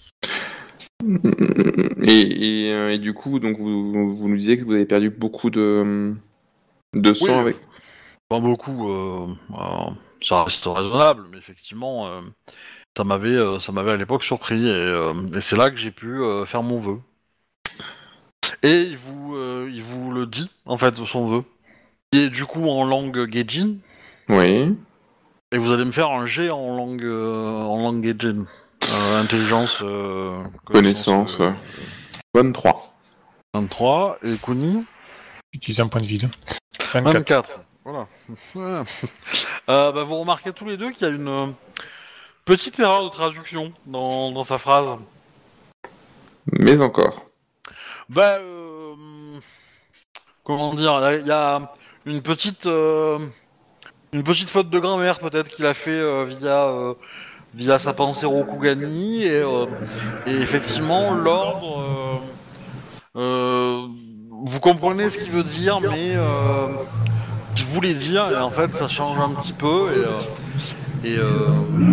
Et, et, euh, et du coup, donc vous, vous nous disiez que vous avez perdu beaucoup de, de sang Oui, avec. pas beaucoup, euh, euh, ça reste raisonnable, mais effectivement, euh, ça m'avait, euh, ça m'avait à l'époque surpris, et, euh, et c'est là que j'ai pu euh, faire mon vœu. Et il vous, euh, il vous le dit, en fait, son vœu. Il est du coup en langue Gaijin, Oui. et vous allez me faire un jet en langue, euh, en langue Gaijin. Euh, intelligence, euh, Connaissance. euh, euh, vingt-trois. vingt-trois, et Kuni, Utiliser un point de vide. vingt-quatre. vingt-quatre. Voilà. Voilà. Euh, bah, vous remarquez tous les deux qu'il y a une euh, petite erreur de traduction dans, dans sa phrase. Mais encore. Bah, euh, comment dire, il y a- il y, a une petite, euh, une petite faute de grammaire peut-être qu'il a fait euh, via, euh, via sa pensée Rokugani et, euh, et effectivement l'ordre, euh, euh, vous comprenez ce qu'il veut dire, mais euh, ce qu'il voulait dire et en fait ça change un petit peu et euh, et, euh,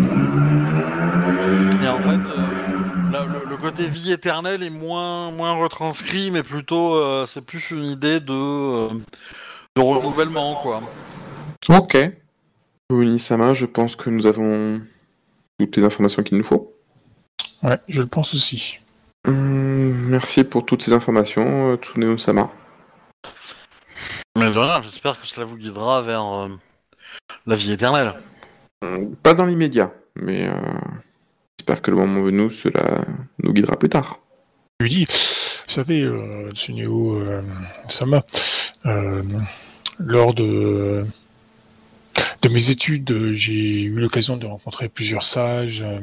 et en fait. euh, Là, le, le côté vie éternelle est moins, moins retranscrit, mais plutôt euh, c'est plus une idée de, euh, de renouvellement, quoi. Ok. Unisama, je pense que nous avons toutes les informations qu'il nous faut. Ouais, je le pense aussi. Hum, merci pour toutes ces informations, euh, Tsuneo-sama. Mais de rien, j'espère que cela vous guidera vers euh, la vie éternelle. Hum, Pas dans l'immédiat, mais euh, j'espère que le moment venu, cela nous guidera plus tard. Je lui dis, vous savez, euh, Tsuneo euh, Sama, euh, lors de, de mes études, euh, j'ai eu l'occasion de rencontrer plusieurs sages euh,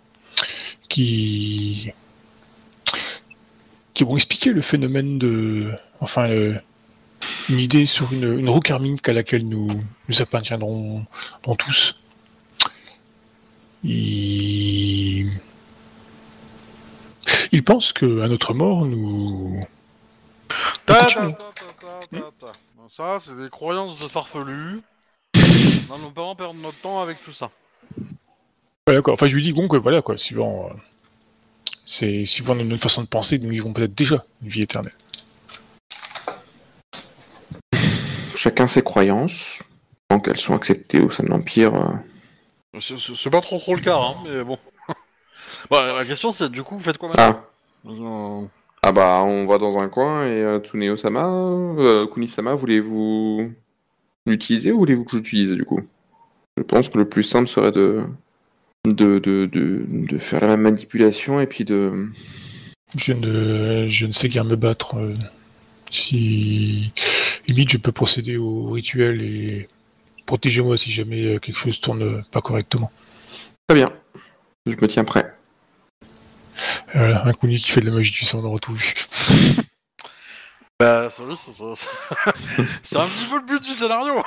qui qui m'ont expliqué le phénomène de, enfin, le- une idée sur une, une roue karmique à laquelle nous nous appartiendrons dans tous. Il, il pense qu'à notre mort, nous Ta, ta, continuons. ta, ta, ta, ta, ta. Bon, ça, c'est des croyances de farfelus. N'allons pas perdre notre temps avec tout ça. Voilà quoi. Enfin, je lui dis bon que voilà quoi. Suivant, euh, c'est suivant notre façon de penser, nous vivons peut-être déjà une vie éternelle. Chacun ses croyances, tant qu'elles sont acceptées au sein de l'Empire. euh, C'est, c'est- c'est pas trop trop le cas, hein, mais bon. Bah, la question c'est du coup, vous faites quoi maintenant? Ah. Euh, Ah bah, on va dans un coin et euh, Tsuneo-sama, euh, Kuni-sama, voulez-vous l'utiliser ou voulez-vous que je l'utilise du coup? Je pense que le plus simple serait de... De, de, de, de faire la même manipulation et puis de... Je ne, je ne sais guère me battre. euh, si limite, je peux procéder au rituel et protéger moi si jamais euh, quelque chose tourne pas correctement. Très bien, je me tiens prêt. Euh, un Kuni qui fait de la magie du sang, on aura tout vu. Bah, ça, ça, ça, ça- c'est un petit peu le but du scénario.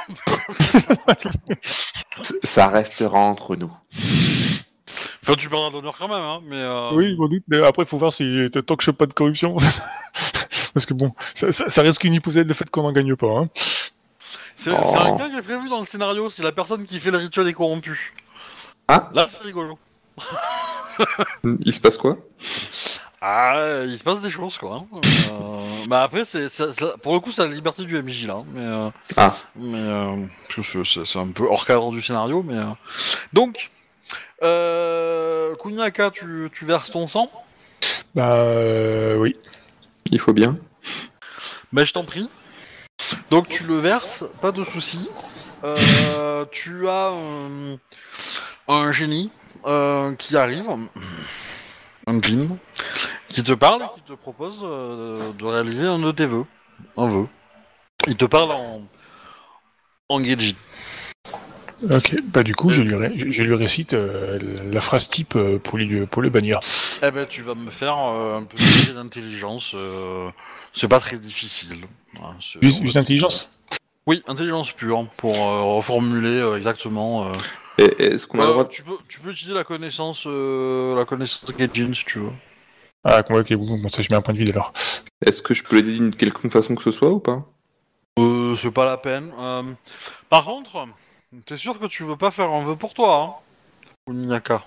C- Ça restera entre nous. Enfin, tu parles d'honneur quand même, hein, mais. Euh... Oui, sans doute, mais après, faut voir si tant que je fais pas de corruption. Parce que bon, ça, ça, ça risque une hypothèse le fait qu'on n'en gagne pas. Hein. C'est, Oh. c'est un cas qui est prévu dans le scénario si la personne qui fait le rituel est corrompue. Ah, Là, c'est rigolo. il se passe quoi? Ah, il se passe des choses, quoi. Hein. Euh... bah après, c'est, c'est- c'est- pour le coup, c'est la liberté du M J, là. Mais, euh... Ah, mais euh... parce que c'est, c'est- c'est un peu hors cadre du scénario, mais. Euh... Donc, euh... Kunyaka, tu, tu verses ton sang. Bah, euh, oui. il faut bien. Bah, je t'en prie. Donc, tu le verses, pas de soucis. Euh... Tu as euh, un génie euh, qui arrive, un djinn, qui te parle et qui te propose euh, de réaliser un de tes vœux. Un vœu. Il te parle en, en Geijin. Ok, bah du coup, je lui, ré- je, je lui récite euh, la phrase type euh, pour, lui, pour le bannir. Eh ben, tu vas me faire euh, un petit jet d'intelligence. euh, c'est pas très difficile. Voilà, c'est- Juste, juste intelligence. Oui, intelligence pure, pour euh, reformuler euh, exactement. euh. Et est-ce qu'on a le Euh, droit de... tu, peux, tu peux utiliser la connaissance, euh, la connaissance Geijin si tu veux. Ah, ok, bon, bon, ça je mets un point de vue alors. Est-ce que je peux l'aider d'une quelconque façon que ce soit ou pas? Euh, c'est pas la peine. Euh, par contre, t'es sûr que tu veux pas faire un vœu pour toi, hein, Kuniaka?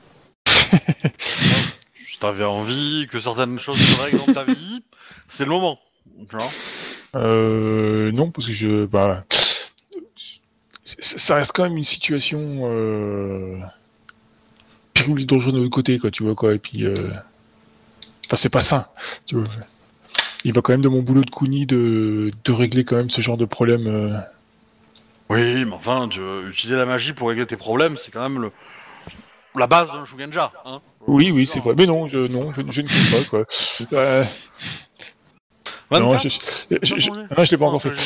Si t'avais envie que certaines choses se règlent dans ta vie, c'est le moment. Tu vois. Euh, non, parce que je... Bah, c- ça reste quand même une situation... Euh... Péril dangereux de l'autre côté, quoi, tu vois, quoi, et puis... Euh... Enfin, c'est pas sain, tu vois. Il va quand même de mon boulot de Kuni de, de régler quand même ce genre de problème. Euh... Oui, mais enfin, tu, utiliser la magie pour régler tes problèmes, c'est quand même le, la base d'un Shugenja. Hein. Oui, oui, c'est vrai. Mais non, je, non, je, je ne sais pas, quoi. Euh... Non, je, je, je, je, non, je l'ai pas encore fait.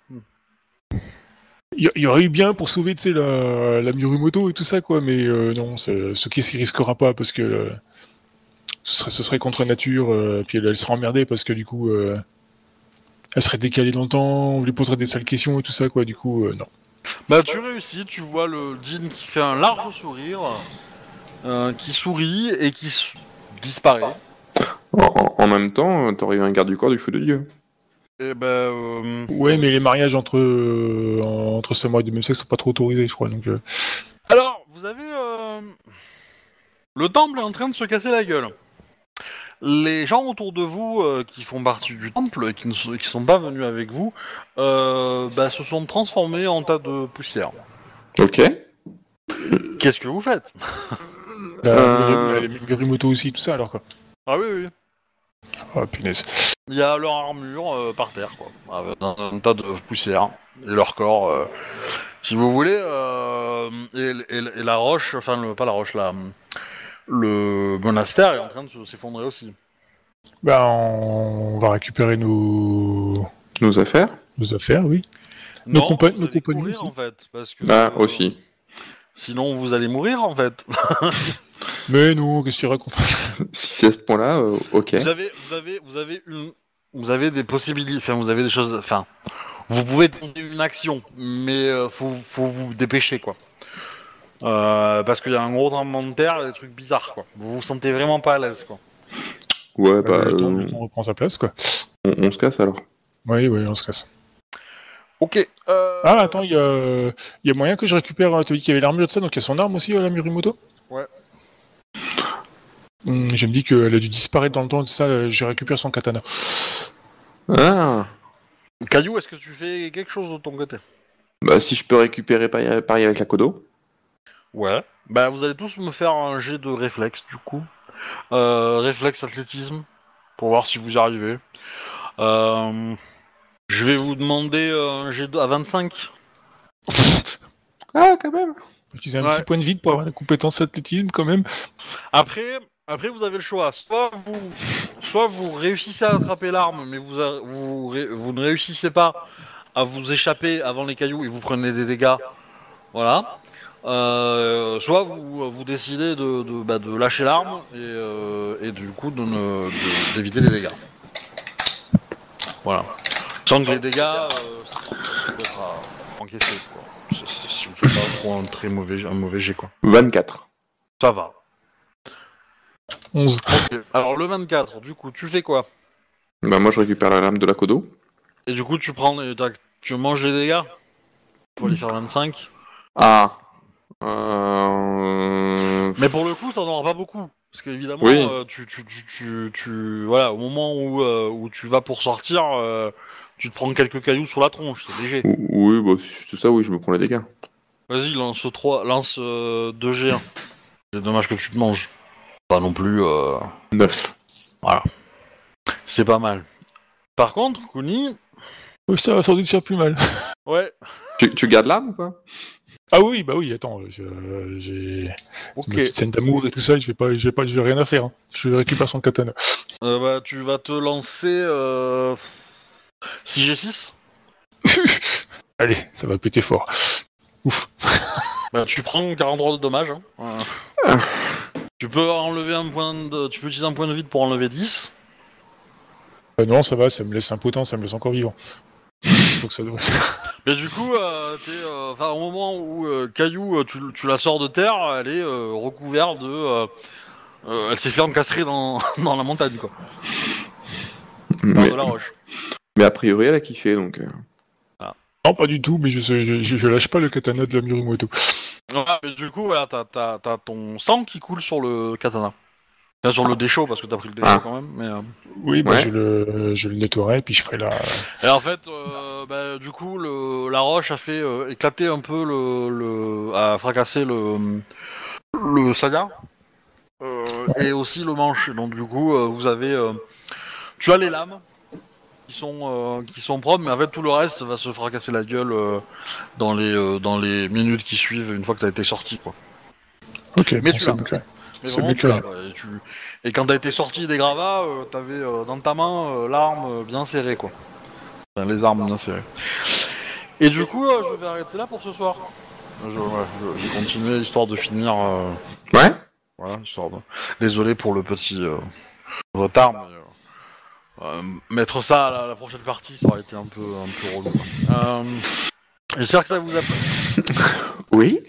Il y, y aurait eu bien pour sauver, tu sais, la, la Mirumoto et tout ça, quoi, mais euh, non, ce qui s'y risquera pas, parce que euh, ce, serait, ce serait contre nature, euh, puis elle, elle serait emmerdée, parce que du coup, euh, elle serait décalée dans le temps, on lui poserait des sales questions et tout ça, quoi, du coup, euh, non. Bah, tu réussis, tu vois le djinn qui fait un large sourire, euh, qui sourit et qui s- disparaît. En, en- en même temps, t'aurais eu un garde du corps du feu de Dieu. Et ben. Euh... Ouais, mais les mariages entre, euh, entre samouraïs de même sexe sont pas trop autorisés, je crois, donc... Euh... Alors, vous avez. Euh... Le temple est en train de se casser la gueule. Les gens autour de vous euh, qui font partie du temple et qui ne sont, qui sont pas venus avec vous euh, bah, se sont transformés en tas de poussière. Ok. Qu'est-ce que vous faites? La, Euh. la, la Mirumoto aussi, tout ça, alors, quoi. Ah oui, oui. Oh, punaise. Il y a leur armure euh, par terre, quoi, avec un, un tas de poussière et leur corps, euh, si vous voulez, euh, et, et- et la roche, enfin le, pas la roche, la, le monastère est en train de se- s'effondrer aussi. Bah, on va récupérer nos, Nos affaires? nos affaires, oui. Nos Non, compa- vous nos allez compagnons courir aussi. en fait, parce que Ah, euh, aussi. sinon vous allez mourir en fait. Mais non, qu'est-ce que tu racontes? Si c'est à ce point-là, euh, ok. Vous avez, vous avez, vous avez une, vous avez des possibilités, enfin vous avez des choses, enfin, vous pouvez tenter une action, mais euh, faut, faut vous dépêcher quoi. Euh, parce qu'il y a un gros tremblement de terre et des trucs bizarres quoi. Vous vous sentez vraiment pas à l'aise quoi. Ouais, bah, le, temps, euh, le temps reprend sa place, quoi. on, on se casse alors. Oui, oui, on se casse. Ok. Euh... Ah, attends, il y a, y a moyen que je récupère... Tu as dit qu'il y avait l'armure de ça, donc il y a son arme aussi, euh, la Mirumoto? Ouais. Hum, je me dis qu'elle a dû disparaître dans le temps de ça, euh, je récupère son katana. Ah. Caillou, est-ce que tu fais quelque chose de ton côté? Bah, si je peux récupérer pareil, pareil avec la Kodo. Ouais. Bah vous allez tous me faire un jet de réflexe du coup. Euh, réflexe athlétisme, pour voir si vous y arrivez. Euh, je vais vous demander un G deux à vingt-cinq. Ah, quand même. Utiliser un Ouais. petit point de vide pour avoir la compétence athlétisme quand même. Après, après vous avez le choix. Soit vous, soit vous réussissez à attraper l'arme, mais vous, a- vous, ré- vous ne réussissez pas à vous échapper avant les cailloux et vous prenez des dégâts. Voilà. Euh, soit vous, vous décidez de, de, bah, de lâcher l'arme et, euh, et du coup de ne- de- d'éviter les dégâts. Voilà. Sans que les dégâts euh, ça peut être à encaisser, quoi. C'est- c'est- Si vous faites pas trop un très mauvais, un mauvais jet, quoi. vingt-quatre. Ça va. onze. Ok. Alors le vingt-quatre, du coup, tu fais quoi? Bah, moi, je récupère la lame de la Kodo. Et du coup, tu prends, les- t'as- tu manges les dégâts pour les faire vingt-cinq. Ah. Euh... Mais pour le coup, t'en auras pas beaucoup. Parce qu'évidemment, Oui. euh, tu, tu, tu, tu, tu- voilà, au moment où, euh, où tu vas pour sortir, euh, tu te prends quelques cailloux sur la tronche, c'est léger. Oui, bah, c'est ça, oui, je me prends les dégâts. Vas-y, lance trois, lance euh, deux G un. C'est dommage que tu te manges. Pas non plus, euh... neuf. voilà. C'est pas mal. Par contre, Kuni, Oui, ça va sans doute faire plus mal. ouais, Tu, tu gardes l'arme ou pas? Ah oui, bah oui, attends, je- j'ai ok. c'est ma petite scène d'amour et tout ça, je vais pas, je vais pas, j'ai rien à faire. Hein. Je récupère son katana. Euh, bah, tu vas te lancer euh... six G six. Allez, ça va péter fort. Ouf. Bah, tu prends quarante-trois de dommages. Hein. Voilà. Tu peux enlever un point de... Tu peux utiliser un point de vide pour enlever dix. Euh, non, ça va, ça me laisse impotent, ça me laisse encore vivant. Donc ça devrait. Mais du coup, euh, t'es, euh, enfin, au moment où euh, Caillou, euh, tu, tu la sors de terre, elle est euh, recouverte de... euh, euh, elle s'est fait encastrer dans, dans la montagne, quoi. Dans mais, de la roche. mais a priori, elle a kiffé, donc... euh, Non, pas du tout, mais je, sais- je, je, je lâche pas le katana de la Mirumoto. Voilà, mais du coup, voilà, t'as, t'as, t'as ton sang qui coule sur le katana. Enfin, sur le déchaud, parce que t'as pris le déchaud Ah. quand même, mais... euh, Oui, bah Ouais. je le, je le nettoierai, puis je ferai la. Et en fait, euh, bah, du coup, le, la roche a fait euh, éclater un peu le, le, a fracassé le, le saya euh, et aussi le manche. Donc du coup, euh, vous avez, euh, tu as les lames qui sont euh, qui sont propres, mais en fait tout le reste va se fracasser la gueule euh, dans les euh, dans les minutes qui suivent une fois que t'as été sorti, quoi. Ok, Mais bon, tu c'est l'as. bon, clair. Mais C'est vraiment, mieux tu que l'as, rien. quoi. Et, tu... et quand t'as été sorti des gravats, euh, t'avais euh, dans ta main euh, l'arme euh, bien serrée, quoi. Enfin, les armes bien serrées. Et du coup, euh, je vais arrêter là pour ce soir. Je, ouais, je, je vais continuer histoire de finir. euh, Ouais. voilà, histoire de... Désolé pour le petit euh, retard, mais euh, euh, mettre ça à la, la prochaine partie, ça aurait été un peu un peu relou, quoi. Euh, J'espère que ça vous a plu. Oui.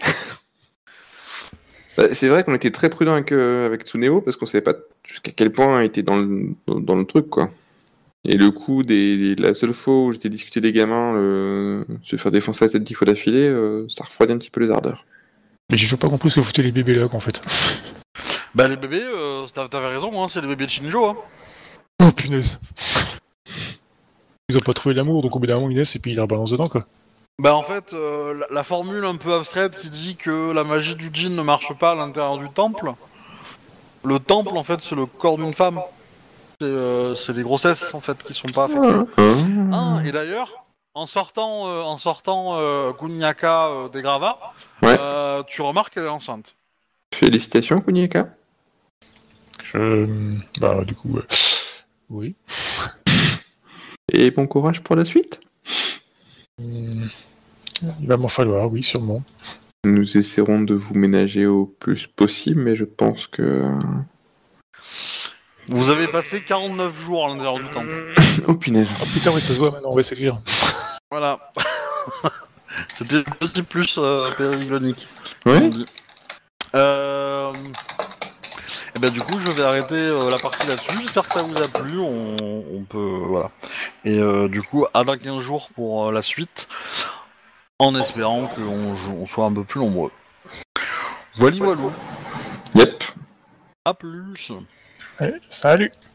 Bah, c'est vrai qu'on était très prudent avec, euh, avec Tsuneo, parce qu'on savait pas jusqu'à quel point il était dans le, dans, dans le truc, quoi. Et le coup, des, des- la seule fois où j'étais discuté des gamins, le, se faire défoncer la tête dix fois d'affilée, euh, ça refroidit un petit peu les ardeurs. Mais j'ai toujours pas compris ce que foutaient les bébés là, en fait. Bah les bébés, euh, t'as- t'avais raison, hein, c'est les bébés de Shinjo. Hein. Oh punaise. Ils ont pas trouvé l'amour, donc au bout d'un moment ils naissent et puis ils les rebalancent dedans, quoi. Bah en fait, euh, la, la formule un peu abstraite qui dit que la magie du djinn ne marche pas à l'intérieur du temple. Le temple, en fait, c'est le corps d'une femme. C'est euh, c'est des grossesses, en fait, qui sont pas affectées. Ah, et d'ailleurs, en sortant, euh, en sortant euh, Gunyaka euh, des gravats, Ouais. euh, tu remarques qu'elle est enceinte. Félicitations, Kunieka. Je. Bah, du coup. euh, Oui. Et bon courage pour la suite. Hum, Il va m'en falloir, oui, sûrement. Nous essaierons de vous ménager au plus possible, mais je pense que... Vous avez passé quarante-neuf jours à l'intérieur du temple. Oh punaise. Oh putain, oui, ça se voit maintenant, on va s'écrire. Voilà. C'était un petit plus euh, périglonique. Ouais. Euh... Et ben du coup, je vais arrêter euh, la partie là-dessus. J'espère que ça vous a plu. On, on peut, voilà. Et euh, du coup, à dans quinze jours pour euh, la suite, en espérant qu'on on soit un peu plus nombreux. Voilà, voilou. Yep. À plus. Allez, salut.